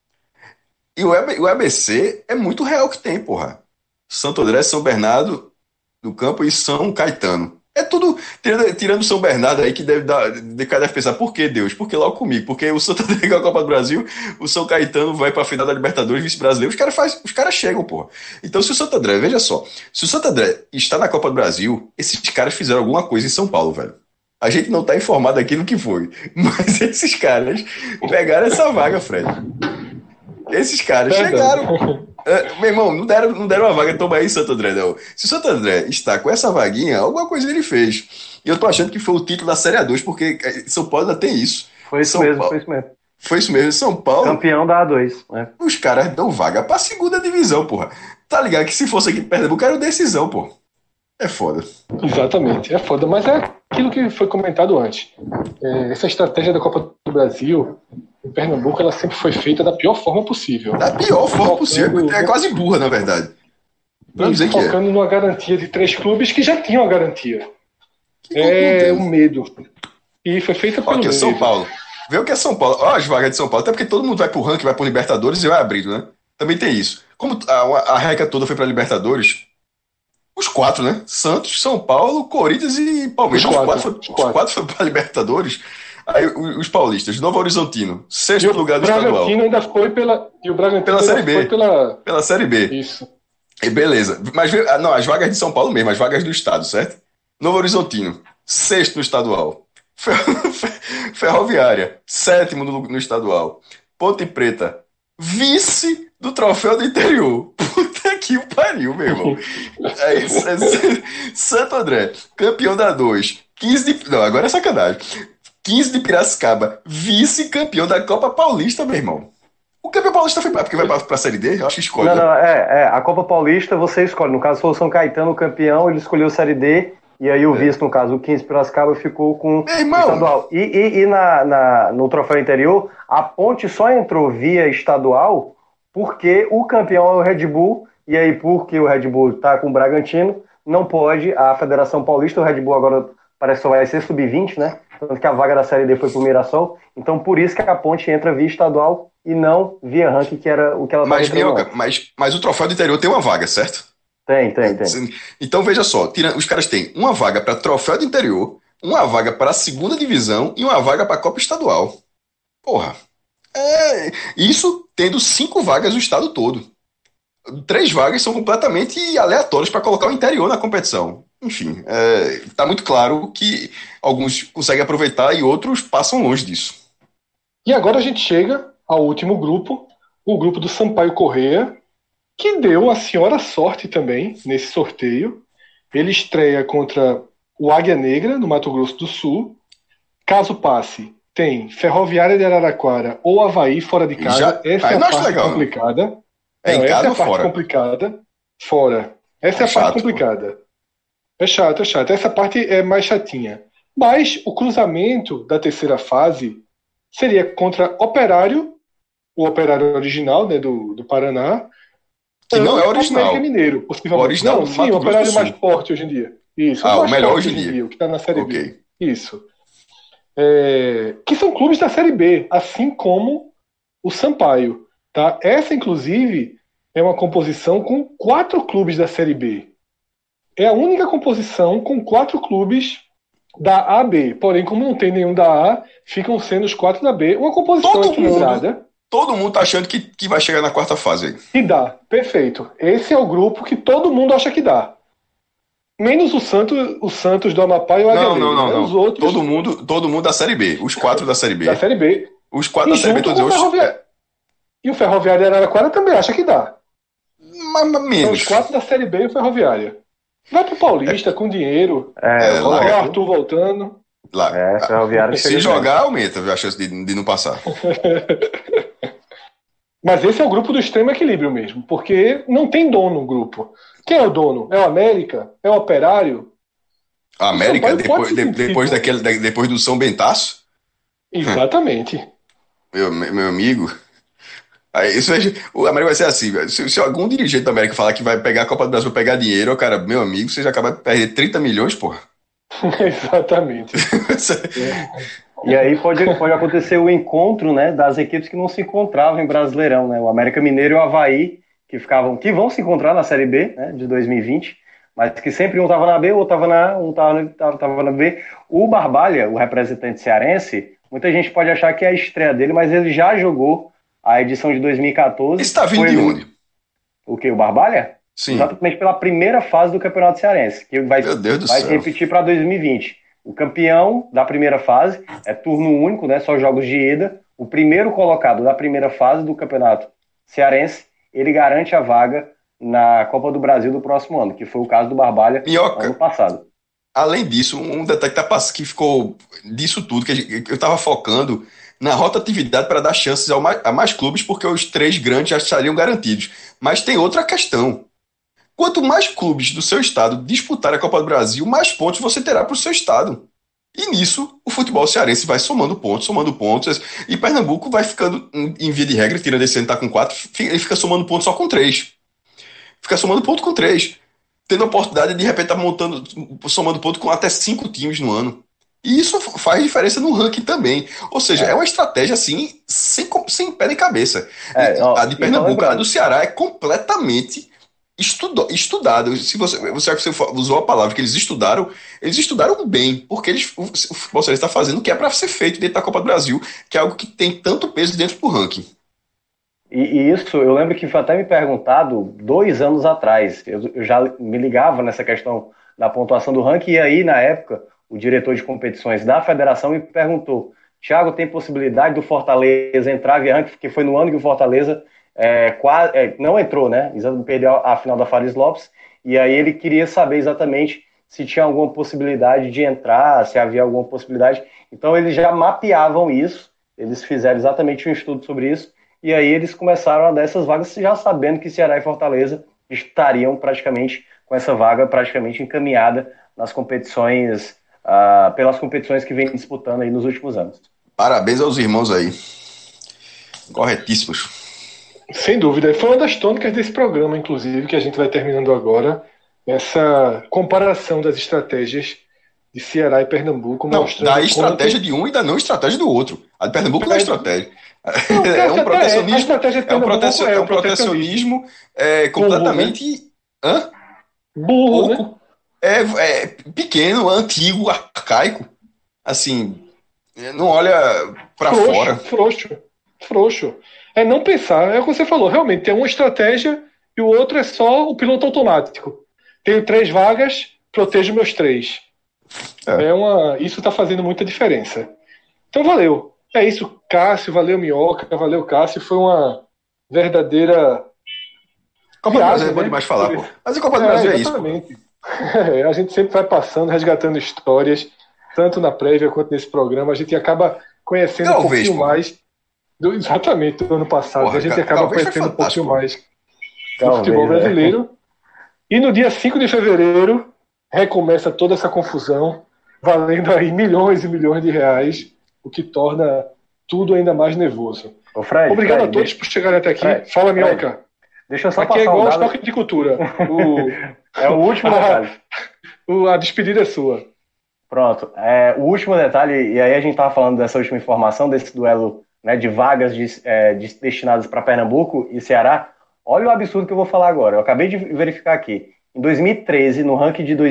E o ABC é muito real que tem, porra. Santo André, São Bernardo do Campo e São Caetano. É tudo, tirando o São Bernardo aí, que deve pensar, por que Deus? Por que logo comigo? Porque o Santo André ganhou a Copa do Brasil, o São Caetano vai pra final da Libertadores, vice-brasileiro, os caras chegam, porra. Então, se o Santo André, veja só, se o Santo André está na Copa do Brasil, esses caras fizeram alguma coisa em São Paulo, velho. A gente não tá informado aqui no que foi, mas esses caras pegaram essa vaga, Fred. Esses caras chegaram. Meu irmão, não deram uma vaga, toma aí, Santo André, não. Se o Santo André está com essa vaguinha, alguma coisa ele fez. E eu tô achando que foi o título da Série A2, porque São Paulo ainda tem isso. Foi isso mesmo, foi isso mesmo. Foi isso mesmo. São Paulo. Campeão da A2. Né? Os caras dão vaga pra segunda divisão, porra. Tá ligado que se fosse aqui em Pernambuco era decisão, porra. É foda. Exatamente, é foda. Mas é aquilo que foi comentado antes. Essa estratégia da Copa do Brasil, em Pernambuco, ela sempre foi feita da pior forma possível. Da pior forma possível. É quase burra, na verdade. Não dizer que é. Focando numa garantia de 3 clubes que já tinham a garantia. Um medo. E foi feita pelo medo. São Paulo. Vê o que é São Paulo. Olha as vagas de São Paulo. Até porque todo mundo vai pro ranking, vai pro Libertadores e vai abrindo, né? Também tem isso. Como a regra toda foi pra Libertadores, os 4, né? Santos, São Paulo, Corinthians e Palmeiras. Os 4 foram pra Libertadores. Aí os paulistas, Novo Horizontino, 6º lugar do estadual. E o Bragantino pela Série B. Pela Série B. Isso. E beleza. Mas não, as vagas de São Paulo mesmo, as vagas do estado, certo? Novo Horizontino, 6º no estadual. Ferroviária, 7º no estadual. Ponte Preta, vice do Troféu do Interior. Puta que o pariu, meu irmão. Santo André, campeão da 2. Não, agora é sacanagem. 15 de Piracicaba, vice-campeão da Copa Paulista, meu irmão. O campeão paulista foi porque vai pra Série D? Eu acho que escolhe. Não, a Copa Paulista você escolhe. No caso, foi o São Caetano o campeão, ele escolheu Série D, e aí o vice, no caso, o 15 Piracicaba ficou com o estadual. E no Troféu Interior, a Ponte só entrou via estadual porque o campeão é o Red Bull, e aí porque o Red Bull tá com o Bragantino, não pode a Federação Paulista, o Red Bull agora parece que só vai ser sub-20, né? Tanto que a vaga da Série D foi pro Mirassol. Então, por isso que a Ponte entra via estadual e não via ranking, que era o que ela estava mas o Troféu do Interior tem uma vaga, certo? Tem. Então, veja só. Os caras têm uma vaga para Troféu do Interior, uma vaga para a segunda divisão e uma vaga para a Copa Estadual. Porra. Isso tendo 5 vagas no estado todo. 3 vagas são completamente aleatórias para colocar o interior na competição. Enfim, tá muito claro que alguns conseguem aproveitar e outros passam longe disso. E agora a gente chega ao último grupo, o grupo do Sampaio Corrêa, que deu a senhora sorte também nesse sorteio. Ele estreia contra o Águia Negra, no Mato Grosso do Sul. Caso passe, tem Ferroviária de Araraquara ou Avaí fora de casa. Essa é a parte complicada. Em casa ou fora? Essa é a parte complicada. Fora. Essa é a parte complicada. É chato. Essa parte é mais chatinha. Mas o cruzamento da terceira fase seria contra Operário, o Operário original, né, do Paraná. Que não é original. América Mineiro, possivelmente. Original, não, sim, o Operário mais forte hoje em dia. Isso. O melhor hoje em dia. O que está na Série B. Isso. Que são clubes da Série B, assim como o Sampaio. Tá? Essa, inclusive, é uma composição com 4 clubes da Série B. É a única composição com 4 clubes da A B. Porém, como não tem nenhum da A, ficam sendo os 4 da B. Uma composição equilibrada. Todo mundo tá achando que vai chegar na 4ª fase aí. E dá, perfeito. Esse é o grupo que todo mundo acha que dá. Menos o Santos do Amapá e o Águia Negra. Não. Os outros... Todo mundo da Série B. Os 4 da Série B. Da Série B. Os 4 da Série B, todos eles. E o Ferroviário de Araraquara também acha que dá. Mas menos. São os 4 da Série B e o Ferroviário. Vai pro Paulista com dinheiro. O Arthur voltando. Ferroviário se jogar, aumenta a chance de não passar. Mas esse é o grupo do extremo equilíbrio mesmo. Porque não tem dono no grupo. Quem é o dono? É o América? É o Operário? A América, depois do São Bentaço? Exatamente. Meu amigo. Aí, o América vai ser assim, velho. Se algum dirigente da América falar que vai pegar a Copa do Brasil pra pegar dinheiro, cara, meu amigo, você já acaba de perder 30 milhões, porra. Exatamente. E aí pode acontecer o encontro, né, das equipes que não se encontravam em Brasileirão, né? O América Mineiro e o Avaí, que vão se encontrar na Série B, né, de 2020, mas que sempre um estava na B, o outro estava na A, um estava na B. O Barbalha, o representante cearense, muita gente pode achar que é a estreia dele, mas ele já jogou a edição de 2014. Esse está vindo de onde? O quê? O Barbalha? Sim. Exatamente pela primeira fase do Campeonato Cearense, que vai se repetir para 2020. O campeão da primeira fase é turno único, né, só jogos de ida. O primeiro colocado da primeira fase do Campeonato Cearense, ele garante a vaga na Copa do Brasil do próximo ano, que foi o caso do Barbalha ano passado. Além disso, um detalhe que ficou disso tudo, que eu estava focando na rotatividade para dar chances a mais clubes, porque os 3 grandes já estariam garantidos. Mas tem outra questão. Quanto mais clubes do seu estado disputarem a Copa do Brasil, mais pontos você terá para o seu estado. E nisso, o futebol cearense vai somando pontos, e Pernambuco vai ficando, em via de regra, tirando esse ano, tá com 4, ele fica somando pontos só com 3. Fica somando ponto com 3. Tendo a oportunidade de repente estar somando ponto com até 5 times no ano. E isso faz diferença no ranking também. Ou seja, é uma estratégia assim, sem pé nem cabeça. A de Pernambuco, a do Ceará é completamente estudado. Se você usou a palavra que eles estudaram bem, porque o futebol cearense está fazendo o que é para ser feito dentro da Copa do Brasil, que é algo que tem tanto peso dentro do ranking. E isso, eu lembro que foi até me perguntado 2 anos atrás. Eu já me ligava nessa questão da pontuação do ranking, e aí, na época, o diretor de competições da federação me perguntou: Thiago, tem possibilidade do Fortaleza entrar via ranking? Porque foi no ano que o Fortaleza não entrou, né? Perdeu a final da Fares Lopes, e aí ele queria saber exatamente se tinha alguma possibilidade de entrar, se havia alguma possibilidade. Então eles já mapeavam isso, eles fizeram exatamente um estudo sobre isso, e aí eles começaram a dar essas vagas já sabendo que Ceará e Fortaleza estariam praticamente com essa vaga praticamente encaminhada nas competições, pelas competições que vem disputando aí nos últimos anos. Parabéns aos irmãos aí. Corretíssimos. Sem dúvida. Foi uma das tônicas desse programa, inclusive, que a gente vai terminando agora, essa comparação das estratégias de Ceará e Pernambuco. Não, da estratégia de um e da não estratégia do outro. A de Pernambuco não é estratégia. É um protecionismo completamente burro, né? Pequeno, antigo, arcaico. Assim, não olha para fora. Frouxo. É não pensar, é o que você falou, realmente é uma estratégia e o outro é só o piloto automático. Tenho 3 vagas, protejo meus 3. Isso está fazendo muita diferença. Então valeu. É isso, Cássio, valeu Minhoca, valeu Cássio, foi uma verdadeira Copa do Brasil é bom demais falar, pô. Mas a Copa do Brasil é isso. A gente sempre vai passando, resgatando histórias, tanto na prévia quanto nesse programa, a gente acaba conhecendo um pouquinho mais exatamente do ano passado. Porra, a gente acaba conhecendo um pouquinho mais do futebol brasileiro. E no dia 5 de fevereiro recomeça toda essa confusão, valendo aí milhões e milhões de reais, o que torna tudo ainda mais nervoso. Obrigado a todos por chegarem até aqui. Fala, Minhoca. Deixa eu só aqui passar é igual ao choque de cultura. É o último detalhe. A despedida é sua. Pronto. O último detalhe, e aí a gente estava falando dessa última informação, desse duelo, né, de vagas destinadas para Pernambuco e Ceará. Olha o absurdo que eu vou falar agora. Eu acabei de verificar aqui. Em 2013, no ranking de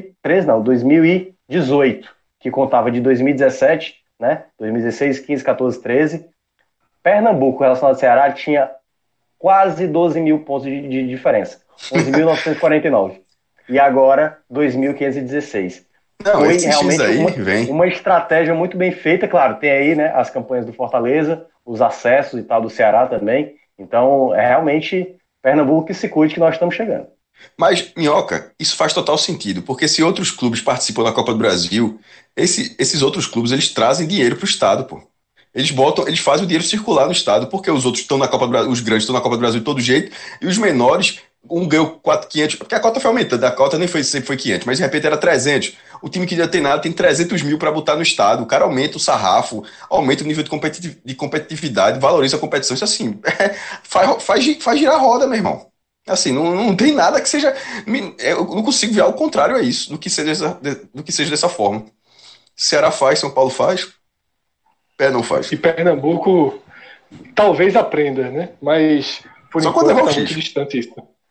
2018, que contava de 2017, né, 2016, 15, 14, 13, Pernambuco, relacionado ao Ceará, tinha quase 12 mil pontos de diferença. 11.949. E agora, 2.516. Foi realmente uma estratégia muito bem feita. Claro, tem aí, né, as campanhas do Fortaleza, os acessos e tal do Ceará também. Então, é realmente Pernambuco que se cuide que nós estamos chegando. Mas, Minhoca, isso faz total sentido, porque se outros clubes participam da Copa do Brasil, esses outros clubes, eles trazem dinheiro para o Estado, pô. Eles fazem o dinheiro circular no Estado, porque os outros estão na Copa do Brasil, os grandes estão na Copa do Brasil de todo jeito, e os menores, um ganhou 400, porque a cota foi aumentando, a cota sempre foi 500, mas de repente era 300. O time que já tem nada tem 300 mil para botar no Estado, o cara aumenta o sarrafo, aumenta o nível de competitividade, valoriza a competição, isso assim, faz girar a roda, meu irmão. Assim, não tem nada que seja... Eu não consigo ver algo contrário a isso, do que seja dessa forma. Ceará faz, São Paulo faz, Pé não faz. E Pernambuco talvez aprenda, né? Mas por só enquanto quando está muito distante isso.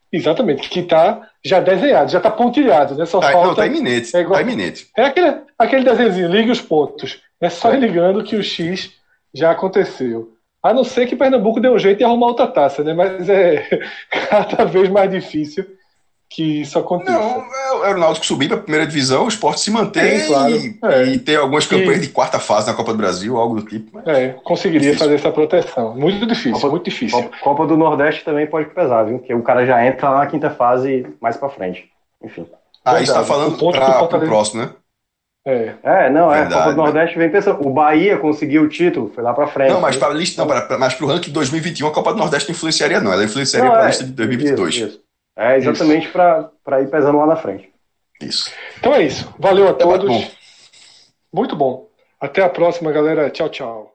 Exatamente, que está já desenhado, já está pontilhado, né? Só falta. Não, tá iminente. É, igual, tá iminente. É aquele desenhozinho, ligue os pontos. É só ir ligando que o X já aconteceu. A não ser que Pernambuco dê um jeito de arrumar outra taça, né? Mas é cada vez mais difícil que isso aconteça. Não, é o Náutico subir para a primeira divisão, o Sport se manter claro. e ter algumas campanhas de quarta fase na Copa do Brasil, algo do tipo. Mas conseguiria fazer essa proteção. Muito difícil, muito difícil. Copa do Nordeste também pode pesar, viu? Porque o cara já entra lá na quinta fase mais para frente. Enfim. Aí está falando para o próximo, né? Copa do Nordeste vem pensando. O Bahia conseguiu o título, foi lá pra frente. Não, mas para a lista, mas pro ranking de 2021, a Copa do Nordeste não influenciaria, não. Ela influenciaria para a lista de 2022. Isso. É exatamente para ir pesando lá na frente. Isso. Então é isso. Valeu a todos. Muito bom. Até a próxima, galera. Tchau, tchau.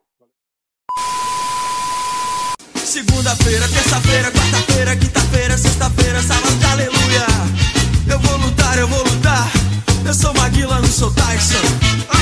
Segunda-feira, terça-feira, quarta-feira, quinta-feira, sexta-feira, sábado, aleluia. Eu vou lutar, eu sou Maguila, não sou Tyson.